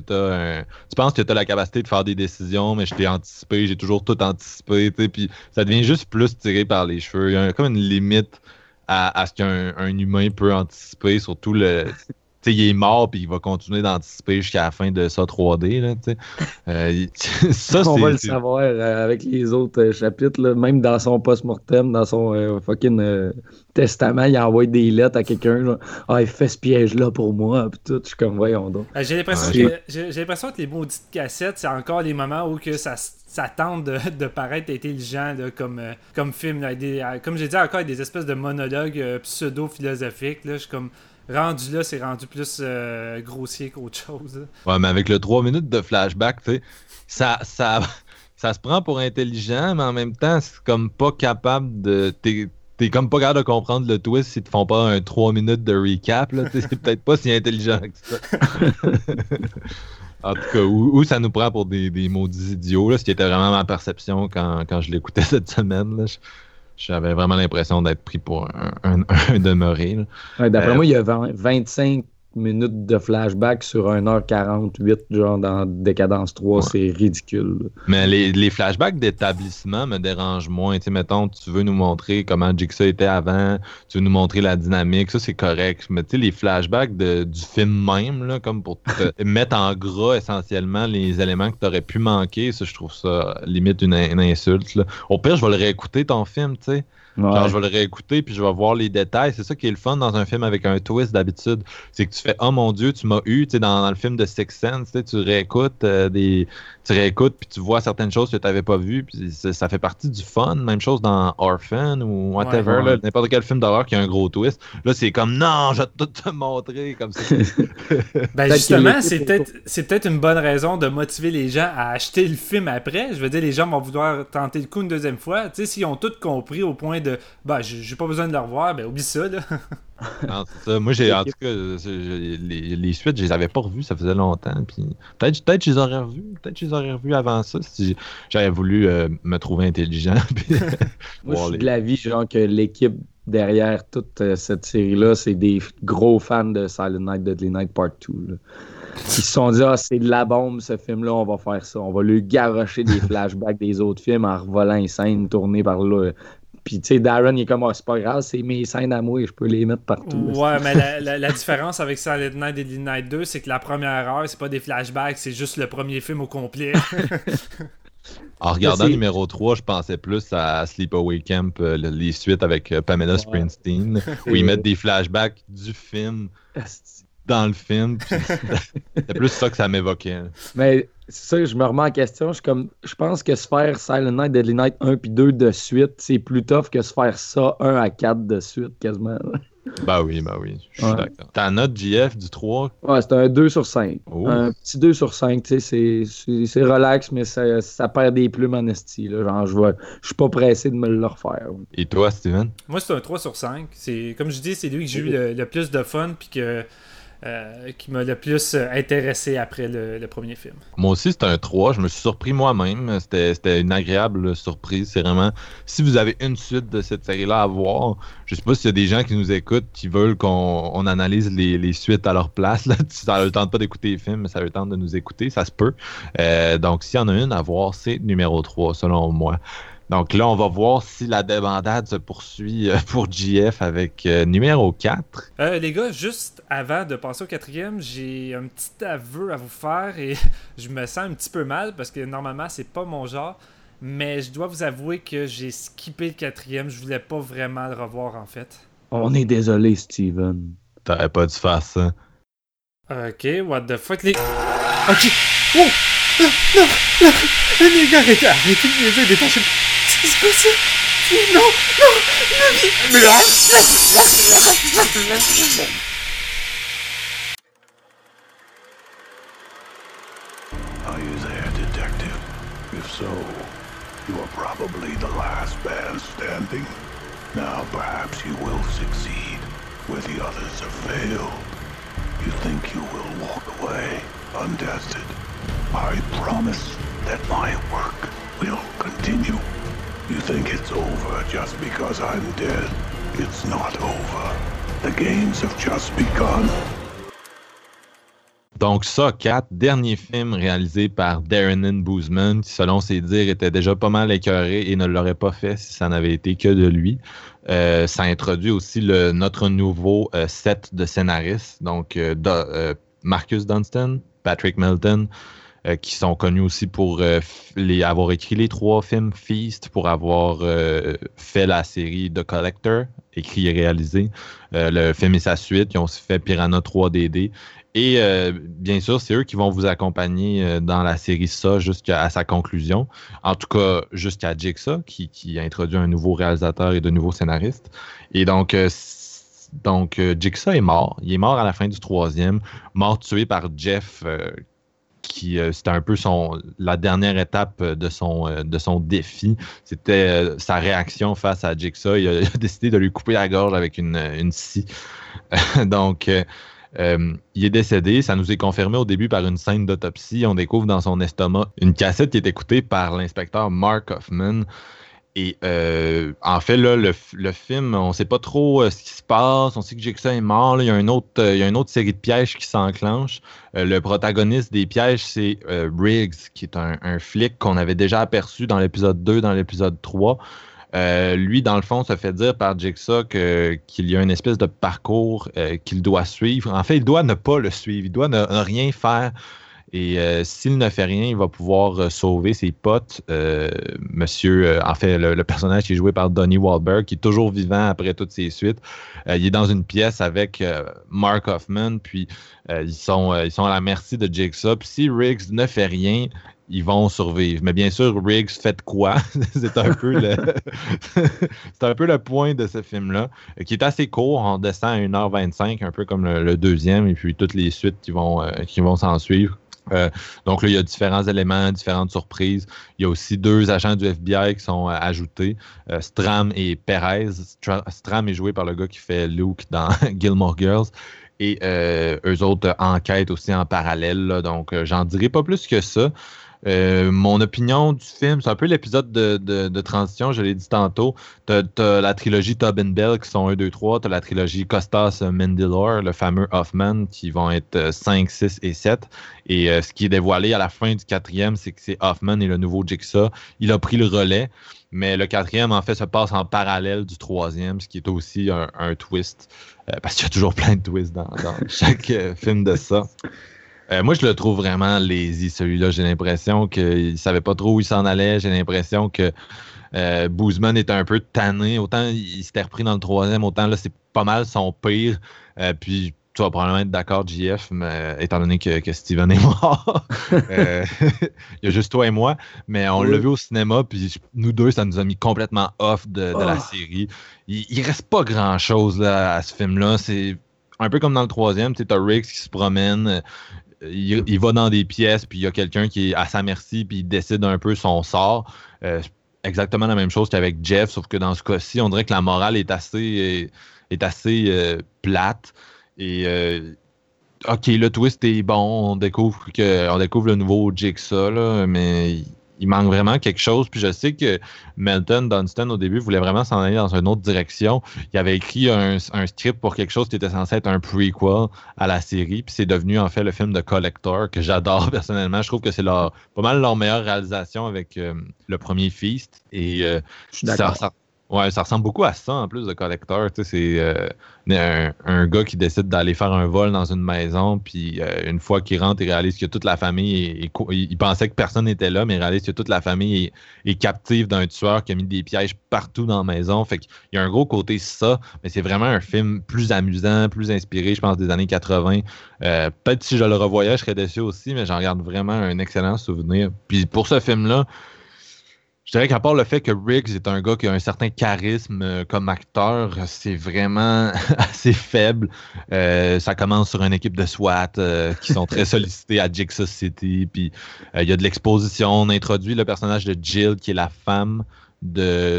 t'as la capacité de faire des décisions, mais je t'ai anticipé, j'ai toujours tout anticipé, tu sais, puis ça devient juste plus tiré par les cheveux. Il y a comme une limite à ce qu'un humain peut anticiper, surtout le... il est mort puis il va continuer d'anticiper jusqu'à la fin de ça 3D. Là, ça, on va le savoir avec les autres chapitres, là, même dans son post-mortem, dans son fucking testament, il envoie des lettres à quelqu'un. Il fait ce piège-là pour moi. Puis tout, je suis comme, voyons donc. J'ai l'impression que les maudites cassettes, c'est encore les moments où que ça tente de paraître intelligent là, comme film. Là, comme j'ai dit, encore avec des espèces de monologues pseudo-philosophiques. Là, je suis comme... Rendu là, c'est rendu plus grossier qu'autre chose. Là. Ouais, mais avec le 3 minutes de flashback, tu sais, ça se prend pour intelligent, mais en même temps, c'est comme pas capable de... T'es comme pas capable de comprendre le twist s'ils te font pas un 3 minutes de recap, là. C'est peut-être pas si intelligent que ça. En tout cas, où ça nous prend pour des maudits idiots, là, ce qui était vraiment ma perception quand je l'écoutais cette semaine, là. J'avais vraiment l'impression d'être pris pour un demeuré. Ouais, d'après moi, il y a 25 minutes de flashback sur 1h48, genre dans Décadence 3, c'est ridicule. Mais les flashbacks d'établissement me dérangent moins. Tu sais, mettons, tu veux nous montrer comment Jigsaw était avant, tu veux nous montrer la dynamique, ça c'est correct. Mais tu sais, les flashbacks du film même, là, comme pour te mettre en gras essentiellement les éléments que tu aurais pu manquer, ça je trouve ça limite une insulte. Là. Au pire, je vais le réécouter ton film, tu sais. Ouais. Genre, je vais le réécouter puis je vais voir les détails. C'est ça qui est le fun dans un film avec un twist d'habitude. C'est que tu fais « Oh mon Dieu, tu m'as eu », tu sais, dans le film de Sixth Sense, tu réécoutes puis tu vois certaines choses que tu n'avais pas vues puis ça fait partie du fun. Même chose dans Orphan ou whatever, là, n'importe quel film d'horreur qui a un gros twist. Là, c'est comme « Non, je vais tout te montrer », comme ça. Ben justement, c'est peut-être une bonne raison de motiver les gens à acheter le film après. Je veux dire, les gens vont vouloir tenter le coup une deuxième fois. Tu sais, s'ils ont tout compris au point de j'ai pas besoin de le revoir, ben oublie ça, là. Non, c'est ça. Moi, en tout cas, les suites, je les avais pas revues, ça faisait longtemps. Puis peut-être je les aurais revues. Peut-être je les aurais revues avant ça si j'avais voulu me trouver intelligent. Moi, je suis de l'avis, genre, que l'équipe derrière toute cette série-là, c'est des gros fans de Silent Night, Deadly Night Part 2. Là. Ils se sont dit, c'est de la bombe ce film-là, on va faire ça. On va lui garrocher des flashbacks des autres films en revolant les scènes tournées par là. Puis, tu sais, Darren, il est comme, c'est pas grave, c'est mes scènes à moi et je peux les mettre partout. Ouais, mais la différence avec Silent Night et Deadly Night 2, c'est que la première heure, c'est pas des flashbacks, c'est juste le premier film au complet. En regardant numéro 3, je pensais plus à Sleepaway Camp, les suites avec Pamela Springsteen, où ils mettent des flashbacks du film dans le film. C'est plus ça que ça m'évoquait. Mais c'est ça que je me remets en question. Je pense que se faire Silent Night, Deadly Night 1 puis 2 de suite, c'est plus tough que se faire ça 1 à 4 de suite, quasiment. Ben oui, je suis d'accord. Ta note JF du 3? Ouais, c'est un 2 sur 5. Oh. Un petit 2 sur 5, tu sais, c'est relax, mais ça perd des plumes en esti. Là. Genre, je suis pas pressé de me le refaire. Et toi, Steven? Moi, c'est un 3 sur 5. Comme je dis, c'est lui que j'ai eu le plus de fun, puis qui m'a le plus intéressé après le premier film. Moi aussi, c'était un 3. Je me suis surpris moi-même. C'était une agréable surprise. C'est vraiment... Si vous avez une suite de cette série-là à voir, je sais pas s'il y a des gens qui nous écoutent qui veulent qu'on analyse les suites à leur place. Là. Ça leur tente pas d'écouter les films, mais ça leur tente de nous écouter. Ça se peut. Donc, s'il y en a une à voir, c'est numéro 3, selon moi. Donc là, on va voir si la débandade se poursuit pour JF avec numéro 4. Les gars, juste avant de passer au 4e, j'ai un petit aveu à vous faire et je me sens un petit peu mal parce que normalement, c'est pas mon genre. Mais je dois vous avouer que j'ai skippé le 4e. Je voulais pas vraiment le revoir, en fait. On est désolé, Steven. T'aurais pas dû faire ça. Ok, what the fuck, les... Ok, oh! Non! Les gars, arrêtez de niaiser, détachez... C'est quoi ça? Non! Are you there, detective? If so, you are probably the last man standing. Now perhaps you will succeed where the others have failed. You think you will walk away untested. I promise that my work will continue. You think it's over just because I'm dead. It's not over. The games have just begun. Donc ça, 4, dernier film réalisé par Darren Bousman, qui selon ses dires était déjà pas mal écœuré et ne l'aurait pas fait si ça n'avait été que de lui. Ça introduit aussi notre nouveau set de scénaristes, donc Marcus Dunstan, Patrick Melton, qui sont connus aussi pour avoir écrit les 3 films Feast, pour avoir fait la série The Collector, écrit et réalisé, le film et sa suite. Ils ont aussi fait Piranha 3DD. Et bien sûr, c'est eux qui vont vous accompagner dans la série Ça jusqu'à sa conclusion. En tout cas, jusqu'à Jigsaw, qui a introduit un nouveau réalisateur et de nouveaux scénaristes. Et donc Jigsaw est mort. Il est mort à la fin du 3e, mort tué par Jeff, qui c'était un peu la dernière étape de son défi. C'était sa réaction face à Jigsaw. Il a décidé de lui couper la gorge avec une scie. Donc... il est décédé. Ça nous est confirmé au début par une scène d'autopsie. On découvre dans son estomac une cassette qui est écoutée par l'inspecteur Mark Hoffman. Et en fait, là, le film, on ne sait pas trop ce qui se passe. On sait que Jigsaw est mort. Là. Il y a une autre série de pièges qui s'enclenche. Le protagoniste des pièges, c'est Riggs, qui est un flic qu'on avait déjà aperçu dans l'épisode 2, dans l'épisode 3. Lui, dans le fond, se fait dire par Jigsaw qu'il y a une espèce de parcours qu'il doit suivre. En fait, il doit ne pas le suivre. Il doit ne rien faire. Et s'il ne fait rien, il va pouvoir sauver ses potes. En fait, le personnage qui est joué par Donnie Wahlberg, qui est toujours vivant après toutes ses suites. Il est dans une pièce avec Mark Hoffman, puis ils sont à la merci de Jigsaw. Puis si Riggs ne fait rien, ils vont survivre. Mais bien sûr, Riggs fait quoi? C'est un peu c'est un peu le point de ce film-là, qui est assez court. On descend à 1h25, un peu comme le deuxième, et puis toutes les suites qui vont s'en suivre. Donc là, il y a différents éléments, différentes surprises. Il y a aussi 2 agents du FBI qui sont ajoutés, Stram et Perez. Stram est joué par le gars qui fait Luke dans Gilmore Girls. Et eux autres enquêtent aussi en parallèle. Là, donc, j'en dirai pas plus que ça. Mon opinion du film, c'est un peu l'épisode de transition, je l'ai dit tantôt. T'as la trilogie Tobin Bell qui sont 1, 2, 3. T'as la trilogie Costas Mandylor, le fameux Hoffman, qui vont être 5, 6 et 7. Et ce qui est dévoilé à la fin du 4e, c'est que c'est Hoffman et le nouveau Jigsaw. Il a pris le relais, mais le 4e, en fait, se passe en parallèle du 3e, ce qui est aussi un twist. Parce qu'il y a toujours plein de twists dans chaque film de ça. Moi, je le trouve vraiment lazy, celui-là. J'ai l'impression qu'il ne savait pas trop où il s'en allait. J'ai l'impression que Boozman était un peu tanné. Autant il s'était repris dans le 3e, autant là, c'est pas mal son pire. Puis tu vas probablement être d'accord, JF, mais, étant donné que Steven est mort. Il y a juste toi et moi. Mais on l'a vu au cinéma, puis nous deux, ça nous a mis complètement off de la série. Il reste pas grand-chose là, à ce film-là. C'est un peu comme dans le 3e. Tu sais, t'as Riggs qui se promène. Il va dans des pièces, puis il y a quelqu'un qui est à sa merci, puis il décide un peu son sort. Exactement la même chose qu'avec Jeff, sauf que dans ce cas-ci, on dirait que la morale est assez plate. Et OK, le twist est bon, on découvre le nouveau Jigsaw, là, mais il manque vraiment quelque chose. Puis je sais que Melton Dunstan, au début, voulait vraiment s'en aller dans une autre direction. Il avait écrit un script pour quelque chose qui était censé être un prequel à la série. Puis c'est devenu, en fait, le film de Collector, que j'adore personnellement. Je trouve que c'est pas mal leur meilleure réalisation avec le premier Feast. Et je suis d'accord. Ça ressemble beaucoup à ça, en plus de Collector. Tu sais, c'est un gars qui décide d'aller faire un vol dans une maison, puis une fois qu'il rentre, il réalise que toute la famille il pensait que personne n'était là, mais il réalise que toute la famille est captive d'un tueur qui a mis des pièges partout dans la maison. Fait qu'il y a un gros côté ça, mais c'est vraiment un film plus amusant, plus inspiré, je pense, des années 80. Peut-être si je le revoyais, je serais déçu aussi, mais j'en garde vraiment un excellent souvenir. Puis pour ce film-là, je dirais qu'à part le fait que Riggs est un gars qui a un certain charisme comme acteur, c'est vraiment assez faible. Ça commence sur une équipe de SWAT qui sont très sollicités à Jigsaw City. Puis il y a de l'exposition. On introduit le personnage de Jill, qui est la femme de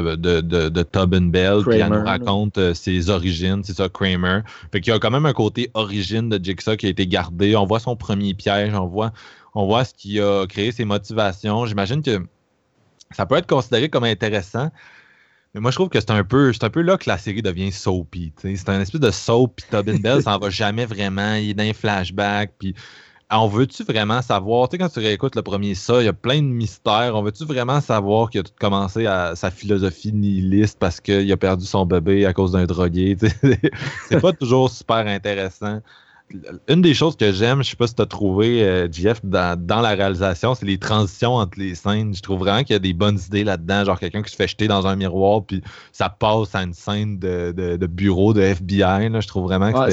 Tobin Bell, puis elle nous raconte ses origines, c'est ça, Kramer. Fait qu'il y a quand même un côté origine de Jigsaw qui a été gardé. On voit son premier piège, on voit ce qui a créé ses motivations. J'imagine que ça peut être considéré comme intéressant, mais moi je trouve que c'est un peu là que la série devient soapy. T'sais. C'est un espèce de soap, puis Tobin Bell s'en va jamais vraiment, il est dans un flashback, puis on veut-tu vraiment savoir, tu sais, quand tu réécoutes le premier ça, il y a plein de mystères, on veut-tu vraiment savoir qu'il a tout commencé à sa philosophie nihiliste parce qu'il a perdu son bébé à cause d'un drogué, c'est pas toujours super intéressant. Une des choses que j'aime, je sais pas si tu as trouvé, Jeff, dans la réalisation, c'est les transitions entre les scènes. Je trouve vraiment qu'il y a des bonnes idées là-dedans, genre quelqu'un qui se fait jeter dans un miroir, puis ça passe à une scène de bureau de FBI. Là. Je trouve vraiment que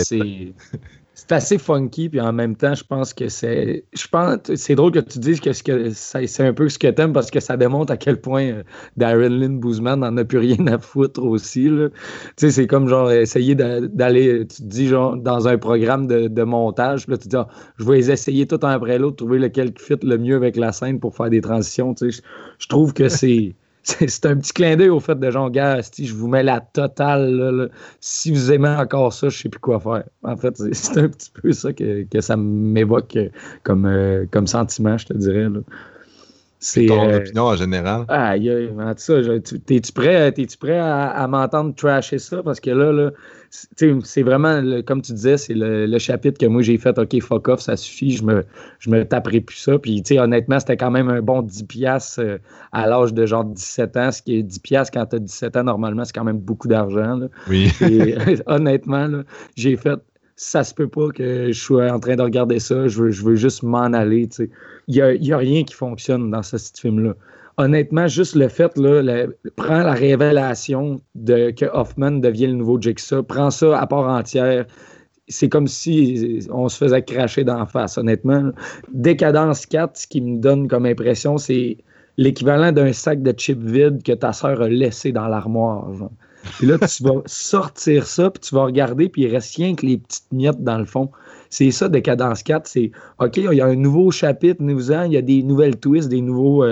c'est assez funky, puis en même temps, je pense que c'est drôle que tu dises que c'est un peu ce que t'aimes, parce que ça démontre à quel point Darren Lynn Boozman n'en a plus rien à foutre aussi. Tu sais, c'est comme genre essayer d'aller, tu te dis genre dans un programme de montage, puis là tu te dis je vais les essayer tout un après l'autre, trouver lequel qui fit le mieux avec la scène pour faire des transitions. Tu sais, je trouve que c'est un petit clin d'œil au fait de genre, gars, si je vous mets la totale, là, si vous aimez encore ça, je sais plus quoi faire. En fait, c'est un petit peu ça que ça m'évoque comme sentiment, je te dirais. Là. C'est ton opinion en général? aïe, aïe, en tout ça, t'es-tu prêt à m'entendre trasher ça? Parce que là c'est vraiment, comme tu disais, c'est le chapitre que moi j'ai fait, OK, fuck off, ça suffit, je me taperai plus ça. Puis, tu sais, honnêtement, c'était quand même un bon 10$ à l'âge de genre 17 ans. Ce qui est 10$ quand t'as 17 ans, normalement, c'est quand même beaucoup d'argent. Là. Oui. Et honnêtement, là, j'ai fait, ça se peut pas que je sois en train de regarder ça, je veux juste m'en aller, tu sais. Il y a rien qui fonctionne dans ce film-là. Honnêtement, juste le fait, là, prends la révélation que Hoffman devient le nouveau Jigsaw, prends ça à part entière. C'est comme si on se faisait cracher d'en face, honnêtement. Là. Décadence 4, ce qui me donne comme impression, c'est l'équivalent d'un sac de chips vide que ta sœur a laissé dans l'armoire. Genre. Puis là, tu vas sortir ça, puis tu vas regarder, puis il reste rien que les petites miettes dans le fond. C'est ça, Décadence 4, c'est OK, il y a un nouveau chapitre, il y a des nouvelles twists, des nouveaux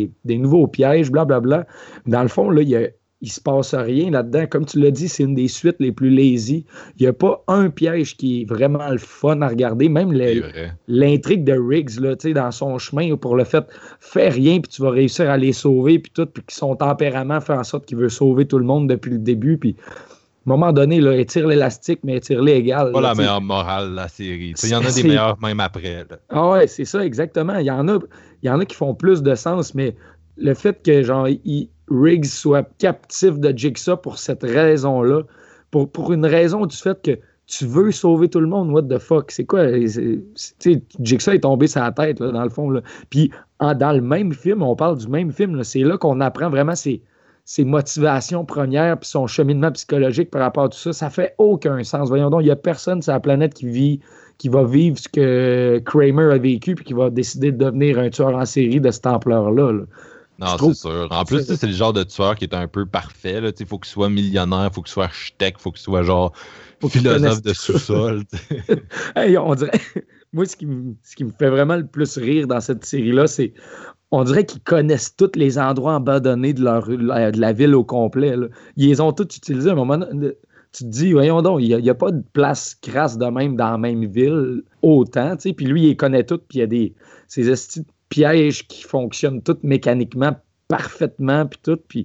pièges, blablabla. Dans le fond, là, il se passe rien là-dedans. Comme tu l'as dit, c'est une des suites les plus lazy. Il n'y a pas un piège qui est vraiment le fun à regarder. Même l'intrigue de Riggs, là, dans son chemin, pour le fait, fais rien, puis tu vas réussir à les sauver, puis tout, puis son tempérament fait en sorte qu'il veut sauver tout le monde depuis le début, puis à un moment donné, là, étire l'élastique, mais étire-les égal. Pas la meilleure morale de la série. Il y en a des meilleures même après. Là. Ah ouais, c'est ça, exactement. Il y en a qui font plus de sens, mais le fait que genre Riggs soit captif de Jigsaw pour cette raison-là, pour une raison du fait que tu veux sauver tout le monde, what the fuck? C'est quoi? Jigsaw est tombé sur la tête, là, dans le fond. Là. Puis dans le même film, on parle du même film, là, c'est là qu'on apprend vraiment ses motivations premières puis son cheminement psychologique par rapport à tout ça, ça fait aucun sens. Voyons donc, il n'y a personne sur la planète qui va vivre ce que Kramer a vécu puis qui va décider de devenir un tueur en série de cette ampleur-là. Là. Non, c'est sûr. En plus, c'est le genre de tueur qui est un peu parfait. Il faut qu'il soit millionnaire, il faut qu'il soit architecte, il faut qu'il soit genre philosophe de sous-sol. Hey, on dirait... Moi, ce qui me fait vraiment le plus rire dans cette série-là, c'est on dirait qu'ils connaissent tous les endroits abandonnés de la ville au complet. Là. Ils les ont tous utilisés à un moment donné. Tu te dis, voyons donc, il n'y a pas de place crasse de même dans la même ville autant. Puis lui, il les connaît toutes, puis il y a ces estis de pièges qui fonctionnent toutes mécaniquement parfaitement, puis tout. Puis,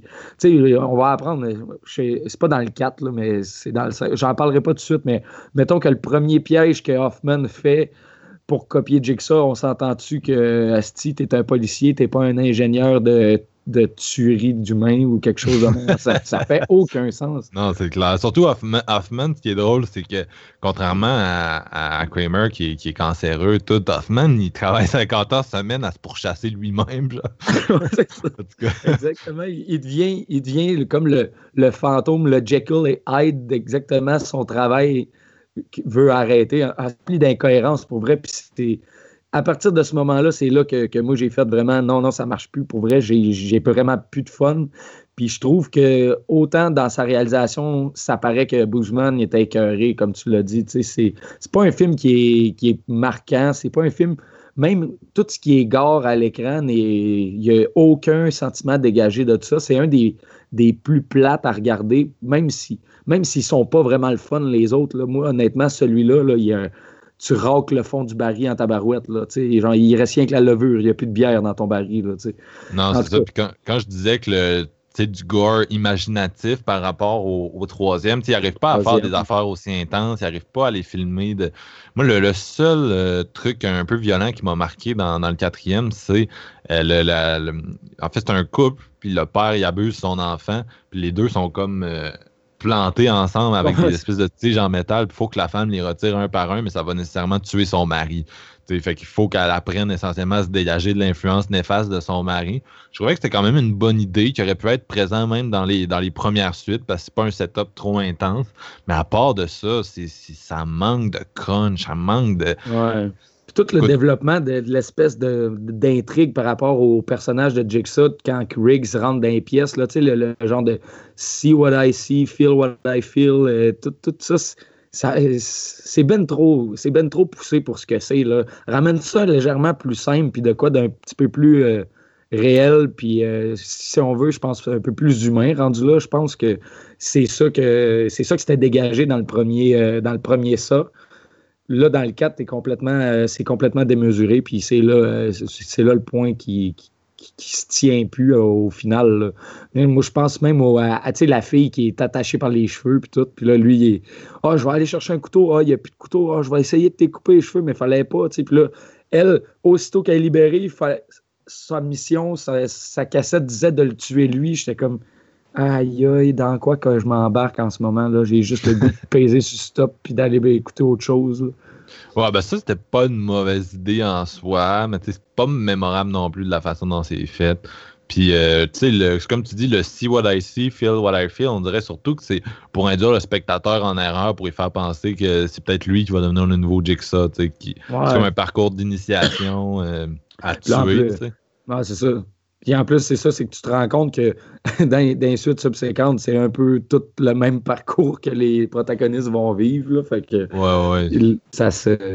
on va apprendre, c'est pas dans le 4, là, mais c'est dans le 5. J'en parlerai pas tout de suite, mais mettons que le premier piège que Hoffman fait pour copier Jigsaw, on s'entend-tu que Asti, t'es un policier, t'es pas un ingénieur de tuerie d'humains ou quelque chose de même. Ça fait aucun sens. Non, c'est clair. Surtout Hoffman, ce qui est drôle, c'est que contrairement à Kramer qui est cancéreux, tout Hoffman, il travaille 50 heures semaine à se pourchasser lui-même. C'est ça. En tout cas. Exactement. Il devient comme le fantôme, le Jekyll et Hyde d'exactement son travail veut arrêter, rempli d'incohérences pour vrai. Puis c'était à partir de ce moment-là, c'est là que moi j'ai fait vraiment non, ça marche plus. Pour vrai, j'ai vraiment plus de fun. Puis je trouve que autant dans sa réalisation, ça paraît que Boozman était écœuré, comme tu l'as dit. C'est pas un film qui est marquant. C'est pas un film. Même tout ce qui est gore à l'écran, il n'y a aucun sentiment dégagé de tout ça. C'est un des plus plates à regarder, même s'ils ne sont pas vraiment le fun, les autres. Là. Moi, honnêtement, celui-là, là, tu racles le fond du baril en tabarouette. Là, genre, il reste rien que la levure. Il n'y a plus de bière dans ton baril. Là, non, c'est ça. Puis quand je disais que du gore imaginatif par rapport au troisième, il n'arrive pas à faire des affaires aussi intenses, il n'arrive pas à les filmer. Moi, le seul truc un peu violent qui m'a marqué dans le quatrième, c'est en fait, c'est un couple, puis le père, il abuse son enfant, puis les deux sont comme plantés ensemble avec des espèces de tiges en métal, puis il faut que la femme les retire un par un, mais ça va nécessairement tuer son mari. Fait qu'il faut qu'elle apprenne essentiellement à se dégager de l'influence néfaste de son mari. Je trouvais que c'était quand même une bonne idée qui aurait pu être présent même dans les premières suites parce que c'est pas un setup trop intense. Mais à part de ça, ça manque de crunch, ça manque de... Ouais. Puis tout le développement de l'espèce d'intrigue par rapport au personnage de Jigsaw quand Riggs rentre dans les pièces, là, le genre de « see what I see, feel what I feel », tout ça... C'est ben trop poussé pour ce que c'est. Là. Ramène ça légèrement plus simple, puis de quoi d'un petit peu plus réel, puis si on veut, je pense un peu plus humain rendu là. Je pense que c'est ça que c'était dégagé dans le premier ça. Là, dans le 4, c'est complètement démesuré, puis c'est là le point qui qui se tient plus au final. Là. Moi, je pense même à tu sais, la fille qui est attachée par les cheveux, puis tout. Puis là, lui, il est je vais aller chercher un couteau. Il n'y a plus de couteau. Je vais essayer de découper les cheveux, mais il fallait pas. Tu sais. Puis là, elle, aussitôt qu'elle est libérée, sa mission, sa cassette disait de le tuer lui. J'étais comme, aïe, aïe, dans quoi que je m'embarque en ce moment? Là? J'ai juste le goût de peser sur stop puis d'aller écouter autre chose. Là. Ouais, ben ça, c'était pas une mauvaise idée en soi, mais c'est pas mémorable non plus de la façon dont c'est fait. Puis, tu sais, comme tu dis, le see what I see, feel what I feel, on dirait surtout que c'est pour induire le spectateur en erreur, pour lui faire penser que c'est peut-être lui qui va devenir le nouveau Jigsaw, tu sais, c'est comme un parcours d'initiation à tuer, tu sais. Ouais, c'est ça. Puis en plus, c'est ça, c'est que tu te rends compte que dans les suites subséquentes, c'est un peu tout le même parcours que les protagonistes vont vivre. Là, fait que ça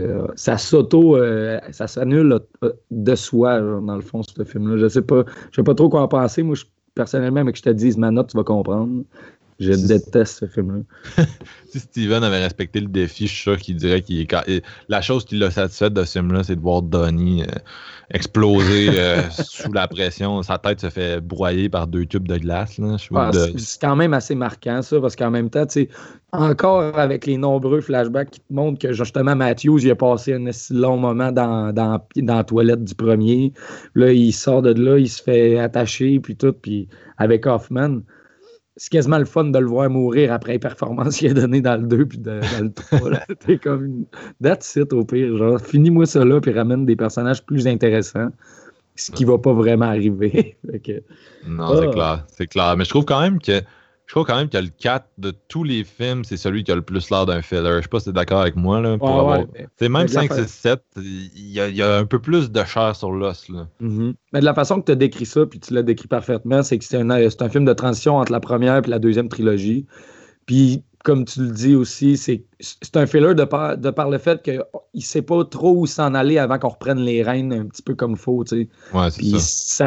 s'annule de soi, genre, dans le fond, ce film-là. Je sais pas trop quoi en penser. Moi, personnellement, mais que je te dise ma note, tu vas comprendre. Je déteste ce film-là. Si Steven avait respecté le défi, je suis sûr qu'il dirait qu'il est... La chose qui l'a satisfait de ce film-là, c'est de voir Donnie exploser sous la pression. Sa tête se fait broyer par 2 tubes de glace. Là. C'est quand même assez marquant, ça, parce qu'en même temps, tu sais, encore avec les nombreux flashbacks qui te montrent que justement Matthews, il a passé un si long moment dans la toilette du premier. Là, il sort de là, il se fait attacher, puis tout, puis avec Hoffman. C'est quasiment le fun de le voir mourir après les performances qu'il a données dans le 2 puis dans le 3. T'es comme, that's it au pire. Genre, finis-moi ça là puis ramène des personnages plus intéressants. Ce qui va pas vraiment arriver. Non, c'est clair. Mais je trouve quand même que le 4 de tous les films, c'est celui qui a le plus l'air d'un filler. Je sais pas si t'es d'accord avec moi. Là, même 5, 6, 7, il y a un peu plus de chair sur l'os. Là. Mm-hmm. Mais de la façon que tu as décrit ça, puis tu l'as décrit parfaitement, c'est que c'est un film de transition entre la première et la deuxième trilogie. Puis, comme tu le dis aussi, c'est un filler de par le fait qu'il ne sait pas trop où s'en aller avant qu'on reprenne les rênes un petit peu comme il faut. Tu sais. Ouais, c'est puis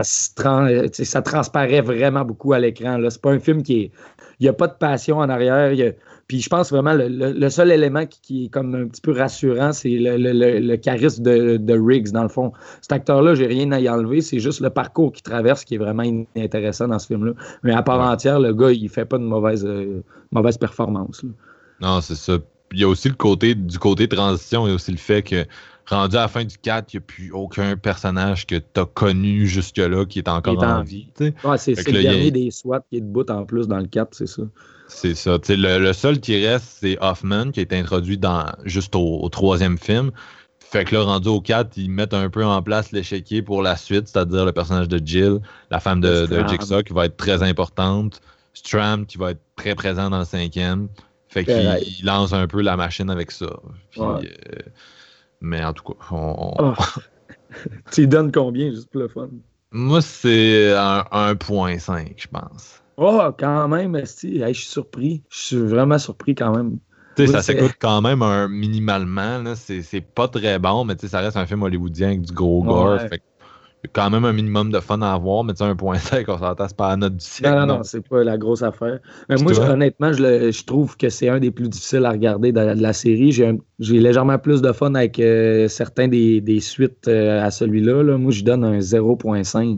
ça transparaît vraiment beaucoup à l'écran. Là. C'est pas un film qui est... Il n'y a pas de passion en arrière. Puis je pense vraiment le seul élément qui est comme un petit peu rassurant, c'est le charisme de Riggs, dans le fond. Cet acteur-là, j'ai rien à y enlever. C'est juste le parcours qu'il traverse qui est vraiment intéressant dans ce film-là. Mais à part entière, le gars, il fait pas de mauvaise performance. Là. Non, c'est ça. Il y a aussi du côté transition, il y a aussi le fait que rendu à la fin du 4, il n'y a plus aucun personnage que tu as connu jusque-là qui est encore en vie. Ouais, c'est le dernier des SWAT qui est debout en plus dans le 4, c'est ça. C'est ça. Le seul qui reste, c'est Hoffman, qui a été introduit juste au 3e film. Fait que là, rendu au 4, ils mettent un peu en place l'échiquier pour la suite, c'est-à-dire le personnage de Jill, la femme de Jigsaw, qui va être très importante. Stram, qui va être très présent dans le 5e. Fait qu'il lance un peu la machine avec ça. Puis, mais en tout cas, tu lui donnes combien, juste pour le fun? Moi, c'est un 1.5, je pense. Oh, quand même, esti. Hey, je suis surpris. Je suis vraiment surpris quand même. Tu sais, ça s'écoute quand même minimalement. Là. C'est pas très bon, mais ça reste un film hollywoodien avec du gros gore. Fait que il y a quand même un minimum de fun à avoir, mais 1.5, on s'entend, c'est pas la note du siècle. Non, c'est pas la grosse affaire. Mais moi, honnêtement, je trouve que c'est un des plus difficiles à regarder de la série. J'ai légèrement plus de fun avec certains des suites à celui-là. Là. Moi, je donne un 0.5.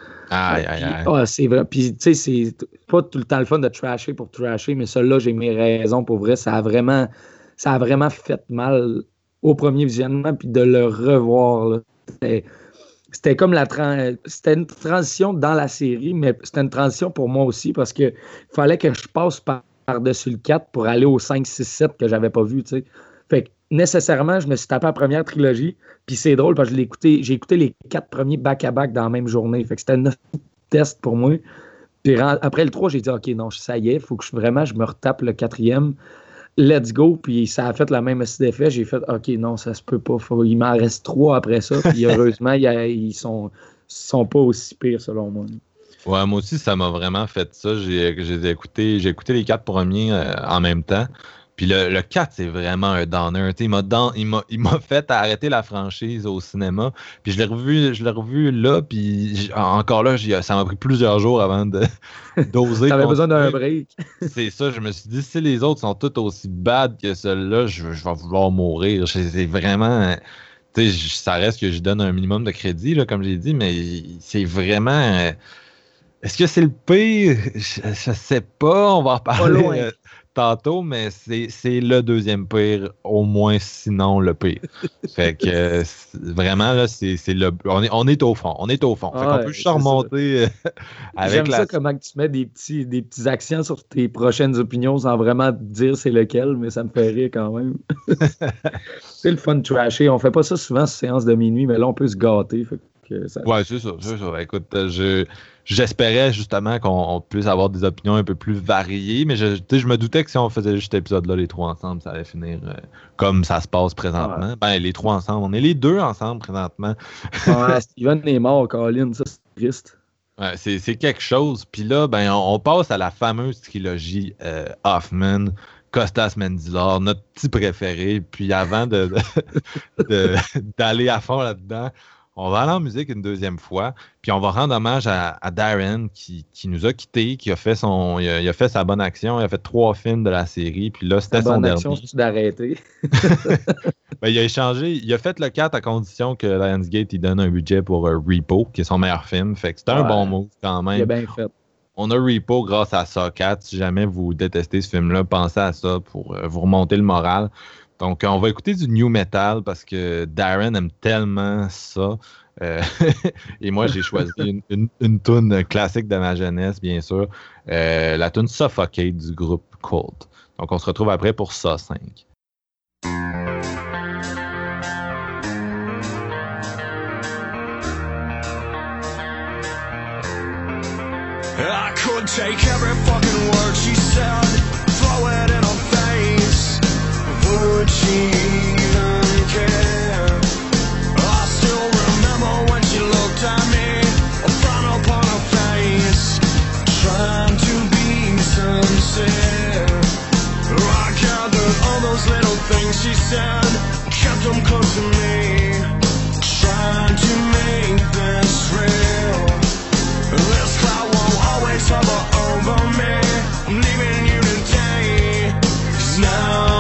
Aïe. C'est vrai. Puis, tu sais, c'est pas tout le temps le fun de trasher pour trasher, mais celui-là, j'ai mes raisons pour vrai. Ça a vraiment fait mal au premier visionnement, puis de le revoir. Là. C'était comme c'était une transition dans la série, mais c'était une transition pour moi aussi parce que fallait que je passe par-dessus le 4 pour aller au 5, 6, 7 que j'avais pas vu, tu sais. Fait que nécessairement, je me suis tapé la première trilogie, puis c'est drôle parce que j'ai écouté les 4 premiers back-à-back dans la même journée. Fait que c'était un test pour moi. Puis après le 3, j'ai dit, OK, non, ça y est, il faut que je me retape le 4e. Let's go, puis ça a fait la même d'effet. J'ai fait, OK, non, ça se peut pas. Il m'en reste 3 après ça, puis heureusement, ils sont pas aussi pires, selon moi. Ouais, moi aussi, ça m'a vraiment fait ça. J'ai écouté les 4 premiers en même temps. Puis le 4, c'est vraiment un downer. Il m'a fait arrêter la franchise au cinéma. Puis je l'ai revu là. Puis encore là, ça m'a pris plusieurs jours avant d'oser. T'avais besoin d'un break. C'est ça. Je me suis dit, si les autres sont tous aussi bad que celui-là, je vais vouloir mourir. C'est vraiment tu sais, ça reste que je donne un minimum de crédit, là, comme j'ai dit, mais c'est vraiment... est-ce que c'est le pire? Je sais pas, on va en parler tantôt, mais c'est le deuxième pire, au moins, sinon le pire. Fait que vraiment, là, on est au fond. On est au fond. Fait qu'on peut juste remonter avec J'aime ça comment tu mets des petits accents sur tes prochaines opinions sans vraiment te dire c'est lequel, mais ça me fait rire quand même. C'est le fun de trasher. On fait pas ça souvent sur séance de minuit, mais là, on peut se gâter. Fait que ça... Ouais, c'est ça. Écoute, j'espérais justement qu'on puisse avoir des opinions un peu plus variées, mais je me doutais que si on faisait juste cet épisode-là, les trois ensemble, ça allait finir comme ça se passe présentement. Ouais. Ben, les trois ensemble. On est les deux ensemble présentement. Ouais, Steven est mort, Colin. Ça, c'est triste. Ouais, c'est quelque chose. Puis là, ben, on passe à la fameuse trilogie Hoffman, Costas Mandylor, notre petit préféré. Puis avant d'aller à fond là-dedans, on va aller en musique une deuxième fois, puis on va rendre hommage à Darren qui nous a quittés, qui a fait il a fait sa bonne action, il a fait 3 films de la série, puis là, c'était son dernier. Sa bonne action, c'est d'arrêter. Ben, il a échangé, il a fait le 4 à condition que Lionsgate il donne un budget pour Repo, qui est son meilleur film, fait que c'était un bon move quand même. Il a bien fait. On a Repo grâce à ça, 4. Si jamais vous détestez ce film-là, pensez à ça pour vous remonter le moral. Donc, on va écouter du new metal parce que Darren aime tellement ça. Et moi, j'ai choisi une tune classique de ma jeunesse, bien sûr. La tune Suffocate du groupe Cold. Donc, on se retrouve après pour ça, 5. I could take every fucking word she said, throw it in her face. Would she even care? I still remember when she looked at me, a frown upon her face, trying to be sincere. I gathered all those little things she said, kept them close to me, trying to make this real. This cloud won't always hover over me. I'm leaving you today, 'cause now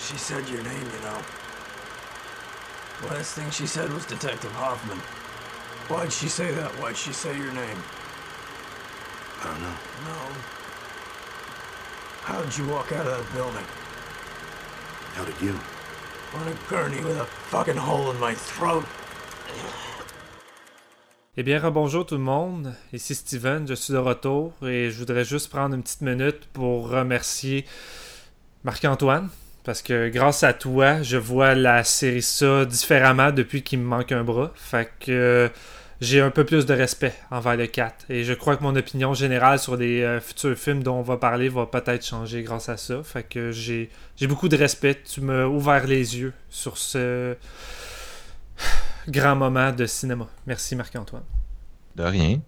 She said your name, you know. Last thing she said was Detective Hoffman. Why'd she say that? Why'd she say your name? I don't know. No. How'd you walk out of that building? How did you? On a gurney with a fucking hole in my throat. Eh bien, rebonjour tout le monde, ici Steven, je suis de retour et je voudrais juste prendre une petite minute pour remercier Marc-Antoine, parce que grâce à toi, je vois la série ça différemment depuis qu'il me manque un bras, fait que j'ai un peu plus de respect envers le 4 et je crois que mon opinion générale sur les futurs films dont on va parler va peut-être changer grâce à ça, fait que j'ai beaucoup de respect, tu m'as ouvert les yeux sur ce grand moment de cinéma. Merci Marc-Antoine. De rien.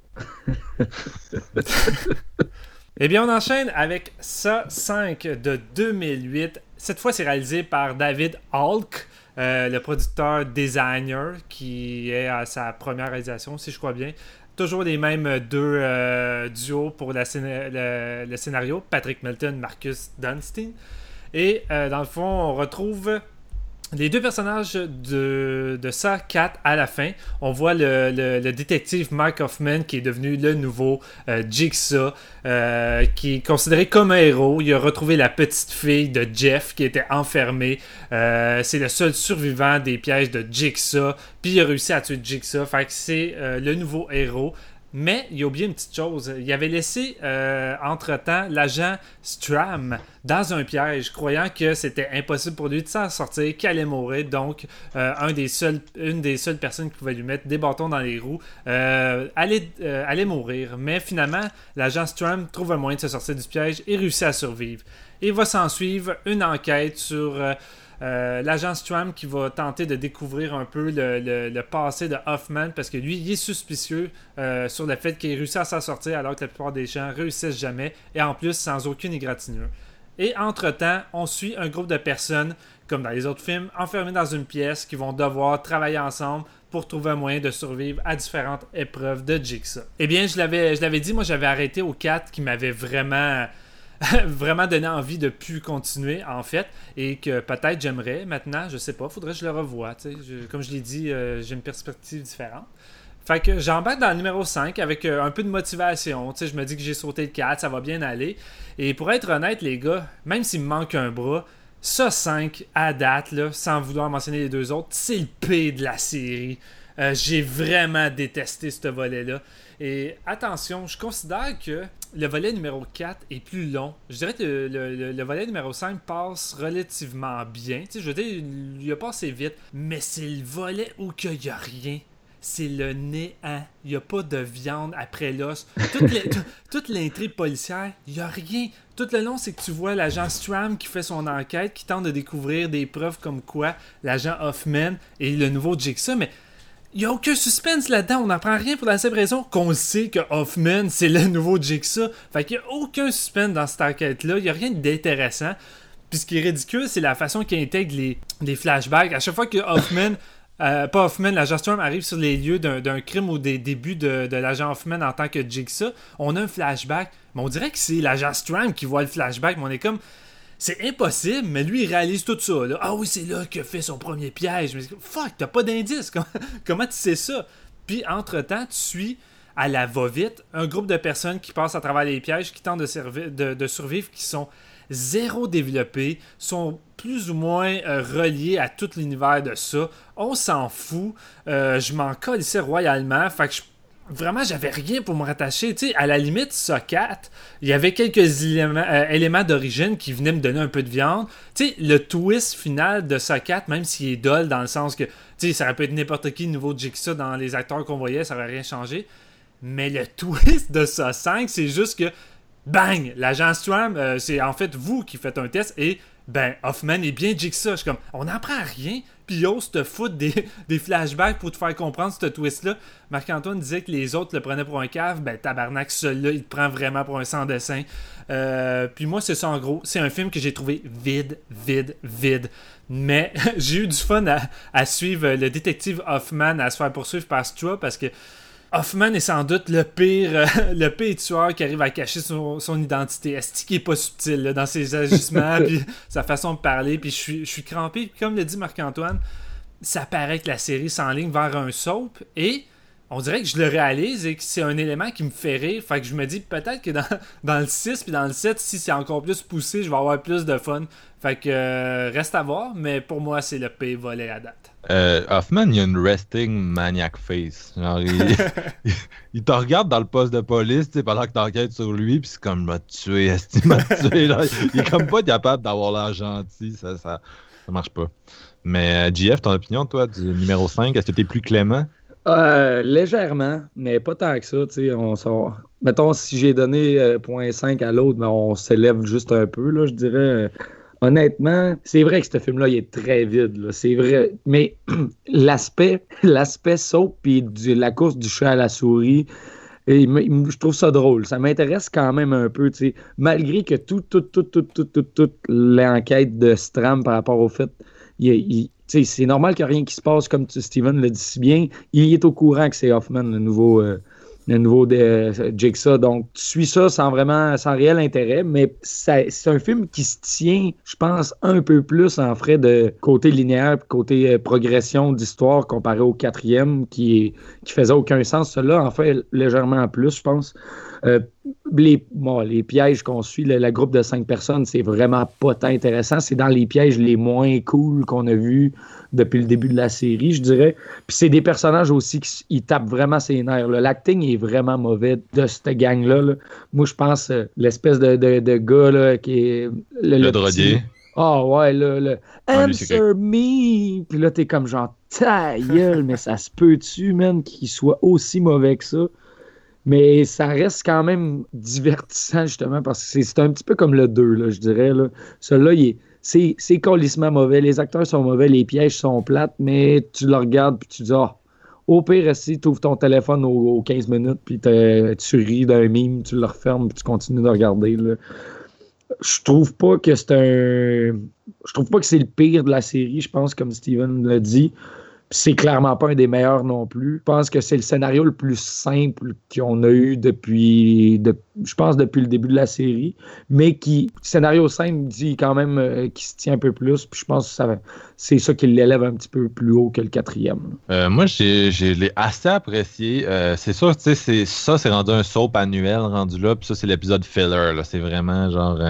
Eh bien, on enchaîne avec Ça 5 de 2008. Cette fois, c'est réalisé par David Hulk, le producteur designer, qui est à sa première réalisation, si je crois bien. Toujours les mêmes deux duos pour le scénario, Patrick Melton, Marcus Dunstein. Et dans le fond, on retrouve les deux personnages de ça 4 à la fin. On voit le détective Mark Hoffman qui est devenu le nouveau Jigsaw, qui est considéré comme un héros. Il a retrouvé la petite fille de Jeff qui était enfermée. C'est le seul survivant des pièges de Jigsaw. Puis il a réussi à tuer Jigsaw. Fait que c'est le nouveau héros. Mais il a oublié une petite chose. Il avait laissé, entre-temps, l'agent Stram dans un piège, croyant que c'était impossible pour lui de s'en sortir, qu'il allait mourir. Donc, une des seules personnes qui pouvait lui mettre des bâtons dans les roues allait mourir. Mais finalement, l'agent Stram trouve un moyen de se sortir du piège et réussit à survivre. Et va s'en suivre une enquête sur l'agent Stram qui va tenter de découvrir un peu le passé de Hoffman, parce que lui, il est suspicieux sur le fait qu'il ait réussi à s'en sortir alors que la plupart des gens réussissent jamais, et en plus sans aucune égratignure. Et entre-temps, on suit un groupe de personnes, comme dans les autres films, enfermées dans une pièce qui vont devoir travailler ensemble pour trouver un moyen de survivre à différentes épreuves de Jigsaw. Eh bien, je l'avais dit, moi j'avais arrêté au 4 qui m'avait vraiment donné envie de plus continuer en fait, et que peut-être j'aimerais maintenant, je sais pas, faudrait que je le revoie, comme je l'ai dit, j'ai une perspective différente. Fait que j'embarque dans le numéro 5 avec un peu de motivation, je me dis que j'ai sauté le 4, ça va bien aller, et pour être honnête les gars, même s'il me manque un bras, ça 5 à date, là, sans vouloir mentionner les deux autres, c'est le pire de la série. J'ai vraiment détesté ce volet-là. Et attention, je considère que le volet numéro 4 est plus long. Je dirais que le volet numéro 5 passe relativement bien. Je veux dire, il a passé vite. Mais c'est le volet où il n'y a rien. C'est le néant. Il n'y a pas de viande après l'os. Toute l'intrigue policière, il n'y a rien. Tout le long, c'est que tu vois l'agent Stram qui fait son enquête, qui tente de découvrir des preuves comme quoi l'agent Hoffman est le nouveau Jigsaw, mais il n'y a aucun suspense là-dedans, on n'apprend rien pour la simple raison qu'on sait que Hoffman, c'est le nouveau Jigsaw. Fait qu'il n'y a aucun suspense dans cette enquête-là, il n'y a rien d'intéressant. Puis ce qui est ridicule, c'est la façon qu'il intègre les flashbacks. À chaque fois que Hoffman, pas Hoffman, l'agent Stram arrive sur les lieux d'un crime ou des débuts de l'agent Hoffman en tant que Jigsaw, on a un flashback. Mais on dirait que c'est l'agent Stram qui voit le flashback, mais on est comme... C'est impossible, mais lui, il réalise tout ça. Là. Ah oui, c'est là qu'il a fait son premier piège. Mais fuck, t'as pas d'indice. Comment tu sais ça? Puis, entre-temps, tu suis à la va-vite un groupe de personnes qui passent à travers les pièges, qui tentent de survivre, qui sont zéro développés, sont plus ou moins reliés à tout l'univers de ça. On s'en fout. Je m'en colissais royalement. Fait que vraiment, j'avais rien pour me rattacher. Tu sais, à la limite, ça 4, il y avait quelques éléments d'origine qui venaient me donner un peu de viande. Tu sais, le twist final de ça 4, même s'il est dull dans le sens que, tu sais, ça aurait pu être n'importe qui, nouveau Jigsaw dans les acteurs qu'on voyait, ça aurait rien changé. Mais le twist de ça 5, c'est juste que, bang, l'agent Stram, c'est en fait vous qui faites un test et, ben, Hoffman est bien Jigsaw. Je suis comme, on n'apprend rien. Puis yo, te foutre des flashbacks pour te faire comprendre ce twist-là. Marc-Antoine disait que les autres le prenaient pour un cave. Ben tabarnak, celui-là, il te prend vraiment pour un sans-dessin. Puis moi, c'est ça en gros. C'est un film que j'ai trouvé vide. Mais j'ai eu du fun à suivre le détective Hoffman à se faire poursuivre par Straw parce que Hoffman est sans doute le pire tueur qui arrive à cacher son identité. Est-ce qu'il est pas subtil là, dans ses agissements, puis sa façon de parler, puis je suis crampé. Puis comme le dit Marc-Antoine, ça paraît que la série s'enligne vers un soap, et on dirait que je le réalise et que c'est un élément qui me fait rire. Fait que je me dis peut-être que dans le 6 puis dans le 7, si c'est encore plus poussé, je vais avoir plus de fun. Fait que reste à voir, mais pour moi, c'est le pire volet à date. Hoffman, il a une resting maniac face. Genre, il te regarde dans le poste de police pendant que t'enquêtes sur lui, puis c'est comme, m'a tué, est-ce qu'il m'a tué? Là, il est comme pas capable d'avoir l'air gentil, ça marche pas. Mais JF, ton opinion, toi, du numéro 5, est-ce que t'es plus clément? Légèrement, mais pas tant que ça. Mettons, si j'ai donné 0.5 à l'autre, ben, on s'élève juste un peu, là, je dirais. Honnêtement, c'est vrai que ce film-là, il est très vide, là, c'est vrai. Mais l'aspect soap puis la course du chat à la souris, je trouve ça drôle. Ça m'intéresse quand même un peu, tu sais. Malgré que toute l'enquête de Stram par rapport au fait, c'est normal qu'il n'y a rien qui se passe, comme Steven le dit si bien. Il est au courant que c'est Hoffman, le nouveau de Jigsaw. Donc, tu suis ça sans réel intérêt, mais c'est un film qui se tient, je pense, un peu plus en frais de côté linéaire, côté progression d'histoire comparé au 4e qui faisait aucun sens. Celui-là en fait légèrement en plus, je pense. Les pièges qu'on suit, le groupe de 5 personnes, c'est vraiment pas tant intéressant. C'est dans les pièges les moins cool qu'on a vus depuis le début de la série, je dirais. Puis c'est des personnages aussi qui tapent vraiment ses nerfs. Là. L'acting est vraiment mauvais de cette gang-là. Là. Moi, je pense l'espèce de gars là, qui est... Le drogué. Ah ouais, le Answer me! Puis là, t'es comme genre, ta gueule, mais ça se peut-tu, man, qu'il soit aussi mauvais que ça? Mais ça reste quand même divertissant, justement, parce que c'est un petit peu comme le 2, là, je dirais. Là. Celui-là, c'est colissement mauvais. Les acteurs sont mauvais, les pièges sont plates, mais tu le regardes puis tu dis, au pire, si tu ouvres ton téléphone aux 15 minutes puis tu ris d'un mime, tu le refermes puis tu continues de regarder. Là. Je trouve pas que c'est le pire de la série, je pense, comme Steven l'a dit. C'est clairement pas un des meilleurs non plus. Je pense que c'est le scénario le plus simple qu'on a eu depuis le début de la série, mais scénario simple dit quand même qui se tient un peu plus. Puis je pense que c'est ça qui l'élève un petit peu plus haut que le 4e. Moi, je l'ai assez apprécié. C'est sûr, tu sais, c'est rendu un soap annuel rendu là, puis ça, c'est l'épisode filler. Là. C'est vraiment genre...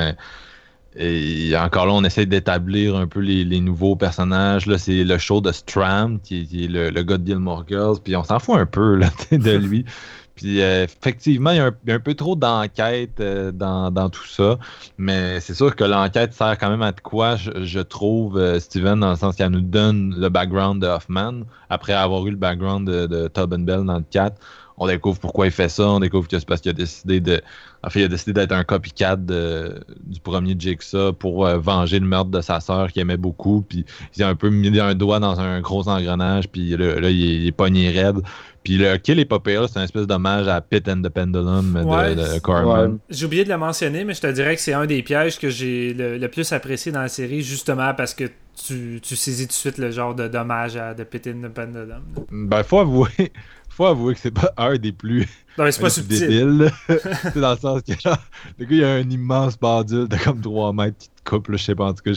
Et encore là, on essaie d'établir un peu les nouveaux personnages. Là, c'est le show de Stram, qui est le gars de Gilmore Girls. Puis on s'en fout un peu là, de lui. Puis effectivement, il y a un peu trop d'enquête dans tout ça. Mais c'est sûr que l'enquête sert quand même à de quoi, je trouve, Steven, dans le sens qu'elle nous donne le background de Hoffman. Après avoir eu le background de Tobin Bell dans le 4. On découvre pourquoi il fait ça. On découvre que c'est parce qu'il a décidé d'être un copycat du premier Jigsaw pour venger le meurtre de sa sœur qu'il aimait beaucoup. Puis il a un peu mis un doigt dans un gros engrenage. Puis là, il est pogné raide. Puis le kill est pas pire. C'est une espèce d'hommage à Pit and the Pendulum de Corman. Ouais. J'ai oublié de le mentionner, mais je te dirais que c'est un des pièges que j'ai le plus apprécié dans la série, justement parce que tu saisis tout de suite le genre de dommage à The Pit and the Pendulum. Ben, faut avouer que c'est pas un des plus... Non, mais c'est pas subtil. Débile. C'est dans le sens que là, le gars, il y a un immense bardule de comme 3 mètres qui te coupe. Là, je sais pas, en tout cas,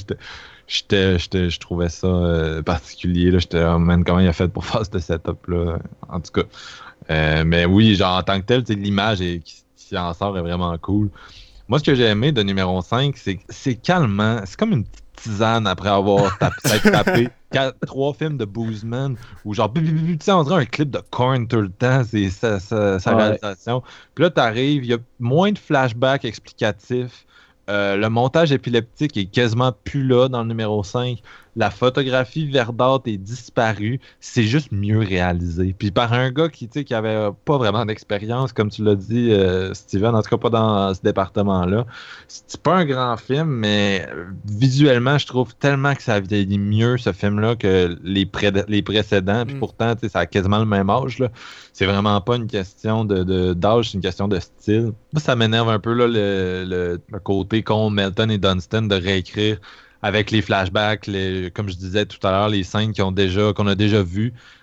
je trouvais ça particulier. Là, j'étais, man, comment il a fait pour faire ce setup-là? En tout cas. Mais oui, genre, en tant que tel, l'image qui en sort est vraiment cool. Moi, ce que j'ai aimé de numéro 5, c'est calmant. C'est comme une petite tisane après avoir tapé 3 films de Boozman où genre tu sais, on dirait un clip de Korn tout le temps, c'est sa réalisation. Puis là t'arrives, il y a moins de flashbacks explicatifs, le montage épileptique est quasiment plus là dans le numéro 5, la photographie verdâtre est disparue, c'est juste mieux réalisé. Puis par un gars qui avait pas vraiment d'expérience, comme tu l'as dit, Steven, en tout cas pas dans ce département-là. C'est pas un grand film, mais visuellement, je trouve tellement que ça vieillit mieux, ce film-là, que les précédents. Puis pourtant, ça a quasiment le même âge. Là. C'est vraiment pas une question d'âge, c'est une question de style. Ça m'énerve un peu là, le côté qu'ont Melton et Dunstan de réécrire avec les flashbacks, comme je disais tout à l'heure, les scènes qu'on a déjà vues.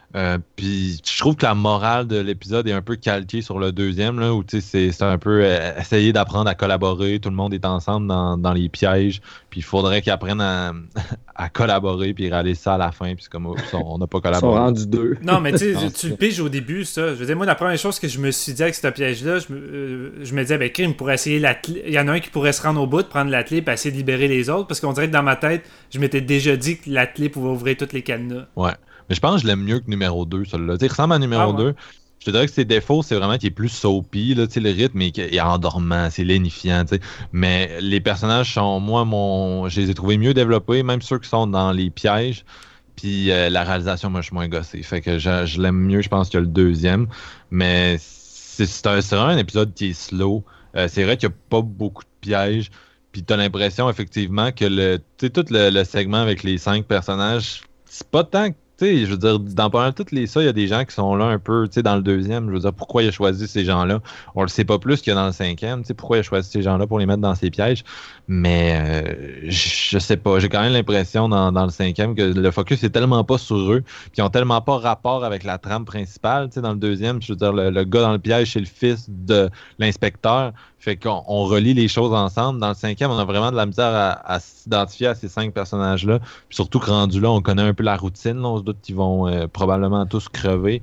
Puis je trouve que la morale de l'épisode est un peu calquée sur le deuxième, là, où c'est un peu essayer d'apprendre à collaborer, tout le monde est ensemble dans les pièges, puis il faudrait qu'ils apprennent à collaborer, puis réaliser ça à la fin, puis c'est comme on n'a pas Ils sont collaboré. rendus 2. Non, mais tu sais, tu le piges au début, ça. Je veux dire, moi, la première chose que je me suis dit avec ce piège-là, je me disais, ben, crime, pourrait essayer il y en a un qui pourrait se rendre au bout, prendre la clé, puis essayer de libérer les autres, parce qu'on dirait que dans ma tête, je m'étais déjà dit que la clé pouvait ouvrir toutes les cadenas. Ouais. Mais je pense que je l'aime mieux que numéro 2, celui-là. Tu sais, il ressemble à numéro 2. Je te dirais que ses défauts, c'est vraiment qu'il est plus soapy, là, tu sais, le rythme est endormant, c'est lénifiant, tu sais. Mais les personnages sont, je les ai trouvés mieux développés, même ceux qui sont dans les pièges. Puis la réalisation, moi, je suis moins gossé. Fait que je l'aime mieux, je pense, que le deuxième. Mais c'est vraiment un épisode qui est slow. C'est vrai qu'il n'y a pas beaucoup de pièges. Puis t'as l'impression, effectivement, que tout le segment avec les 5 personnages, c'est pas tant que. Tu sais, je veux dire, dans pas mal toutes les ça, il y a des gens qui sont là un peu, tu sais, dans le deuxième. Je veux dire, pourquoi il a choisi ces gens-là? On le sait pas plus qu'il y a dans le cinquième. Tu sais, pourquoi il a choisi ces gens-là pour les mettre dans ses pièges? Mais je sais pas. J'ai quand même l'impression dans le cinquième que le focus est tellement pas sur eux, qu'ils ont tellement pas rapport avec la trame principale. Tu sais, dans le deuxième, je veux dire, le gars dans le piège, c'est le fils de l'inspecteur. Fait qu'on relie les choses ensemble. Dans le cinquième, on a vraiment de la misère à s'identifier à ces 5 personnages-là. Puis surtout que rendu là, on connaît un peu la routine. Là. On se doute qu'ils vont probablement tous crever.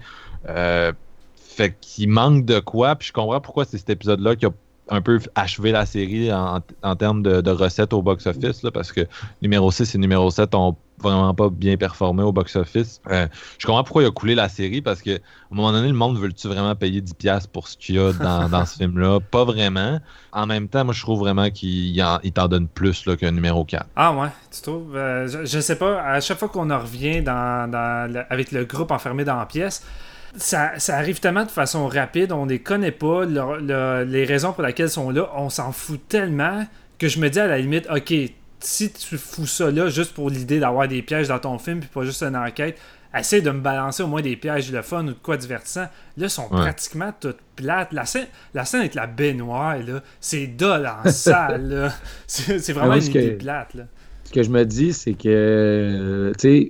Fait qu'il manque de quoi. Puis je comprends pourquoi c'est cet épisode-là qui a un peu achevé la série en termes de recettes au box-office. Là, parce que numéro 6 et numéro 7 ont vraiment pas bien performé au box-office. Je comprends pourquoi il a coulé la série, parce que à un moment donné, le monde veut-tu vraiment payer 10$ pour ce qu'il y a dans ce film-là? Pas vraiment. En même temps, moi, je trouve vraiment qu'il t'en donne plus là, qu'un numéro 4. Ah ouais, tu trouves? Je sais pas, à chaque fois qu'on en revient avec le groupe enfermé dans la pièce, ça arrive tellement de façon rapide, on les connaît pas, les raisons pour lesquelles ils sont là, on s'en fout tellement que je me dis à la limite, ok, si tu fous ça là juste pour l'idée d'avoir des pièges dans ton film puis pas juste une enquête, essaie de me balancer au moins des pièges de fun ou de quoi divertissant. Là, ils sont pratiquement toutes plates. La scène avec la baignoire, là, c'est dole en salle. Là. C'est vraiment une idée plate. Là. Ce que je me dis, c'est que tu sais,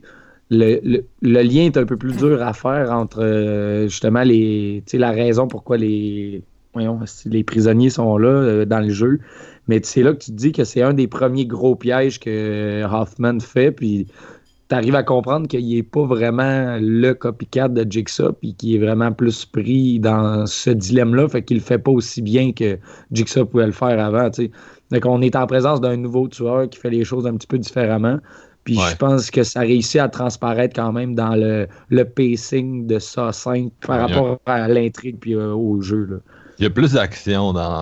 le lien est un peu plus dur à faire entre justement la raison pourquoi les prisonniers sont là dans le jeu. Mais c'est là que tu te dis que c'est un des premiers gros pièges que Hoffman fait, puis tu arrives à comprendre qu'il n'est pas vraiment le copycat de Jigsaw, puis qu'il est vraiment plus pris dans ce dilemme-là, fait qu'il le fait pas aussi bien que Jigsaw pouvait le faire avant, tu sais. Donc on est en présence d'un nouveau tueur qui fait les choses un petit peu différemment. Puis je pense que ça réussit à transparaître quand même dans le pacing de Saw 5 par rapport à l'intrigue puis au jeu, là. Il y a plus d'action dans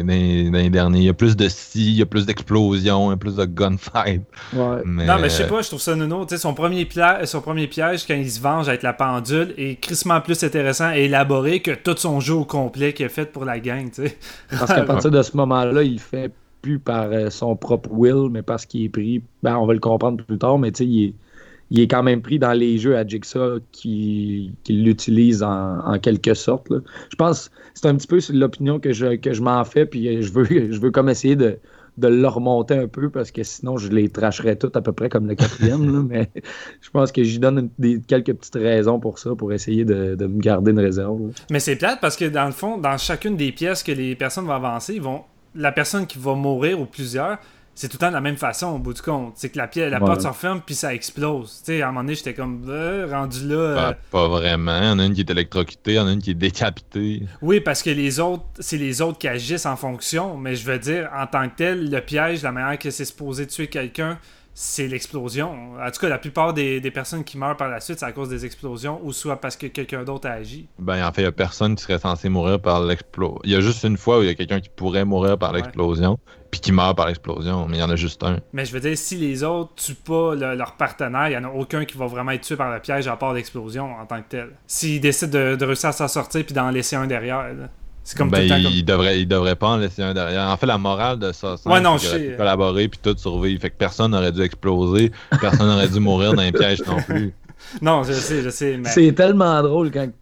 les derniers. Il y a plus de il y a plus d'explosions, il y a plus de gunfight. Ouais. Mais je sais pas, je trouve ça nono. Tu sais, son premier piège, quand il se venge avec la pendule, est crissement plus intéressant et élaboré que tout son jeu au complet qu'il a fait pour la gang, tu sais. Parce qu'à partir de ce moment-là, il fait plus par son propre will, mais parce qu'il est pris. Ben, on va le comprendre plus tard, mais tu sais, il est quand même pris dans les jeux à Jigsaw qui l'utilise en quelque sorte, là. Je pense que c'est un petit peu l'opinion que je m'en fais, puis je veux comme essayer de le remonter un peu, parce que sinon je les tracherais toutes à peu près comme le quatrième, là, mais je pense que j'y donne quelques petites raisons pour ça, pour essayer de me garder une réserve, là. Mais c'est plate parce que dans le fond, dans chacune des pièces que les personnes vont avancer, la personne qui va mourir ou plusieurs, c'est tout le temps de la même façon au bout du compte. C'est que la porte se referme puis ça explose. Tu sais, à un moment donné, j'étais comme rendu là. Pas vraiment. Il y en a une qui est électrocutée, il y en a une qui est décapitée. Oui, parce que c'est les autres qui agissent en fonction. Mais je veux dire, en tant que tel, le piège, la manière que c'est supposé tuer quelqu'un, c'est l'explosion. En tout cas, la plupart des personnes qui meurent par la suite, c'est à cause des explosions ou soit parce que quelqu'un d'autre a agi. Ben, en fait, il n'y a personne qui serait censé mourir par l'explosion. Il y a juste une fois où il y a quelqu'un qui pourrait mourir par l'explosion, puis qui meurt par l'explosion, mais il y en a juste un. Mais je veux dire, si les autres tuent pas leur partenaire, il n'y en a aucun qui va vraiment être tué par le piège à part l'explosion en tant que tel. S'ils décident de réussir à s'en sortir puis d'en laisser un derrière, là. C'est comme tout le temps comme... il devrait pas en laisser un derrière. En fait, la morale de ça, c'est qu'il aurait pu collaborer puis tout survivre. Fait que personne n'aurait dû exploser, personne n'aurait dû mourir dans les pièges non plus. Non, je sais, mais... C'est tellement drôle quand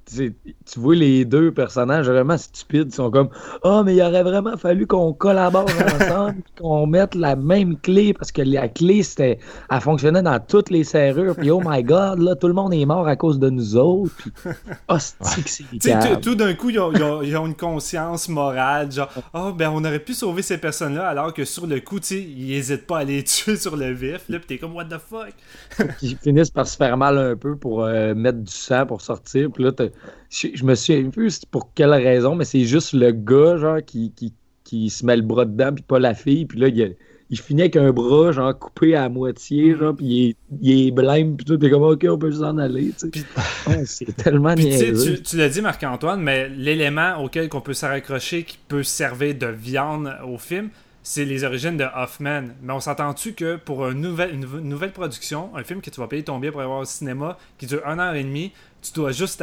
tu vois les deux personnages vraiment stupides, ils sont comme « Ah, mais il aurait vraiment fallu qu'on collabore ensemble, qu'on mette la même clé, parce que la clé, elle fonctionnait dans toutes les serrures, puis oh my God, là, tout le monde est mort à cause de nous autres. » Puis, hostie que c'est Tu sais, calme. tout d'un coup, ils ont une conscience morale, genre, ben on aurait pu sauver ces personnes-là, alors que sur le coup, tu sais, ils hésitent pas à les tuer sur le vif, là, pis t'es comme, what the fuck? Qui finissent par se faire mal un peu pour mettre du sang pour sortir. Puis là, je me souviens plus pour quelle raison, mais c'est juste le gars, genre, qui se met le bras dedans, puis pas la fille. Puis là, il finit avec un bras, genre, coupé à moitié, genre, puis il est blême, puis tout, t'es comme, OK, on peut s'en aller, tu sais. Puis- C'est tellement Puis tu sais, niaiseux. tu l'as dit, Marc-Antoine, mais l'élément auquel on peut se raccrocher, qui peut servir de viande au film, c'est les origines de Hoffman. Mais on s'entend-tu que pour une nouvelle production, un film que tu vas payer ton billet pour aller voir au cinéma, qui dure 1h30, tu dois juste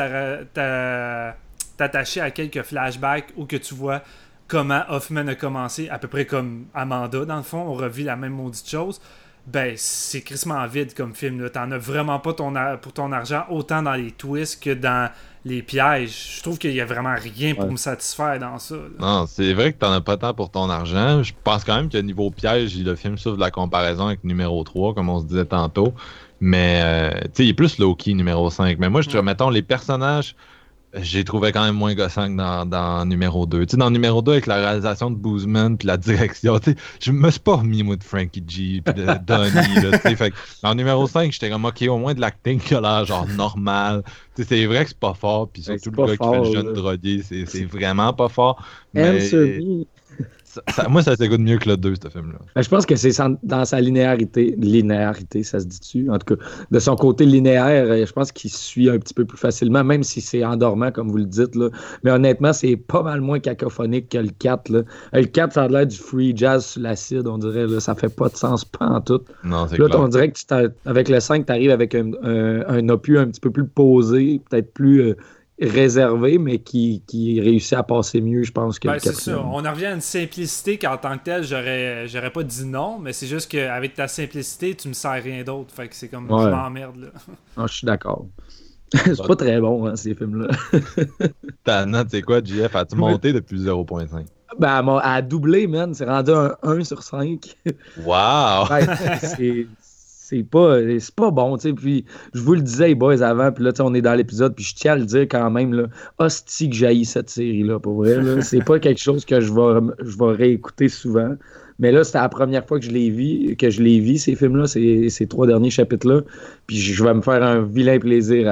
t'attacher à quelques flashbacks où que tu vois comment Hoffman a commencé, à peu près comme Amanda, dans le fond, on revit la même maudite chose. Ben, c'est crissement vide comme film, là. T'en as vraiment pas pour ton argent, autant dans les twists que dans les pièges. Je trouve qu'il y a vraiment rien pour me satisfaire dans ça, là. Non, c'est vrai que t'en as pas tant pour ton argent. Je pense quand même que niveau piège, le film souffre de la comparaison avec numéro 3, comme on se disait tantôt. Mais, tu sais, il est plus low-key numéro 5. Mais moi, mettons, les personnages, j'ai trouvé quand même moins gossant que dans numéro 2. Tu sais, dans numéro 2, avec la réalisation de Boozman puis la direction, tu sais, je me suis pas remis, moi, de Frankie G puis de Donnie, là, tu sais. Fait que dans numéro 5, j'étais comme, OK, au moins de l'acting qui a l'air, genre, normal. Tu sais, c'est vrai que c'est pas fort, puis surtout c'est le pas gars qui fait fort, le jeune là. drogué, c'est vraiment pas fort. Answer Mais me. moi, ça s'écoute mieux que le 2, ce film-là. Ben, je pense que c'est dans sa linéarité, ça se dit-tu? En tout cas, de son côté linéaire, je pense qu'il suit un petit peu plus facilement, même si c'est endormant, comme vous le dites, là. Mais honnêtement, c'est pas mal moins cacophonique que le 4, là. Le 4, ça a l'air du free jazz sur l'acide, on dirait, là. Ça fait pas de sens, pas en tout. Non, c'est Là, clair. on dirait que avec le 5, tu arrives avec un opus un petit peu plus posé, peut-être plus réservé, mais qui réussit à passer mieux, je pense, que Ben, le c'est 4. ça. On en revient à une simplicité qu'en tant que tel, j'aurais pas dit non, mais c'est juste qu'avec ta simplicité, tu me sers rien d'autre. Fait que c'est comme, Ouais. je m'emmerde, là. Ah, je suis d'accord. C'est pas très bon, hein, ces films-là. Ta note, c'est quoi, JF? As-tu monté depuis 0.5? Ben, elle a doublé, man. C'est rendu un 1 sur 5. Wow! Ben, c'est pas bon, tu sais. Puis, je vous le disais, les boys, avant, puis là, tu sais, on est dans l'épisode, puis je tiens à le dire quand même, là. Hostie que j'haïs cette série-là, pour vrai, là. C'est pas quelque chose que je vais réécouter souvent. Mais là, c'était la première fois que je l'ai vu, ces films-là, ces 3 derniers chapitres-là. Puis je vais me faire un vilain plaisir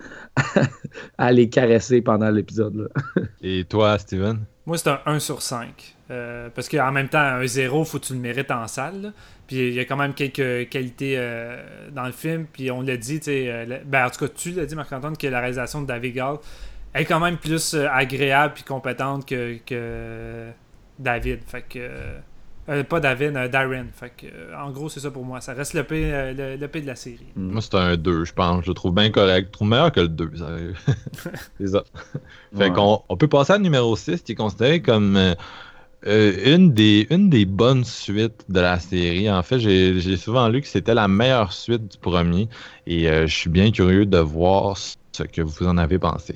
à les caresser pendant l'épisode, là. Et toi, Steven? Moi, c'est un 1 sur 5. Parce qu'en même temps, un 0, faut que tu le mérites en salle, là. Puis il y a quand même quelques qualités dans le film. Puis on l'a dit, tu sais, en tout cas, tu l'as dit, Marc-Antoine, que la réalisation de David Gall est quand même plus agréable puis compétente que David. Fait que. Pas David, Darren. Fait que, en gros, c'est ça pour moi. Ça reste le P de la série. Moi, c'est un 2, je pense. Je le trouve bien correct. Je le trouve meilleur que le 2, sérieux. C'est ça. Fait qu'on peut passer à numéro 6, qui est considéré comme une des bonnes suites de la série. En fait, j'ai souvent lu que c'était la meilleure suite du premier. Et je suis bien curieux de voir ce que vous en avez pensé.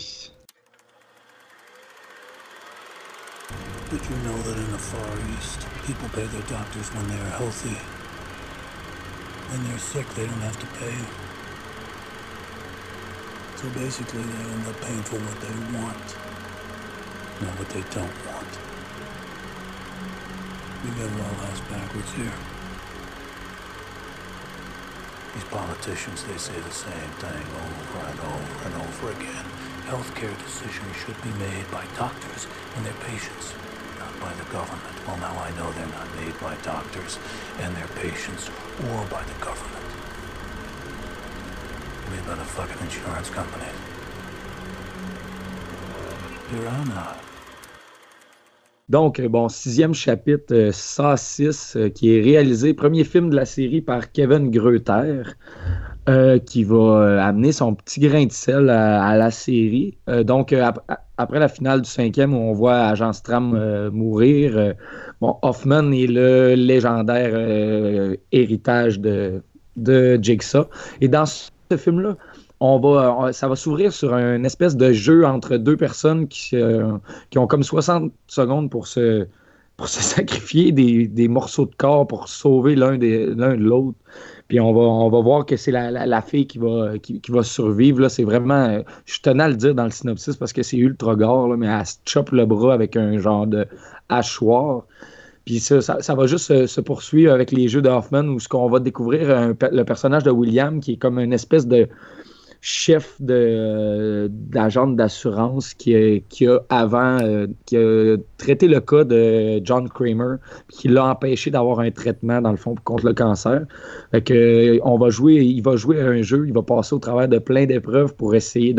Did you know that in the Far East, people pay their doctors when they are healthy? When they're sick, they don't have to pay. So basically, they end up paying for what they want, not what they don't want. We got it all ass backwards here. These politicians, they say the same thing over and over and over again. Healthcare decisions should be made by doctors and their patients, not by the government. Well, now I know they're not made by doctors and their patients or by the government. They're made by the fucking insurance companies. Here I'm not. Donc, bon, 6e chapitre, SA 6, qui est réalisé, premier film de la série par Kevin Greuter, qui va amener son petit grain de sel à la série. Donc, après la finale du 5e, où on voit Agent Stram mourir, bon, Hoffman est le légendaire héritage de Jigsaw. Et dans ce film-là, ça va s'ouvrir sur une espèce de jeu entre deux personnes qui ont comme 60 secondes pour se sacrifier des morceaux de corps pour sauver l'un de l'autre. Puis on va voir que c'est la fille qui va survivre. Là. C'est vraiment... je tenais à le dire dans le synopsis parce que c'est ultra gore, là, mais elle se chope le bras avec un genre de hachoir. Puis ça va juste se poursuivre avec les jeux de Hoffman où ce qu'on va découvrir le personnage de William qui est comme une espèce de chef d'agent d'assurance qui a traité le cas de John Kramer puis qui l'a empêché d'avoir un traitement dans le fond contre le cancer. Fait que il va jouer à un jeu, il va passer au travers de plein d'épreuves pour essayer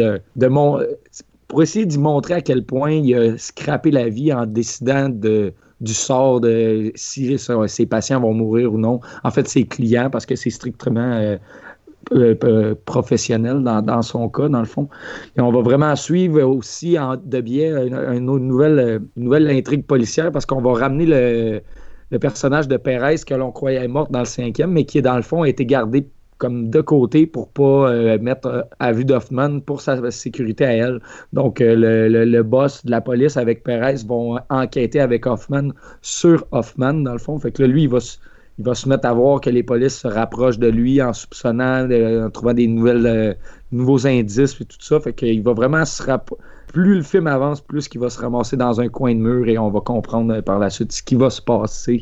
pour essayer d'y montrer à quel point il a scrappé la vie en décidant du sort de si ses patients vont mourir ou non. En fait, ses clients, parce que c'est strictement professionnel dans son cas, dans le fond. Et on va vraiment suivre aussi de biais une nouvelle intrigue policière parce qu'on va ramener le personnage de Perez que l'on croyait morte dans le 5e, mais qui, dans le fond, a été gardé comme de côté pour pas mettre à vue d'Hoffman pour sa sécurité à elle. Donc, le boss de la police avec Perez vont enquêter avec Hoffman sur Hoffman, dans le fond. Fait que là, lui, il va se mettre à voir que les polices se rapprochent de lui en soupçonnant, en trouvant des nouveaux indices et tout ça. Fait qu'il va vraiment plus le film avance, plus qu'il va se ramasser dans un coin de mur et on va comprendre par la suite ce qui va se passer.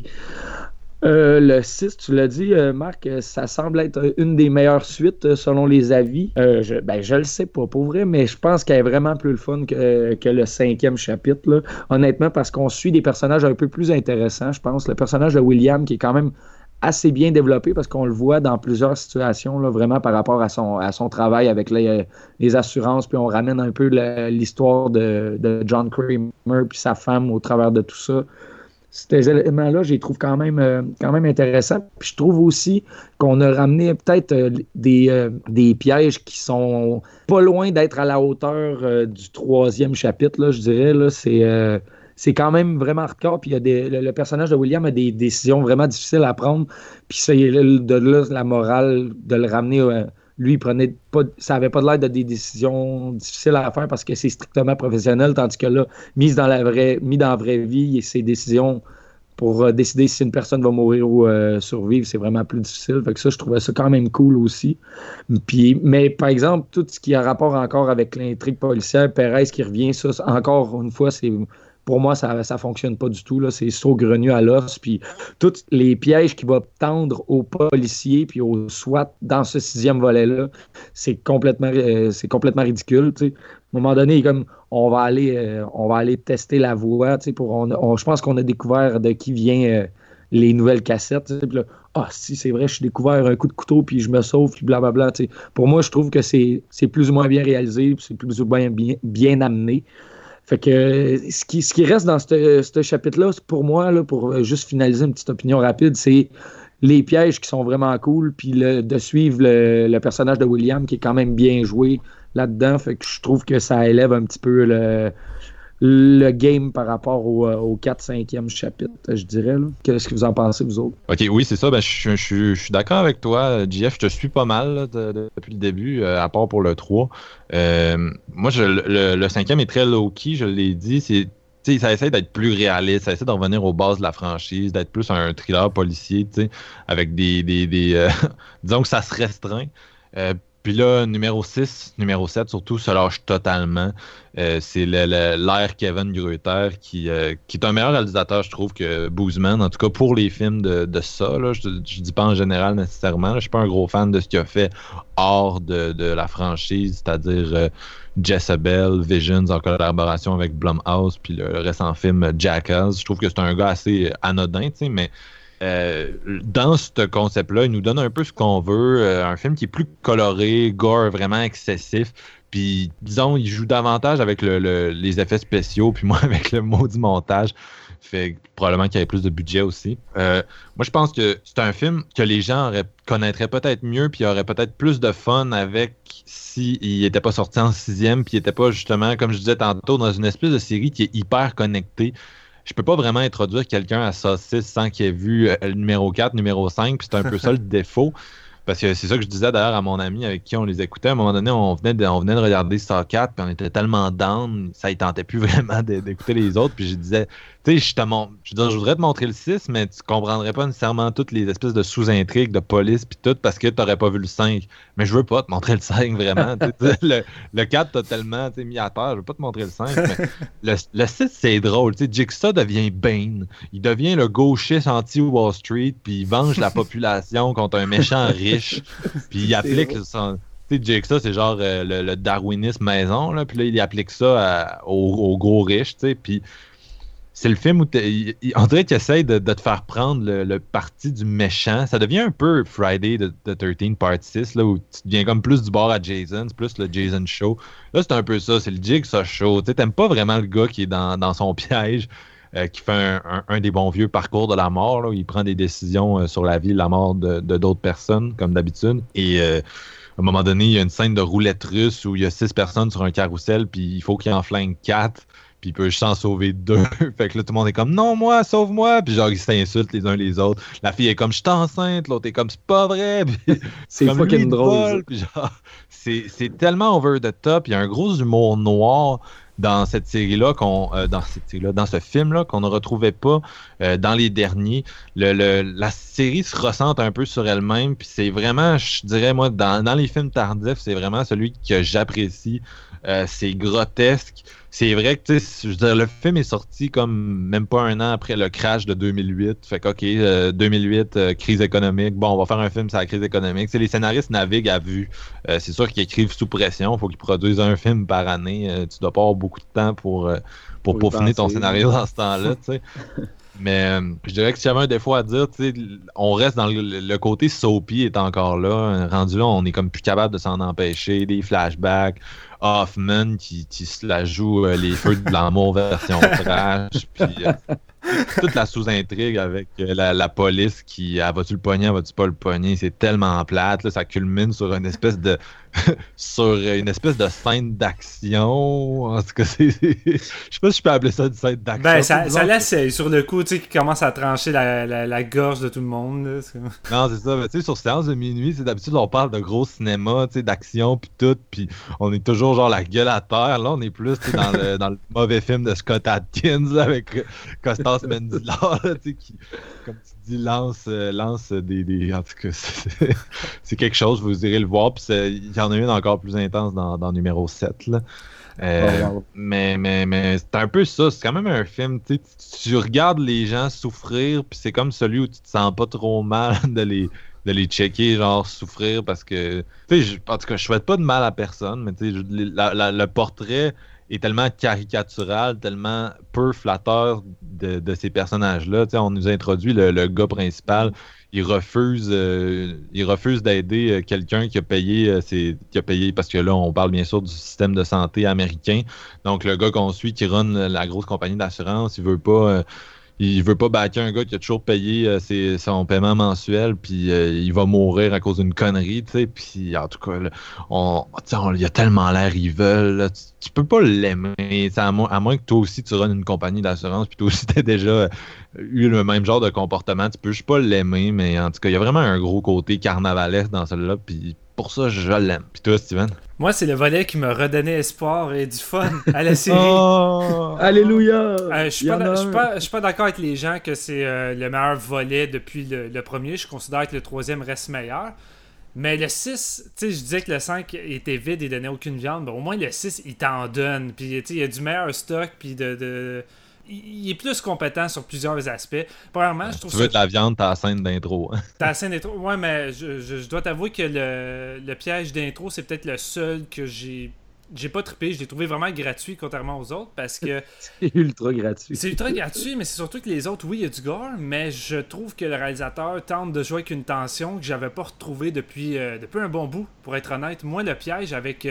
Le 6, tu l'as dit, Marc, ça semble être une des meilleures suites selon les avis. Je le sais pas pour vrai, mais je pense qu'elle est vraiment plus le fun que le 5e chapitre. Là. Honnêtement, parce qu'on suit des personnages un peu plus intéressants, je pense. Le personnage de William qui est quand même assez bien développé parce qu'on le voit dans plusieurs situations, là, vraiment par rapport à son travail avec les assurances, puis on ramène un peu l'histoire de John Kramer puis sa femme au travers de tout ça. Ces éléments-là, je les trouve quand même intéressants. Puis je trouve aussi qu'on a ramené peut-être des pièges qui sont pas loin d'être à la hauteur du 3e chapitre, là, je dirais. Là, c'est quand même vraiment hardcore. Puis le personnage de William a des décisions vraiment difficiles à prendre. Puis c'est de là la morale de le ramener... lui, ça n'avait pas l'air de des décisions difficiles à faire parce que c'est strictement professionnel, tandis que là, mis dans la vraie vie, ses décisions pour décider si une personne va mourir ou survivre, c'est vraiment plus difficile. Fait que ça, je trouvais ça quand même cool aussi. Mais par exemple, tout ce qui a rapport encore avec l'intrigue policière, Perez qui revient, ça, encore une fois, pour moi, ça fonctionne pas du tout. Là. C'est saugrenu à l'os. Puis tous les pièges qu'il va tendre aux policiers puis aux SWAT dans ce 6e volet-là, c'est complètement ridicule. T'sais. À un moment donné, comme on va aller tester la voix. Je pense qu'on a découvert de qui vient les nouvelles cassettes. Puis là, si c'est vrai, je suis découvert un coup de couteau puis je me sauve puis blablabla. Pour moi, je trouve que c'est plus ou moins bien réalisé, c'est plus ou moins bien amené. Fait que ce qui reste dans ce chapitre-là, pour moi, là, pour juste finaliser une petite opinion rapide, c'est les pièges qui sont vraiment cool, puis de suivre le personnage de William qui est quand même bien joué là-dedans. Fait que je trouve que ça élève un petit peu le game par rapport au 4-5e chapitre, je dirais. Là. Qu'est-ce que vous en pensez, vous autres? OK, oui, c'est ça. Je suis d'accord avec toi, JF. Je te suis pas mal là, depuis le début, à part pour le 3. Moi, le 5e est très low-key, je l'ai dit. Ça essaie d'être plus réaliste, ça essaie de revenir aux bases de la franchise, d'être plus un thriller policier, avec des disons que ça se restreint. Puis là, numéro 6, numéro 7 surtout, se lâche totalement. C'est l'ère Kevin Greuter qui est un meilleur réalisateur, je trouve, que Boozman. En tout cas, pour les films de ça. Là, je dis pas en général nécessairement. Là, je suis pas un gros fan de ce qu'il a fait hors de la franchise, c'est-à-dire Jezebel, Visions en collaboration avec Blumhouse, puis le récent film Jackass. Je trouve que c'est un gars assez anodin, tu sais, mais dans ce concept-là, il nous donne un peu ce qu'on veut, un film qui est plus coloré, gore vraiment excessif, puis disons, il joue davantage avec les effets spéciaux, puis moi avec le maudit montage, fait probablement qu'il y avait plus de budget aussi. Moi, je pense que c'est un film que les gens connaîtraient peut-être mieux, puis auraient peut-être plus de fun avec s'il n'était pas sorti en 6e, puis il n'était pas justement, comme je disais tantôt, dans une espèce de série qui est hyper connectée. Je peux pas vraiment introduire quelqu'un à Saucisse sans qu'il ait vu le numéro 4, numéro 5, puis c'est un peu ça le défaut. Parce que c'est ça que je disais d'ailleurs à mon ami avec qui on les écoutait. À un moment donné, on venait de regarder Star 4, puis on était tellement down, ça ne tentait plus vraiment d'écouter les autres. Puis je disais, tu sais, je voudrais te montrer le 6, mais tu comprendrais pas nécessairement toutes les espèces de sous-intrigues de police puis tout, parce que tu n'aurais pas vu le 5. Mais je veux pas te montrer le 5, vraiment. Le 4, t'as tellement mis à terre, je veux pas te montrer le 5. Mais le 6, c'est drôle. Tu sais, Jigsaw devient Bane. Il devient le gauchiste anti-Wall Street, puis il venge la population contre un méchant riche. Puis il applique son... Tu sais, Jigsaw, c'est genre le darwinisme maison, là. Puis là, il applique ça aux gros riches, tu sais. Puis c'est le film où on dirait qu'il essaye de te faire prendre le parti du méchant. Ça devient un peu Friday the 13th Part 6, là, où tu deviens comme plus du bord à Jason. C'est plus le Jason Show. Là, c'est un peu ça. C'est le Jigsaw Show. Tu sais, t'aimes pas vraiment le gars qui est dans son piège, qui fait un des bons vieux parcours de la mort, là, où il prend des décisions sur la vie et la mort de d'autres personnes, comme d'habitude. Et à un moment donné, il y a une scène de roulette russe où il y a 6 personnes sur un carrousel, puis il faut qu'il en flingue 4. Puis il peut juste en sauver 2. Fait que là, tout le monde est comme, non, moi, sauve-moi. Puis genre, ils s'insultent les uns les autres. La fille est comme, je suis enceinte. L'autre est comme, c'est pas vrai. Puis, c'est fucking drôle. Puis genre, c'est tellement over the top. Il y a un gros humour noir dans cette série-là, dans ce film-là, qu'on ne retrouvait pas dans les derniers. La série se ressente un peu sur elle-même. Puis c'est vraiment, je dirais, moi, dans les films tardifs, c'est vraiment celui que j'apprécie. C'est grotesque. C'est vrai que, tu sais, je veux dire, le film est sorti comme même pas un an après le crash de 2008. Fait que, OK, 2008, crise économique. Bon, on va faire un film sur la crise économique. T'sais, les scénaristes naviguent à vue. C'est sûr qu'ils écrivent sous pression. Il faut qu'ils produisent un film par année. Tu dois pas avoir beaucoup de temps pour peaufiner ton scénario dans ce temps-là, tu sais. Mais je dirais que si j'avais un défaut à dire, tu sais, on reste dans le côté soapy est encore là. Rendu là, on est comme plus capable de s'en empêcher. Des flashbacks, Hoffman qui se la joue les feux de l'amour version trash, puis toute la sous-intrigue avec la police qui vas-tu le pogner, vas-tu pas le pogner, c'est tellement plate, là, ça culmine sur une espèce de scène d'action. En tout cas, je sais pas si je peux appeler ça une scène d'action. Ben, ça laisse sur le coup, tu sais, qui commence à trancher la gorge de tout le monde. Là, non, c'est ça. Tu sais, sur Séance de minuit, d'habitude, on parle de gros cinéma, tu sais, d'action, puis tout, puis on est toujours genre la gueule à terre. Là, on est plus dans le mauvais film de Scott Adkins, là, avec Costas Mendila, tu sais, qui, comme tu dis, lance des... En tout cas, c'est quelque chose, vous irez le voir, puis il y en a une encore plus intense dans numéro 7, là. Mais c'est un peu ça, c'est quand même un film, tu regardes les gens souffrir, puis c'est comme celui où tu te sens pas trop mal de les checker, genre souffrir, parce que, en tout cas, je souhaite pas de mal à personne, mais le portrait est tellement caricatural, tellement peu flatteur de ces personnages-là. T'sais, on nous introduit le gars principal, il refuse d'aider quelqu'un qui a payé parce que là, on parle bien sûr du système de santé américain. Donc, le gars qu'on suit qui run la grosse compagnie d'assurance, il veut pas backer un gars qui a toujours payé son paiement mensuel, puis il va mourir à cause d'une connerie, tu sais. Puis en tout cas, là, il a tellement l'air evil, là, tu peux pas l'aimer, à moins que toi aussi tu runs une compagnie d'assurance, puis toi aussi t'as déjà eu le même genre de comportement, tu peux juste pas l'aimer, mais en tout cas, il y a vraiment un gros côté carnavalesque dans celui-là, puis pour ça, je l'aime. Puis toi, Steven? Moi, c'est le volet qui me redonnait espoir et du fun à la série. Oh, alléluia! Je suis pas d'accord avec les gens que c'est le meilleur volet depuis le premier. Je considère que le troisième reste meilleur. Mais le 6, tu sais, je disais que le 5 était vide et donnait aucune viande. Ben, au moins, le 6, il t'en donne. Puis, tu sais, il y a du meilleur stock. Puis, il est plus compétent sur plusieurs aspects. Premièrement, je trouve tu veux de la viande, t'as la scène d'intro. T'as la scène d'intro, ouais, mais je dois t'avouer que le piège d'intro, c'est peut-être le seul que j'ai pas trippé. Je l'ai trouvé vraiment gratuit, contrairement aux autres, parce que... c'est ultra gratuit. C'est ultra gratuit, mais c'est surtout que les autres, oui, il y a du gore, mais je trouve que le réalisateur tente de jouer avec une tension que j'avais pas retrouvée depuis un bon bout, pour être honnête. Moi, le piège avec...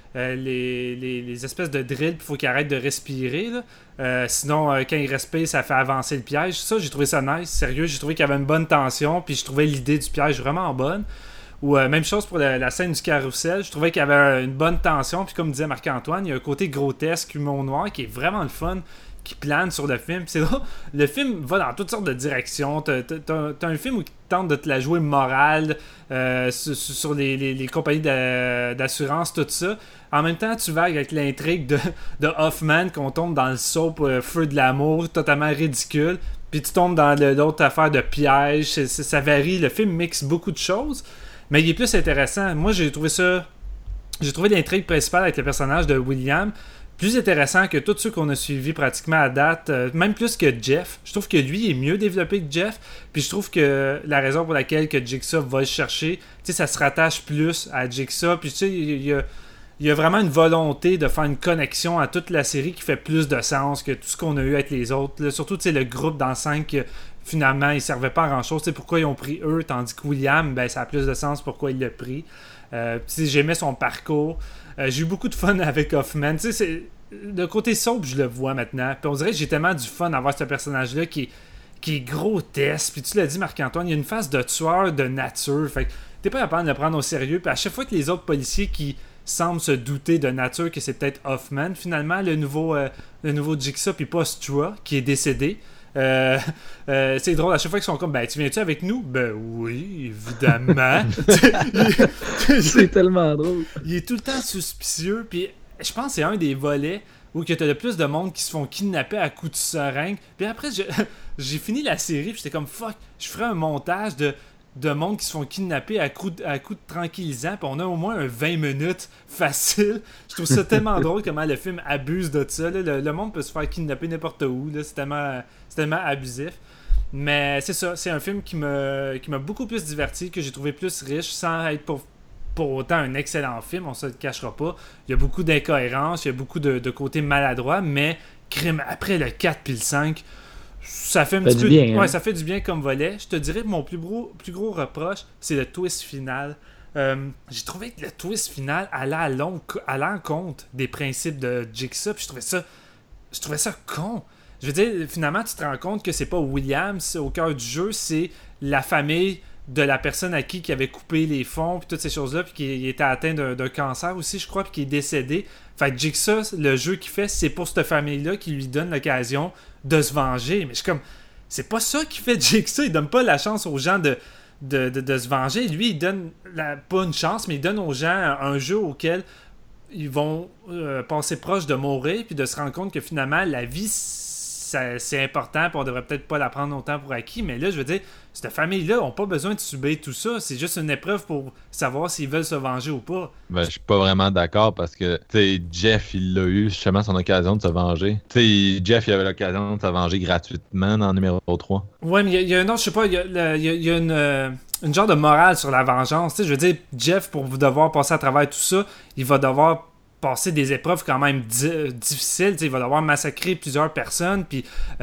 les espèces de drills, il faut qu'ils arrêtent de respirer. Sinon, quand ils respirent, ça fait avancer le piège. Ça, j'ai trouvé ça nice. Sérieux, j'ai trouvé qu'il y avait une bonne tension, puis je trouvais l'idée du piège vraiment bonne. Ou même chose pour la scène du carrousel. Je trouvais qu'il y avait une bonne tension, puis comme disait Marc-Antoine, il y a un côté grotesque, humour noir, qui est vraiment le fun, qui plane sur le film. Puis c'est drôle, le film va dans toutes sortes de directions. T'as un film où il tente de te la jouer morale sur les compagnies d'assurance, tout ça. En même temps, tu vagues avec l'intrigue de Hoffman, qu'on tombe dans le soap Feu de l'amour, totalement ridicule. Puis tu tombes dans l'autre affaire de piège. Ça varie. Le film mixe beaucoup de choses, mais il est plus intéressant. Moi, j'ai trouvé l'intrigue principale avec le personnage de William plus intéressant que tous ceux qu'on a suivis pratiquement à date, même plus que Jeff. Je trouve que lui est mieux développé que Jeff, puis je trouve que la raison pour laquelle que Jigsaw va le chercher, tu sais, ça se rattache plus à Jigsaw, puis tu sais, il y a vraiment une volonté de faire une connexion à toute la série qui fait plus de sens que tout ce qu'on a eu avec les autres. Là, surtout, tu sais, le groupe dans 5, finalement, il servait pas à grand-chose. Tu sais, pourquoi ils ont pris eux, tandis que William, ben, ça a plus de sens pourquoi il l'a pris. J'aimais son parcours. J'ai eu beaucoup de fun avec Hoffman. Tu sais, le côté soap, je le vois maintenant. Puis on dirait que j'ai tellement du fun à voir ce personnage-là qui est grotesque. Puis tu l'as dit, Marc-Antoine, il y a une face de tueur de nature. Fait que t'es pas capable de le prendre au sérieux. Puis à chaque fois que les autres policiers qui semblent se douter de nature que c'est peut-être Hoffman, finalement, le nouveau Jigsaw, puis pas Straw, qui est décédé. C'est drôle, à chaque fois qu'ils sont comme, ben, tu viens-tu avec nous? Ben oui, évidemment. C'est tellement drôle. Il est tout le temps suspicieux, puis je pense que c'est un des volets où tu as le plus de monde qui se font kidnapper à coups de seringue. Puis après, j'ai fini la série, puis j'étais comme, fuck, je ferais un montage de monde qui se font kidnapper à coups de tranquillisant, puis on a au moins un 20 minutes facile. Je trouve ça tellement drôle comment le film abuse de ça. Là. Le monde peut se faire kidnapper n'importe où. Là. C'est tellement abusif. Mais c'est ça, c'est un film qui m'a beaucoup plus diverti, que j'ai trouvé plus riche, sans être pour autant un excellent film, on se le cachera pas. Il y a beaucoup d'incohérences, il y a beaucoup de côtés maladroits, mais crime, après le 4 puis le 5, ça fait un petit peu bien, hein? Ouais, ça fait du bien comme volet. Je te dirais que mon plus gros reproche, c'est le twist final. J'ai trouvé que le twist final allait à l'encontre des principes de Jigsaw, puis je trouvais ça con. Je veux dire, finalement, tu te rends compte que c'est pas Williams au cœur du jeu, c'est la famille de la personne à qui avait coupé les fonds, puis toutes ces choses-là, puis qui était atteint d'un cancer aussi, je crois, puis qui est décédé. Fait que Jigsaw, le jeu qu'il fait, c'est pour cette famille-là qui lui donne l'occasion de se venger. Mais je suis comme, c'est pas ça qui fait Jigsaw. Il donne pas la chance aux gens de se venger. Lui, il donne pas une chance, mais il donne aux gens un jeu auquel ils vont passer proche de mourir, puis de se rendre compte que finalement, la vie, c'est important, puis on devrait peut-être pas la prendre autant pour acquis, mais là, je veux dire, cette famille-là n'a pas besoin de subir tout ça. C'est juste une épreuve pour savoir s'ils veulent se venger ou pas. Ben, je suis pas vraiment d'accord parce que, tu sais, Jeff, il l'a eu justement son occasion de se venger. Tu sais, Jeff, il avait l'occasion de se venger gratuitement dans le numéro 3. Ouais, mais il y a un autre, je sais pas, il y a une genre de morale sur la vengeance. Tu sais, je veux dire, Jeff, pour devoir passer à travers tout ça, il va devoir passer des épreuves quand même difficiles. Tu sais, il va devoir massacrer plusieurs personnes, puis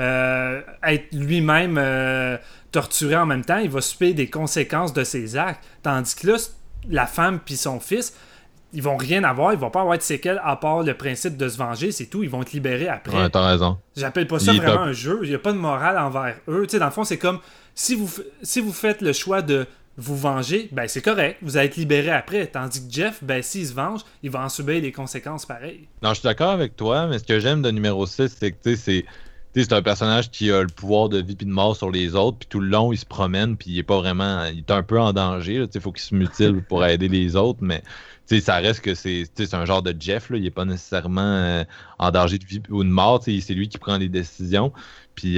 être lui-même torturé en même temps. Il va subir des conséquences de ses actes. Tandis que là, la femme puis son fils, ils vont rien avoir. Ils vont pas avoir de séquelles à part le principe de se venger. C'est tout. Ils vont être libérés après. Ouais, t'as raison. J'appelle pas ça vraiment un jeu. Il n'y a pas de morale envers eux. Tu sais, dans le fond, c'est comme si vous faites le choix de vous venger, ben c'est correct, vous allez être libéré après. Tandis que Jeff, ben s'il se venge, il va en subir les conséquences pareilles. Non, je suis d'accord avec toi, mais ce que j'aime de numéro 6, c'est que c'est un personnage qui a le pouvoir de vie et de mort sur les autres, puis tout le long, il se promène, puis il est un peu en danger. Il faut qu'il se mutile pour aider les autres, mais ça reste que c'est un genre de Jeff, là, il n'est pas nécessairement en danger de vie ou de mort, c'est lui qui prend les décisions. Puis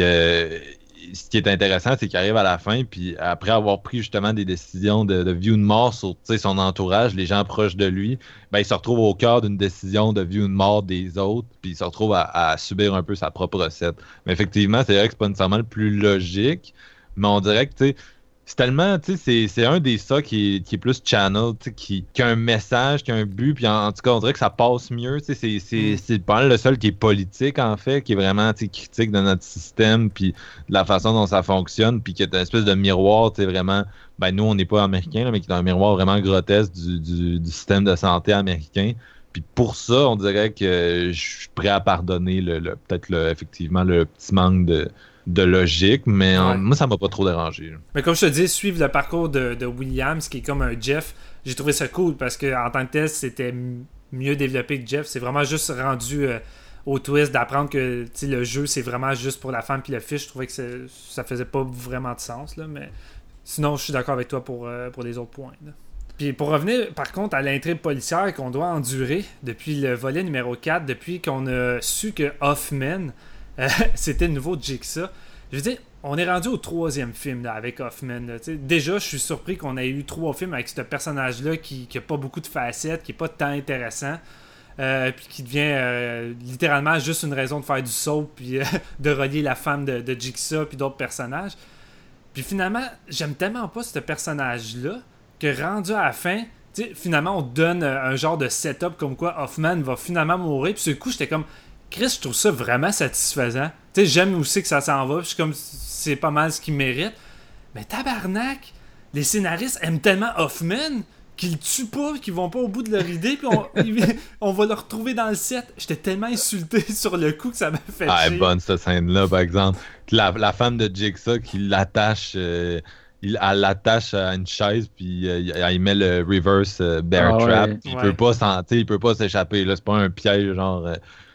ce qui est intéressant, c'est qu'il arrive à la fin, puis après avoir pris justement des décisions de vie ou de mort sur son entourage, les gens proches de lui, ben, il se retrouve au cœur d'une décision de vie ou de mort des autres, puis il se retrouve à subir un peu sa propre recette. Mais effectivement, c'est vrai que c'est pas nécessairement le plus logique, mais on dirait que c'est tellement, c'est un des ça qui est plus channel, qui a un message, qui a un but, puis en tout cas, on dirait que ça passe mieux, c'est pas mal le seul qui est politique, en fait, qui est vraiment, critique de notre système, puis de la façon dont ça fonctionne, puis qui est une espèce de miroir, vraiment, ben nous, on n'est pas américains, là, mais qui est un miroir vraiment grotesque du système de santé américain. Puis pour ça, on dirait que je suis prêt à pardonner peut-être effectivement le petit manque de logique, mais moi, ça m'a pas trop dérangé. Mais comme je te dis, suivre le parcours de Williams, qui est comme un Jeff, j'ai trouvé ça cool, parce qu'en tant que tel, c'était mieux développé que Jeff. C'est vraiment juste rendu au twist, d'apprendre que tu sais, le jeu c'est vraiment juste pour la femme puis le fils. Je trouvais que ça faisait pas vraiment de sens, là, mais sinon je suis d'accord avec toi pour les autres points, là. Puis pour revenir par contre à l'intrigue policière qu'on doit endurer depuis le volet numéro 4, depuis qu'on a su que Hoffman c'était le nouveau Jigsaw, je veux dire, on est rendu au 3e film là, avec Hoffman. Là, déjà, je suis surpris qu'on ait eu 3 films avec ce personnage-là qui a pas beaucoup de facettes, qui est pas tant intéressant, puis qui devient littéralement juste une raison de faire du soap, puis de relier la femme de Jigsaw, puis d'autres personnages. Puis finalement, j'aime tellement pas ce personnage-là que rendu à la fin, finalement, on donne un genre de setup comme quoi Hoffman va finalement mourir. Puis ce coup, j'étais comme, Chris, je trouve ça vraiment satisfaisant. J'aime aussi que ça s'en va. Puis je suis comme, c'est pas mal ce qu'il mérite. Mais tabarnak, les scénaristes aiment tellement Hoffman qu'ils le tuent pas, qu'ils vont pas au bout de leur idée. Puis on va le retrouver dans le set. J'étais tellement insulté sur le coup que ça m'a fait chier. Ah, elle est bonne cette scène-là, par exemple. La femme de Jigsaw qui l'attache. Elle l'attache à une chaise, puis il met le reverse bear trap. Ouais. Il peut pas s'échapper. Là, c'est pas un piège, genre.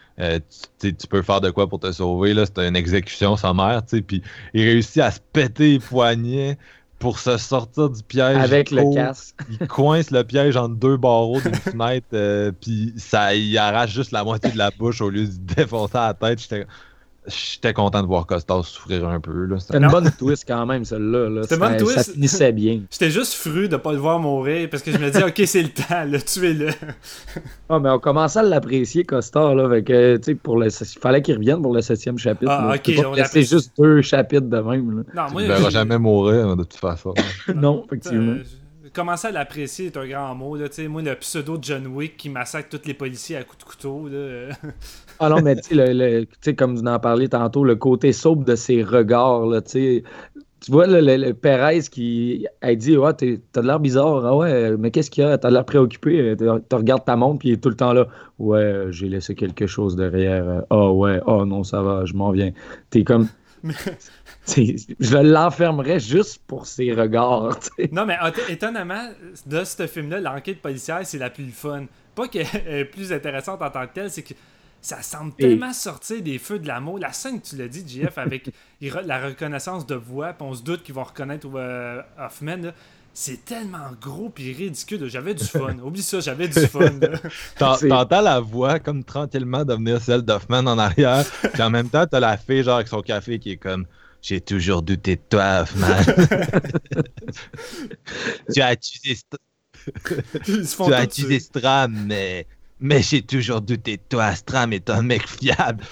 Tu peux faire de quoi pour te sauver. Là, c'est une exécution sommaire. Puis il réussit à se péter les poignets pour se sortir du piège. Avec le casque. Il coince le piège entre 2 barreaux d'une fenêtre, puis il arrache juste la moitié de la bouche au lieu de défoncer la tête. J'étais content de voir Costas souffrir un peu. Là. C'était une bonne twist quand même, celle-là. Là. C'était une bonne twist. Ça finissait bien. J'étais juste fru de pas le voir mourir parce que je me dis, ok, c'est le temps, là, tuez-le. Mais on commençait à l'apprécier, Costas. Là, avec, il fallait qu'il revienne pour le 7e chapitre. Ah, là. ok. C'est juste 2 chapitres de même. Là. Non, moi, Il ne verra jamais mourir, de toute façon. Non, effectivement. Commencer à l'apprécier est un grand mot. Là, moi, le pseudo de John Wick qui massacre tous les policiers à coups de couteau. Là. Ah non, mais tu sais, comme vous en parliez tantôt, le côté sobre de ses regards, là, tu vois le Perez qui a dit ouais, t'as de l'air bizarre, ah ouais, mais qu'est-ce qu'il y a? T'as de l'air préoccupé, tu regardes ta montre, puis il est tout le temps là. Ouais, j'ai laissé quelque chose derrière. Ah ouais, oh non, ça va, je m'en viens. T'es comme. Je l'enfermerais juste pour ses regards. T'sais. Non, mais étonnamment, de ce film-là, l'enquête policière, c'est la plus fun. Pas qu'elle est plus intéressante en tant que telle, c'est que ça semble tellement sortir des feux de l'amour. La scène que tu l'as dit, JF, avec la reconnaissance de voix, puis on se doute qu'ils vont reconnaître Hoffman, là, c'est tellement gros puis ridicule. J'avais du fun. Oublie ça, j'avais du fun. T'entends la voix comme tranquillement devenir celle d'Hoffman en arrière, puis en même temps, t'as la fille genre avec son café qui est comme « J'ai toujours douté de toi, Hoffman. » Tu as accusé Stram, mais j'ai toujours douté de toi. Stram est un mec fiable.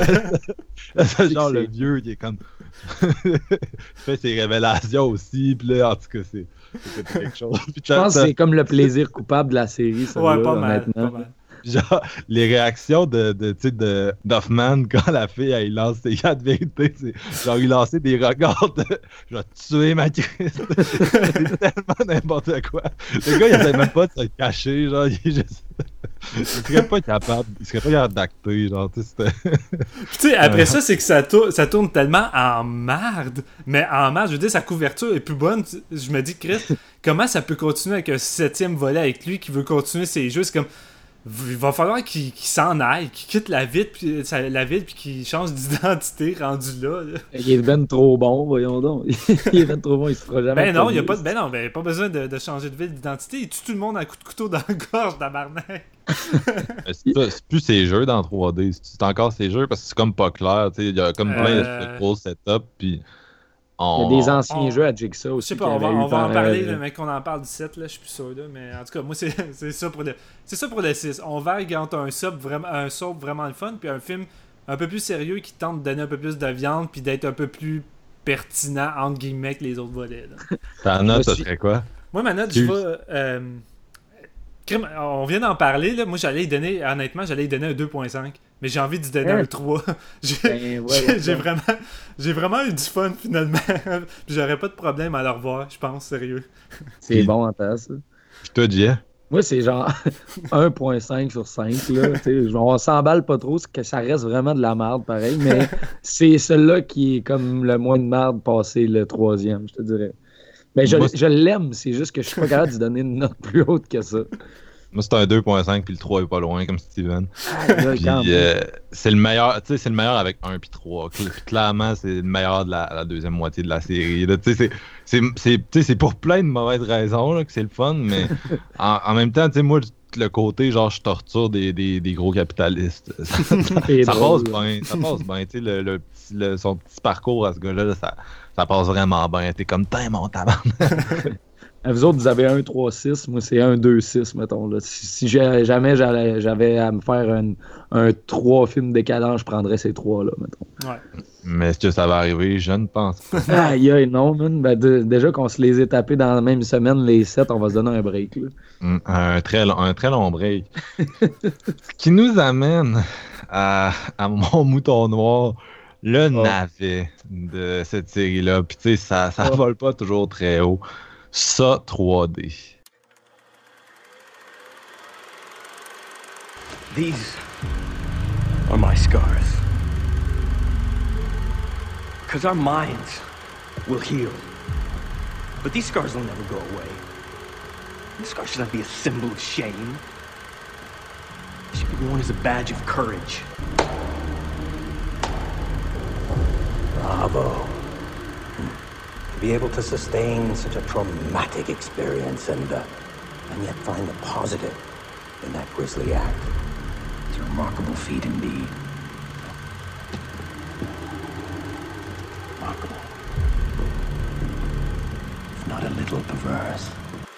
Genre le vieux, il est comme... il fait ses révélations aussi, puis là, en tout cas, c'est quelque chose. Je pense que c'est comme le plaisir coupable de la série, ça. Ouais, pas mal. Genre, les réactions d'Hoffman quand la fille, elle lance ses gars de vérité, c'est genre, il lançait des regards de « Je vais te tuer, ma Christ! » C'est tellement n'importe quoi. Le gars, il essaie même pas de se cacher, genre, il est juste... Il serait pas capable d'acter, genre, tu sais, après ça, c'est que ça tourne tellement en merde, mais en merde, je veux dire, sa couverture est plus bonne. Je me dis, Chris, comment ça peut continuer avec un 7e volet avec lui qui veut continuer ses jeux? C'est comme... Il va falloir qu'il s'en aille, qu'il quitte la ville puis qu'il change d'identité rendu là. Il est ben trop bon, voyons donc. Il est ben trop bon, il se fera jamais. Ben non, il n'y a pas besoin de changer de ville d'identité. Il tue tout le monde à coup de couteau dans la gorge, tabarnak. C'est plus ses jeux dans 3D, c'est encore ses jeux parce que c'est comme pas clair. Il y a comme plein de gros setups. Puis il y a des anciens jeux à Jigsaw aussi. Je sais pas, on va en parler, mais qu'on en parle du 7, là, je suis plus sûr. Là, mais en tout cas, moi, c'est ça pour le 6. On vague entre un soap vraiment le fun, puis un film un peu plus sérieux qui tente de donner un peu plus de viande, puis d'être un peu plus pertinent, entre guillemets, que les autres volets. Ta note, ça serait quoi? Moi, ma note, je vais... on vient d'en parler, là. Moi, j'allais y donner un 2.5. Mais j'ai envie d'y donner un 3. J'ai vraiment eu du fun, finalement. Puis j'aurais pas de problème à le revoir, je pense, sérieux. C'est bon en temps, ça. Puis toi, Jay? Moi, c'est genre 1.5 sur 5. Là, on s'emballe pas trop, que ça reste vraiment de la merde, pareil. Mais c'est celui-là qui est comme le moins de merde passé le 3e, je te dirais. Mais je l'aime, c'est juste que je suis pas capable de donner une note plus haute que ça. Moi, c'est un 2.5, puis le 3 est pas loin, comme Steven. Puis, quand même. c'est le meilleur, tu sais, c'est le meilleur avec 1 puis 3. Clairement, c'est le meilleur de la deuxième moitié de la série. Là. Tu sais, c'est pour plein de mauvaises raisons là, que c'est le fun, mais en même temps, tu sais, moi, le côté, genre, je torture des gros capitalistes. Ça passe bien, ça passe bien. Tu sais, son petit parcours à ce gars-là, là, ça passe vraiment bien. T'es comme, t'es mon tabarnak. Vous autres, vous avez un 3-6, moi c'est un 2-6, mettons. Là. Si jamais j'avais à me faire un 3 films décadents, je prendrais ces 3-là, mettons. Ouais. Mais est-ce que ça va arriver? Je ne pense pas. Aïe, non, man. Ben, déjà qu'on se les ait tapés dans la même semaine, les 7, on va se donner un break. Là. Un très long break. Ce qui nous amène à mon mouton noir, le navet de cette série-là. Puis tu sais, ça vole pas toujours très haut. Ça, 3D. These are my scars. Because our minds will heal. But these scars will never go away. These scars should not be a symbol of shame. They should be worn as a badge of courage. Bravo. To be able to sustain such a traumatic experience and yet find the positive in that grisly act. It's a remarkable feat indeed. Remarkable. If not a little perverse.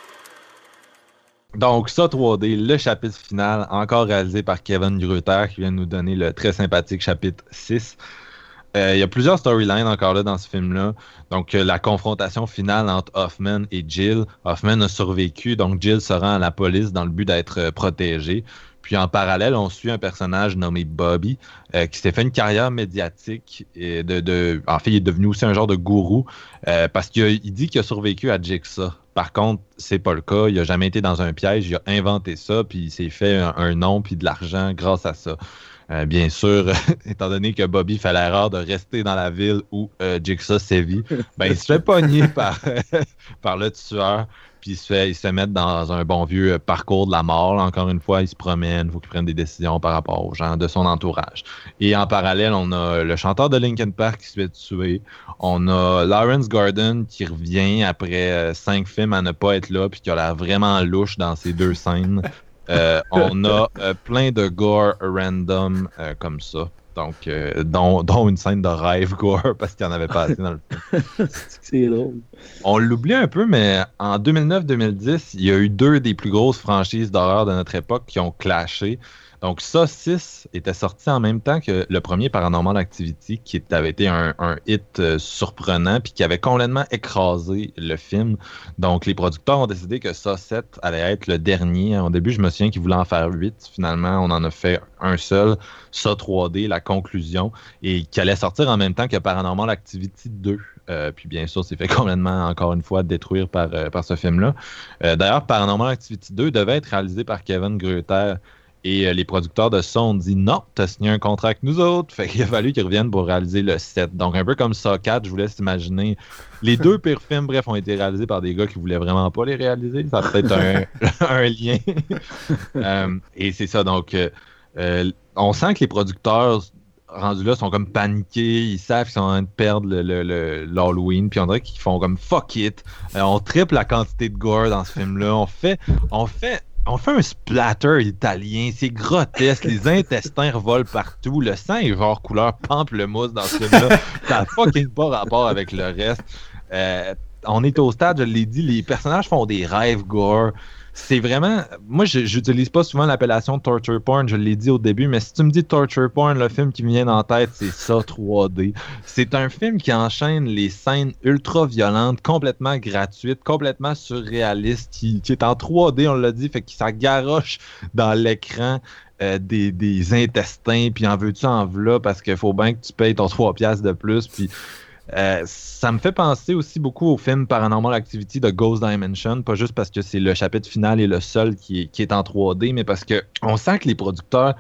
Donc, ça, 3D, le chapitre final, encore réalisé par Kevin Grutter, qui vient nous donner le très sympathique chapitre 6. Il y a plusieurs storylines encore là dans ce film-là. Donc, la confrontation finale entre Hoffman et Jill. Hoffman a survécu, donc Jill se rend à la police dans le but d'être protégée. Puis en parallèle, on suit un personnage nommé Bobby qui s'est fait une carrière médiatique. Et en fait, il est devenu aussi un genre de gourou parce qu'il dit qu'il a survécu à Jigsaw. Par contre, c'est pas le cas. Il a jamais été dans un piège. Il a inventé ça, puis il s'est fait un nom puis de l'argent grâce à ça. Bien sûr, étant donné que Bobby fait l'erreur de rester dans la ville où Jigsaw sévit, ben, il se fait pogner par le tueur, puis il se fait mettre dans un bon vieux parcours de la mort. Là, encore une fois, il se promène, il faut qu'il prenne des décisions par rapport aux gens de son entourage. Et en parallèle, on a le chanteur de Linkin Park qui se fait tuer. On a Lawrence Gordon qui revient après 5 films à ne pas être là, puis qui a l'air vraiment louche dans ces 2 scènes. On a plein de gore random comme ça. Donc, dont une scène de rêve gore parce qu'il n'y en avait pas assez dans le film. C'est drôle. On l'oublie un peu, mais en 2009-2010, il y a eu 2 des plus grosses franchises d'horreur de notre époque qui ont clashé. Donc, ça, 6 était sorti en même temps que le premier Paranormal Activity, qui avait été un hit surprenant, puis qui avait complètement écrasé le film. Donc, les producteurs ont décidé que ça, 7 allait être le dernier. Au début, je me souviens qu'ils voulaient en faire 8. Finalement, on en a fait un seul, ça 3D, la conclusion, et qui allait sortir en même temps que Paranormal Activity 2. Puis bien sûr, c'est fait complètement, encore une fois, détruire par ce film-là. D'ailleurs, Paranormal Activity 2 devait être réalisé par Kevin Grutter. Et les producteurs de ça ont dit non, t'as signé un contrat avec nous autres. Fait qu'il a fallu qu'ils reviennent pour réaliser le 7. Donc un peu comme ça 4, je vous laisse imaginer. Les 2 pires films, bref, ont été réalisés par des gars qui voulaient vraiment pas les réaliser. Ça a peut-être un lien. Et c'est ça, donc on sent que les producteurs rendus là sont comme paniqués, ils savent qu'ils sont en train de perdre l'Halloween, puis on dirait qu'ils font comme fuck it. On triple la quantité de gore dans ce film-là. On fait un splatter italien, c'est grotesque, les intestins revolent partout, le sang est genre couleur pamplemousse dans ce film-là, ça n'a fucking pas rapport avec le reste. On est au stade, je l'ai dit, les personnages font des rêves gore. C'est vraiment... Moi, j'utilise pas souvent l'appellation torture porn, je l'ai dit au début, mais si tu me dis torture porn, le film qui me vient en tête, c'est ça, 3D. C'est un film qui enchaîne les scènes ultra violentes, complètement gratuites, complètement surréalistes, qui est en 3D, on l'a dit, fait que ça garoche dans l'écran des intestins, puis en veux-tu en v'là, parce qu'il faut bien que tu payes ton 3$ de plus, puis... ça me fait penser aussi beaucoup au film Paranormal Activity de Ghost Dimension, pas juste parce que c'est le chapitre final et le seul qui est en 3D, mais parce que on sent que les producteurs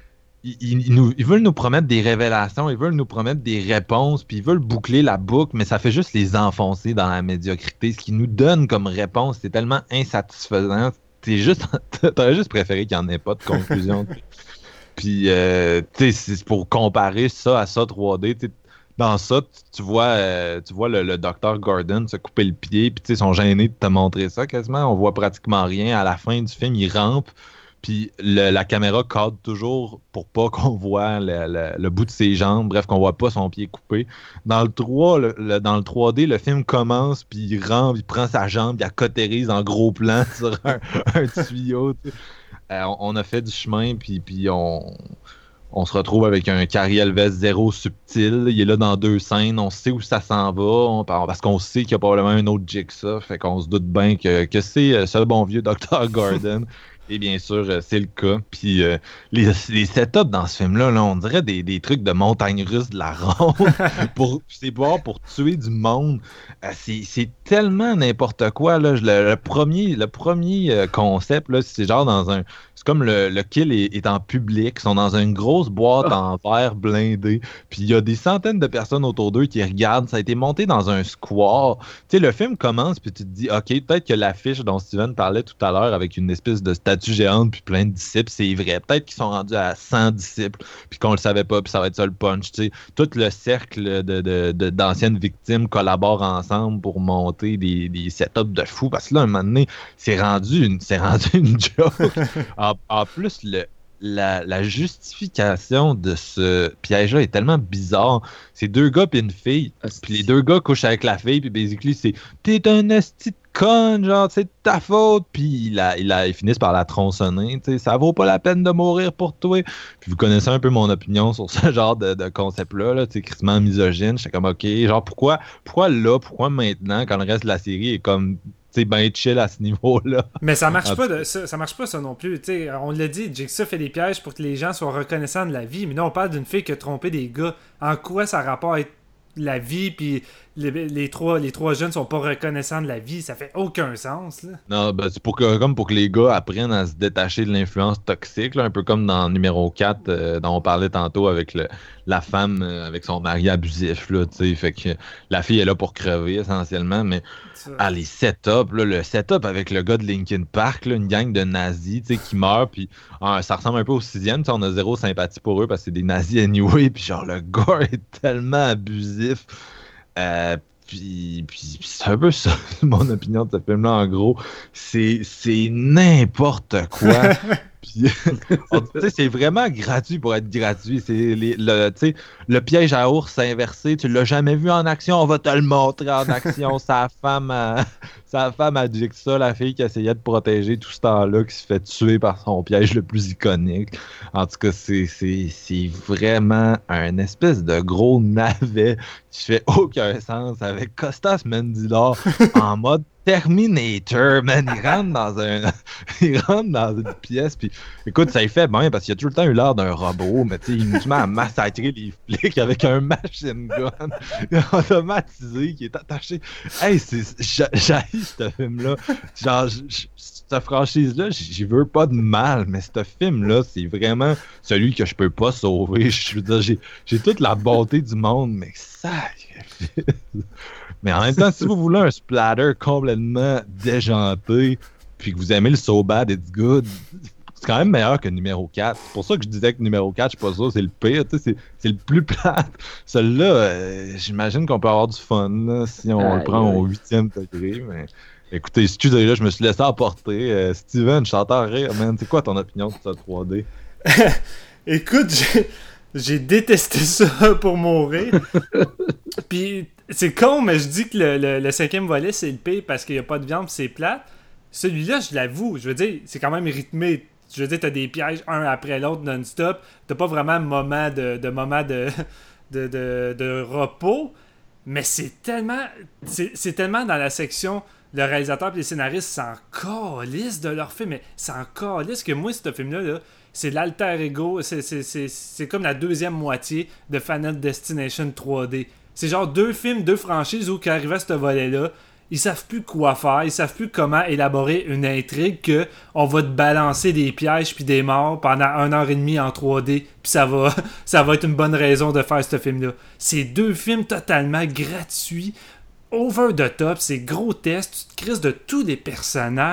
ils veulent nous promettre des révélations, ils veulent nous promettre des réponses, puis ils veulent boucler la boucle, mais ça fait juste les enfoncer dans la médiocrité. Ce qu'ils nous donnent comme réponse, c'est tellement insatisfaisant. t'aurais juste préféré qu'il n'y en ait pas de conclusion. Puis, tu sais, c'est pour comparer ça à ça 3D, tu sais, dans ça, tu vois le Dr. Gordon se couper le pied, puis tu sais, ils sont gênés de te montrer ça quasiment. On voit pratiquement rien. À la fin du film, il rampe, puis la caméra cadre toujours pour pas qu'on voit le bout de ses jambes, bref, qu'on voit pas son pied coupé. Dans le 3, dans le 3D, le film commence, puis il rampe, il prend sa jambe, il accotérise en gros plan sur un tuyau. Tu sais. On a fait du chemin, puis on se retrouve avec un Cary Elwes zéro subtil. Il est là dans 2 scènes. On sait où ça s'en va. Parce qu'on sait qu'il y a probablement un autre Jigsaw. Fait qu'on se doute bien que c'est ce bon vieux Dr. Gordon. Et bien sûr, c'est le cas. Puis les setups dans ce film-là, là, on dirait des trucs de montagne russe de la ronde. C'est pour tuer du monde. C'est tellement n'importe quoi. Là. Le premier concept, là, c'est genre dans un... C'est comme le kill est en public. Ils sont dans une grosse boîte en verre blindée. Puis il y a des centaines de personnes autour d'eux qui regardent. Ça a été monté dans un square. Tu sais, le film commence, puis tu te dis, OK, peut-être que l'affiche dont Steven parlait tout à l'heure avec une espèce de statue géante puis plein de disciples, c'est vrai. Peut-être qu'ils sont rendus à 100 disciples puis qu'on le savait pas, puis ça va être ça le punch. Tu sais. Tout le cercle d'anciennes victimes collaborent ensemble pour monter des setups de fou. Parce que là, un moment donné, c'est rendu une joke. En plus, la justification de ce piège-là est tellement bizarre. C'est 2 gars puis une fille. Puis les 2 gars couchent avec la fille. Puis basically, c'est « T'es un esti de conne, genre, c'est de ta faute. » Puis ils finissent par la tronçonner. Tu sais, ça vaut pas la peine de mourir pour toi. Puis vous connaissez un peu mon opinion sur ce genre de concept-là. Là, tu sais, crissement misogyne. J'étais comme « OK, genre, pourquoi là? Pourquoi maintenant, quand le reste de la série est comme... » C'est bien chill à ce niveau-là. Mais ça marche pas ça marche pas ça non plus. T'sais, on l'a dit, Jigsaw fait des pièges pour que les gens soient reconnaissants de la vie. Mais là, on parle d'une fille qui a trompé des gars. En quoi ça rapporte avec la vie, puis les trois jeunes sont pas reconnaissants de la vie? Ça fait aucun sens, là. Non, ben, c'est pour que les gars apprennent à se détacher de l'influence toxique, là, un peu comme dans numéro 4 dont on parlait tantôt avec la femme avec son mari abusif, là, tu sais, fait que la fille est là pour crever essentiellement, mais les setups, là, le setup avec le gars de Linkin Park, là, une gang de nazis, tu sais, qui meurt, puis ça ressemble un peu au 6e, on a zéro sympathie pour eux parce que c'est des nazis anyway, puis genre le gore est tellement abusif. Puis c'est un peu ça, mon opinion de ce film-là, en gros. C'est n'importe quoi. Puis, c'est vraiment gratuit pour être gratuit. C'est le piège à ours inversé, tu l'as jamais vu en action, on va te le montrer en action. Sa femme a dit que ça, la fille qui essayait de protéger tout ce temps-là, qui se fait tuer par son piège le plus iconique. En tout cas, c'est vraiment un espèce de gros navet qui fait aucun sens avec Costas Mandylor en mode Terminator, man. Il rentre dans une pièce, puis écoute, ça y fait bien parce qu'il a tout le temps eu l'air d'un robot, mais tu sais, il nous met à massacrer les flics avec un machine gun automatisé qui est attaché. Hey, j'haïs ce film-là. Genre, cette franchise-là, j'y veux pas de mal, mais ce film-là, c'est vraiment celui que je peux pas sauver. Je veux dire, j'ai toute la bonté du monde, mais ça. Mais en même temps, si vous voulez un splatter complètement déjanté, puis que vous aimez le So Bad It's Good, c'est quand même meilleur que numéro 4. C'est pour ça que je disais que numéro 4, je suis pas sûr, c'est le pire. C'est le plus plate. Celui-là, j'imagine qu'on peut avoir du fun là, si on le prend au 8e degré. Mais écoutez, excusez-moi, je me suis laissé emporter. Steven, je t'entends rire, man. C'est quoi ton opinion de ça 3D? Écoute, j'ai détesté ça pour mourir. Puis c'est con, mais je dis que le 5e volet, c'est le pire parce qu'il n'y a pas de viande, c'est plate. Celui-là, je l'avoue, je veux dire, c'est quand même rythmé. Je veux dire, t'as des pièges un après l'autre non-stop. T'as pas vraiment moment de repos. Mais c'est tellement dans la section le réalisateur et les scénaristes s'en calissent de leur film. Mais s'en calissent que moi, ce film-là, là, c'est l'alter ego. C'est comme la deuxième moitié de Final Destination 3D. C'est genre 2 films, 2 franchises où, quand arrive à ce volet-là, ils savent plus quoi faire, ils savent plus comment élaborer une intrigue, que on va te balancer des pièges puis des morts pendant 1h30 en 3D, puis ça va être une bonne raison de faire ce film-là. C'est 2 films totalement gratuits, over the top, c'est grotesque, tu te crises de tous les personnages,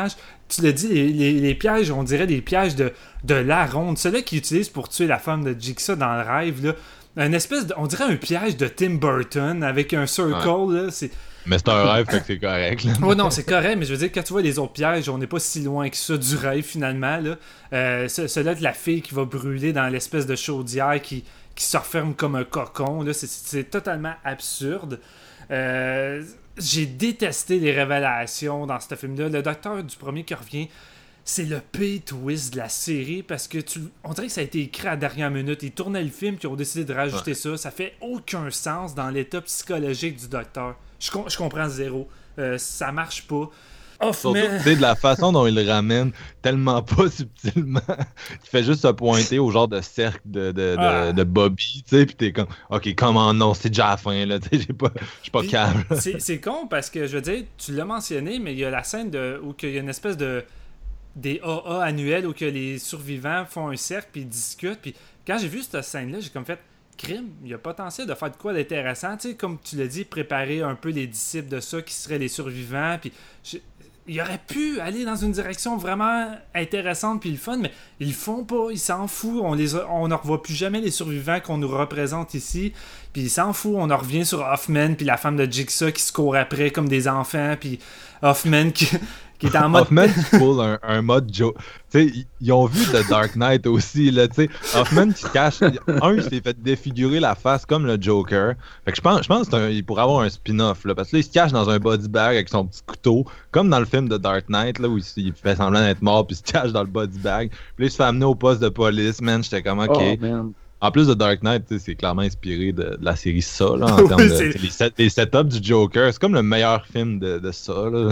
tu l'as dit, les pièges, on dirait des pièges de la ronde. Ceux-là qu'ils utilisent pour tuer la femme de Jigsaw dans le rêve, là, on dirait un piège de Tim Burton avec un circle, là, c'est... Mais c'est un rêve, fait que c'est correct. Là. Ouais, non, c'est correct, mais je veux dire, quand tu vois les autres pièges, on n'est pas si loin que ça du rêve, finalement. Celui-là de la fille qui va brûler dans l'espèce de chaudière qui se referme comme un cocon, là, c'est totalement absurde. J'ai détesté les révélations dans ce film-là. Le docteur du premier qui revient, c'est le pire twist de la série parce que on dirait que ça a été écrit à la dernière minute. Ils tournaient le film, puis ils ont décidé de rajouter ça. Ça fait aucun sens dans l'état psychologique du docteur. Je comprends zéro. Ça marche pas. Surtout, tu sais, de la façon dont il le ramène tellement pas subtilement. Il fait juste se pointer au genre de cercle de Bobby, tu sais, pis t'es comme, ok, comment non, c'est déjà la fin, là, tu sais, je suis pas calme. C'est con parce que, je veux dire, tu l'as mentionné, mais il y a la scène où il y a une espèce des AA annuels où que les survivants font un cercle puis ils discutent, puis quand j'ai vu cette scène-là, j'ai comme fait, crime, il y a potentiel de faire de quoi d'intéressant, tu sais, comme tu l'as dit, préparer un peu les disciples de ça qui seraient les survivants, puis il aurait pu aller dans une direction vraiment intéressante puis le fun, mais ils le font pas, ils s'en foutent, on ne revoit plus jamais les survivants qu'on nous représente ici, puis ils s'en foutent, on en revient sur Hoffman puis la femme de Jigsaw qui se court après comme des enfants, puis Hoffman qui est en mode... Hoffman qui pull un mode Joe. Tu sais, ils ont vu The Dark Knight aussi, là, tu sais. Hoffman qui se cache... il s'est fait défigurer la face comme le Joker. Fait que je pense qu'il pourrait avoir un spin-off, là, parce que là, il se cache dans un body bag avec son petit couteau, comme dans le film de Dark Knight, là, où il fait semblant d'être mort, puis il se cache dans le body bag. Puis là, il se fait amener au poste de police, man. J'étais comme, OK. Oh, man. En plus de Dark Knight, c'est clairement inspiré de la série Ça, là, en termes de les setups du Joker. C'est comme le meilleur film de ça, là.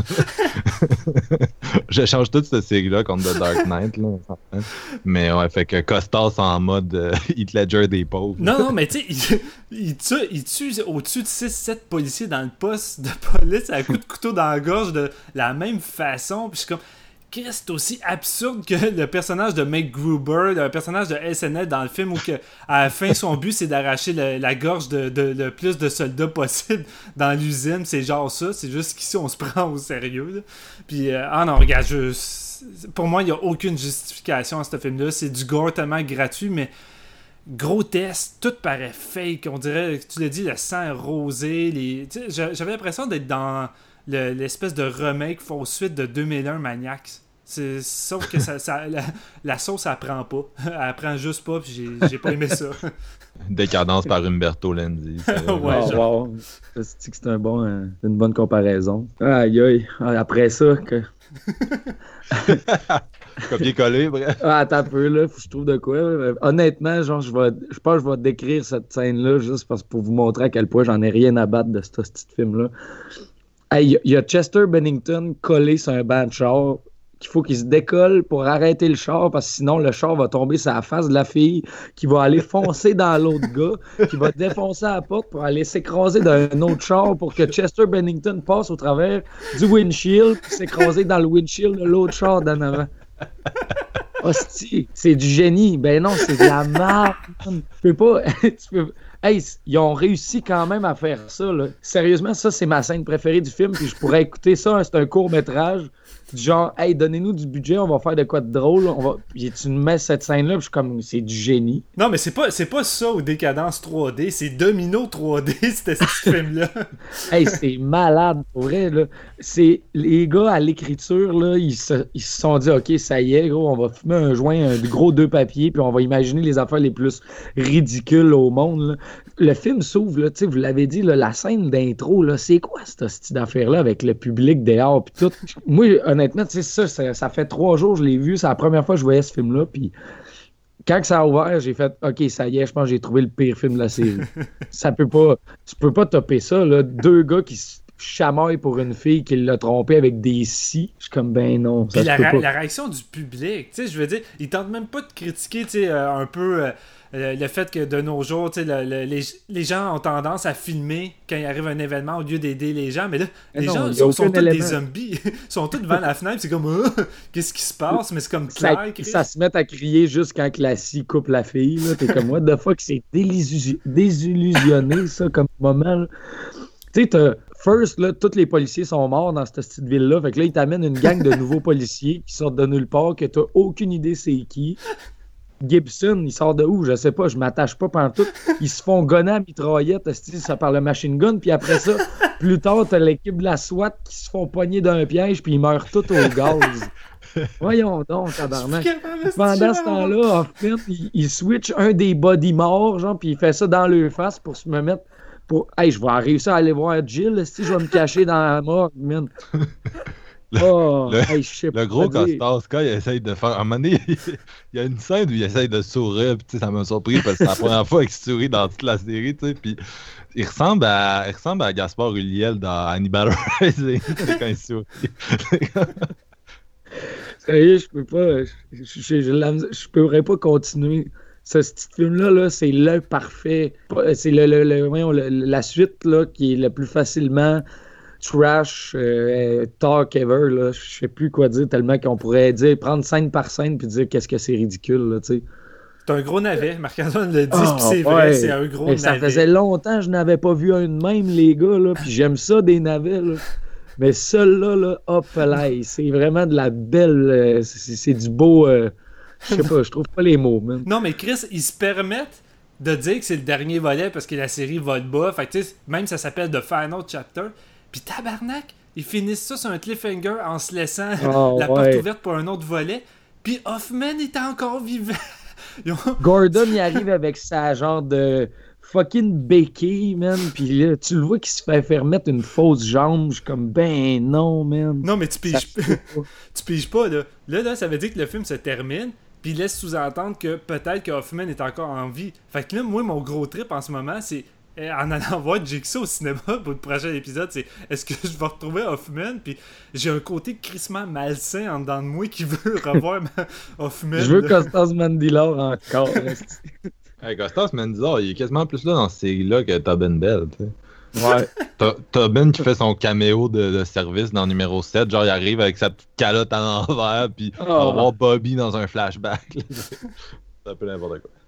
Je change toute cette série-là contre The Dark Knight, là. Mais ouais, fait que Costas en mode Heath Ledger des pauvres. Non, mais tu sais, il tue au-dessus de 6-7 policiers dans le poste de police à coups de couteau dans la gorge de la même façon. Puis je suis comme... C'est aussi absurde que le personnage de Meg Gruber, le personnage de SNL dans le film où à la fin son but c'est d'arracher la gorge de le plus de soldats possible dans l'usine, c'est genre ça, c'est juste qu'ici on se prend au sérieux là. Puis non regarde, pour moi il n'y a aucune justification à ce film là, c'est du gore tellement gratuit, mais gros test, tout paraît fake, on dirait, tu l'as dit, le sang rosé, j'avais l'impression d'être dans l'espèce de remake fausse suite de 2001 Maniacs. Sauf que la sauce, elle prend pas. Elle prend juste pas, puis j'ai pas aimé ça. Décadence par Umberto Lenzi. Ouais, wow. C'est une bonne comparaison. Aïe, aïe. Après ça, que... Copier-coller, bref. Attends un peu, là. Faut que je trouve de quoi. Honnêtement, genre, je pense que je vais décrire cette scène-là juste pour vous montrer à quel point j'en ai rien à battre de ce petit film-là. Il y a Chester Bennington collé sur un banc de char qu'il faut qu'il se décolle pour arrêter le char parce que sinon le char va tomber sur la face de la fille qui va aller foncer dans l'autre gars qui va défoncer la porte pour aller s'écraser d'un autre char pour que Chester Bennington passe au travers du windshield puis s'écraser dans le windshield de l'autre char d'en avant. Hostie, c'est du génie. Ben non, c'est de la merde. Tu peux pas... Hey, ils ont réussi quand même à faire ça, là. Sérieusement, ça, c'est ma scène préférée du film, puis je pourrais écouter ça, c'est un court-métrage, du genre, hey, donnez-nous du budget, on va faire de quoi de drôle, puis tu me mets cette scène-là, puis je suis comme, c'est du génie. Non, mais c'est pas ça aux Décadence 3D, c'est Domino 3D, c'était ce film-là. Hey, c'est malade, pour vrai, là. C'est, les gars, à l'écriture, là, ils se sont dit, OK, ça y est, gros, on va fumer un joint, un gros 2 papiers, puis on va imaginer les affaires les plus ridicules au monde, là. Le film s'ouvre, là, tu sais, vous l'avez dit, là, la scène d'intro, là, c'est quoi cette style d'affaire-là avec le public dehors pis tout? Moi, honnêtement, tu sais, ça fait 3 jours que je l'ai vu, c'est la première fois que je voyais ce film-là, puis quand ça a ouvert, j'ai fait, OK, ça y est, je pense que j'ai trouvé le pire film de la série. Tu peux pas topper ça, là, 2 gars qui se chamaillent pour une fille qui l'a trompé avec des scies. Je suis comme, ben non, ça puis se peut pas. La réaction du public, tu sais, je veux dire, ils tentent même pas de critiquer, tu sais, un peu... le fait que de nos jours, les gens ont tendance à filmer quand il arrive un événement au lieu d'aider les gens, mais là, les gens sont tous des zombies. Ils sont tous devant la fenêtre, c'est comme qu'est-ce qui se passe, mais c'est comme clair. Ça se met à crier juste quand la scie coupe la fille. Là. T'es comme, what the fuck, c'est désillusionné ça comme moment. Là. Tu sais, First, là, tous les policiers sont morts dans cette petite ville-là. Fait que là, ils t'amènent une gang de nouveaux policiers qui sortent de nulle part, que t'as aucune idée c'est qui. Gibson, il sort de où? Je sais pas, je m'attache pas pendant tout. Ils se font gonner à mitraillette, ça par le machine gun, puis après ça, plus tard, t'as l'équipe de la SWAT qui se font pogner d'un piège, puis ils meurent tous au gaz. Voyons donc, tabarnak. Pendant ce temps-là, Hoffman, il switch un des body morts, genre, puis il fait ça dans le face pour se me mettre Hey, je vais réussir à aller voir Jill, si je vais me cacher dans la morgue, man. Je sais pas. Le gros Costas, quand il essaye de faire. À un moment donné, il y a une scène où il essaye de sourire, puis ça m'a surpris parce que c'est la première fois qu'il sourit dans toute la série, tu sais, puis il ressemble à Gaspard Ulliel dans Hannibal Rising quand il sourit. Sérieux, je peux pas. Je pourrais pas continuer. Ce petit film-là, là, c'est le parfait. C'est la suite là, qui est le plus facilement trash talk ever. Là. Je sais plus quoi dire tellement qu'on pourrait prendre scène par scène puis dire qu'est-ce que c'est ridicule. Là, t'sais. C'est un gros navet. Marc-Antoine le dit, puis c'est vrai, c'est un gros navet. Ça faisait longtemps que je n'avais pas vu un de même, les gars. Là, puis j'aime ça des navets. Là. Mais celui-là, hop là, c'est vraiment de la belle. C'est du beau. Je sais pas, je trouve pas les mots, même. Non, mais Chris, ils se permettent de dire que c'est le dernier volet parce que la série va de bas. Fait que, tu sais, même ça s'appelle The Final Chapter. Puis tabarnak, ils finissent ça sur un cliffhanger en se laissant la porte ouverte pour un autre volet. Puis Hoffman est encore vivant. Gordon, il arrive avec sa genre de fucking béquille, man. Puis là, tu le vois qu'il se fait faire mettre une fausse jambe. Je suis comme, ben non, man. Non, mais tu piges pas, là. Là, ça veut dire que le film se termine. Puis il laisse sous-entendre que peut-être que Hoffman est encore en vie. Fait que là, moi, mon gros trip en ce moment, c'est en allant voir Jigsaw au cinéma pour le prochain épisode, c'est est-ce que je vais retrouver Hoffman? Puis j'ai un côté crissement malsain en dedans de moi qui veut revoir Hoffman. Je veux Costas Mandylor encore. Hey, Costas Mandylor, il est quasiment plus là dans cette série-là que Tobin Bell, tu sais. Ouais. Tobin qui fait son caméo de service dans numéro 7, genre il arrive avec sa petite calotte à l'envers, puis on va voir Bobby dans un flashback. C'est un peu n'importe quoi.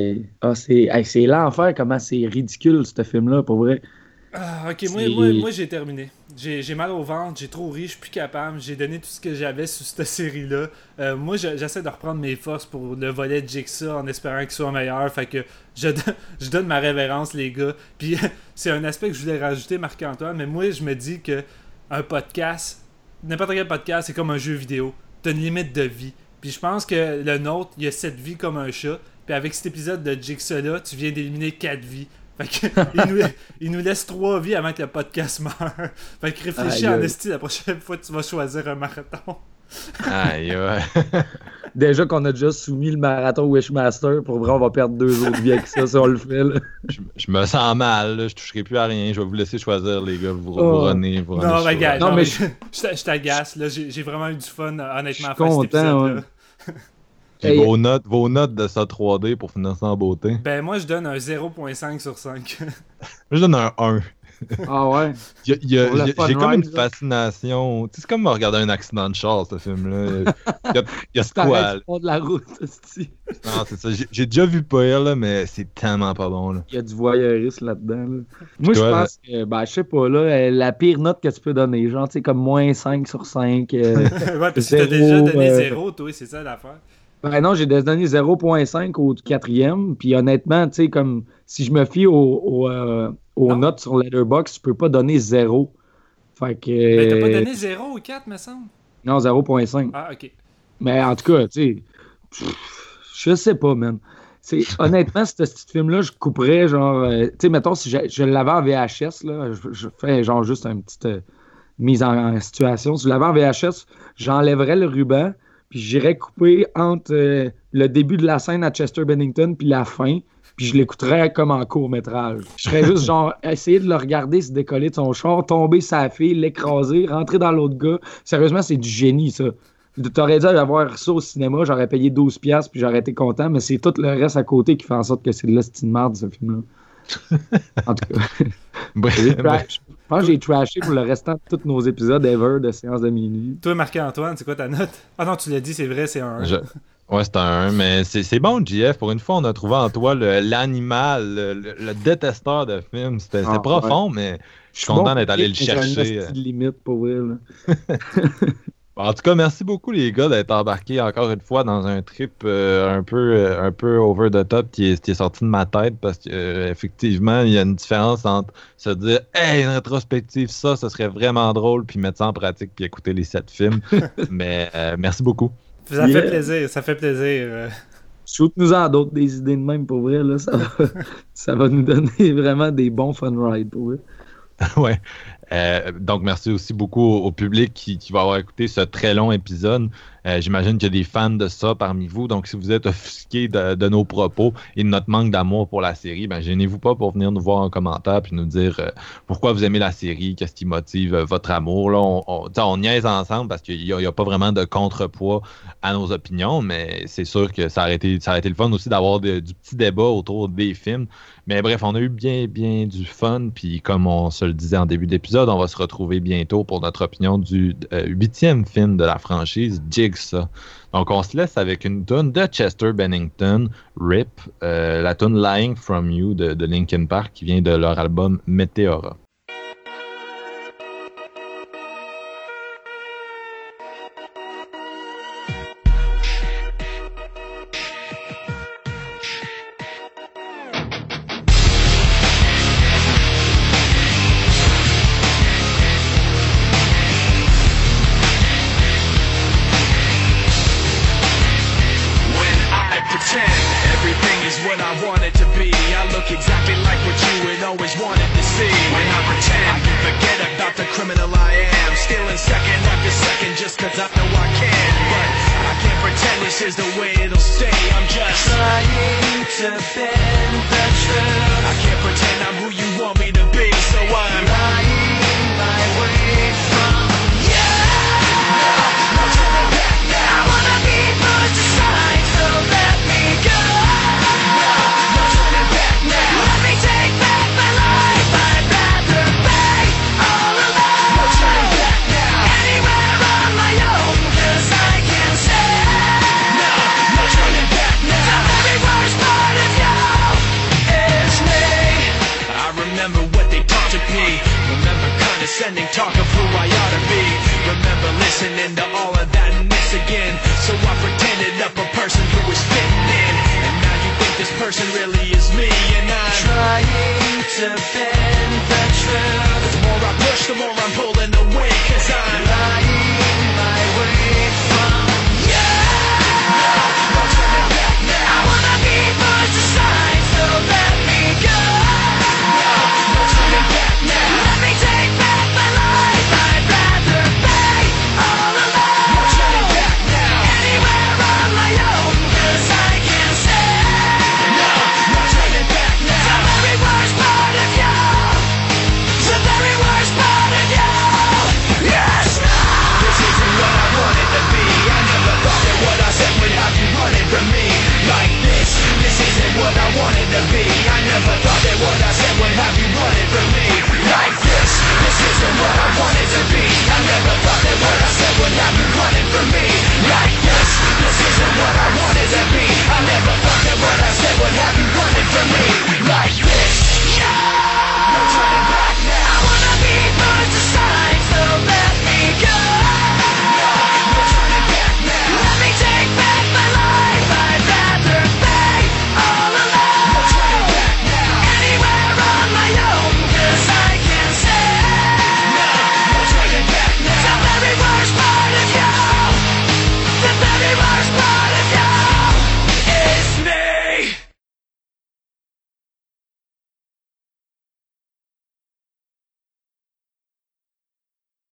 C'est l'enfer, comment c'est ridicule ce film-là, pour vrai. Ok, moi j'ai terminé. J'ai mal au ventre, j'ai trop ri, je suis plus capable. J'ai donné tout ce que j'avais sur cette série-là. Moi, j'essaie de reprendre mes forces pour le volet de Jigsaw en espérant qu'il soit meilleur. Fait que je donne ma révérence, les gars. Puis c'est un aspect que je voulais rajouter, Marc-Antoine, mais moi, je me dis que un podcast, n'importe quel podcast, c'est comme un jeu vidéo. T'as une limite de vie. Puis je pense que le nôtre, il a 7 vies comme un chat. Puis avec cet épisode de Jigsaw-là, tu viens d'éliminer 4 vies. Fait que, il nous laisse 3 vies avant que le podcast meure. Fait que réfléchis en esti la prochaine fois que tu vas choisir un marathon. Aïe, ouais. Déjà qu'on a déjà soumis le marathon Wishmaster, pour vrai, on va perdre 2 autres vies avec ça, si on le fait. Là. Je me sens mal, là. Je toucherai plus à rien. Je vais vous laisser choisir, les gars. Vous runez. Non, regarde. Non, mais je t'agace. Là, j'ai vraiment eu du fun, honnêtement, à faire cet épisode-là. Ouais. Vos notes de ça 3D pour finir ça en beauté. Ben moi je donne un 0.5 sur 5. Je donne un 1. Ah ouais? J'ai comme une fascination. Tu sais, c'est comme regarder un accident de char, ce film-là. Il y a ce quoi. De la route, non, c'est ça. J'ai déjà vu pire, là, mais c'est tellement pas bon. Là. Il y a du voyeurisme là-dedans. Là. Moi, je pense que, je sais pas, là, la pire note que tu peux donner, genre, tu sais, comme moins 5 sur 5. Ouais, parce que t'as déjà donné 0, toi, c'est ça l'affaire. Ben non, j'ai donné 0.5 au 4e, puis honnêtement, tu sais, comme si je me fie aux notes sur Letterboxd, tu peux pas donner 0. Fait que... Mais t'as pas donné 0 au 4, me semble? Non, 0.5. Ah, ok. Mais en tout cas, tu sais, je sais pas, man. Honnêtement, ce petit film-là, je couperais, genre, tu sais, mettons, si je l'avais en VHS, là, je fais genre juste une petite mise en situation. Si je l'avais en VHS, j'enlèverais le ruban, puis j'irais couper entre le début de la scène à Chester Bennington puis la fin, puis je l'écouterais comme en court-métrage. Je serais juste genre, essayer de le regarder se décoller de son char, tomber sa fille, l'écraser, rentrer dans l'autre gars. Sérieusement, c'est du génie, ça. T'aurais dû avoir ça au cinéma, j'aurais payé 12$ puis j'aurais été content, mais c'est tout le reste à côté qui fait en sorte que c'est de l'hostie de merde, ce film-là. En tout cas. Je pense que j'ai trashé pour le restant de tous nos épisodes ever de Séance de minuit. Toi, Marc-Antoine, c'est quoi ta note? Ah non, tu l'as dit, c'est vrai, c'est un 1. Ouais, c'est un 1, mais c'est bon, JF. Pour une fois, on a trouvé en toi l'animal, le détesteur de films. C'était profond, mais Je suis content d'être allé le J'ai une chercher. petite limite pour vrai, là. En tout cas, merci beaucoup les gars d'être embarqués encore une fois dans un trip un peu over the top qui est sorti de ma tête parce que effectivement, il y a une différence entre se dire hey, une rétrospective, ça serait vraiment drôle, puis mettre ça en pratique puis écouter les 7 films. Mais merci beaucoup. Ça fait plaisir, ça fait plaisir. Shoot-nous-en d'autres des idées de même pour vrai, là. Ça va nous donner vraiment des bons fun rides pour vrai. Ouais. Donc, merci aussi beaucoup au public qui va avoir écouté ce très long épisode. J'imagine qu'il y a des fans de ça parmi vous. Donc, si vous êtes offusqués de nos propos et de notre manque d'amour pour la série, ben, gênez-vous pas pour venir nous voir en commentaire puis nous dire pourquoi vous aimez la série, qu'est-ce qui motive votre amour. Là, on niaise ensemble parce qu'il n'y a pas vraiment de contrepoids à nos opinions, mais c'est sûr que ça aurait été le fun aussi d'avoir du petit débat autour des films. Mais bref, on a eu bien du fun. Puis comme on se le disait en début d'épisode, on va se retrouver bientôt pour notre opinion du 8e film de la franchise, Jigsaw. Donc on se laisse avec une tune de Chester Bennington, RIP, la tune Lying From You de Linkin Park qui vient de leur album Meteora. Really is me, and I'm trying to bend the truth. The more I push, the more I'm pulling away.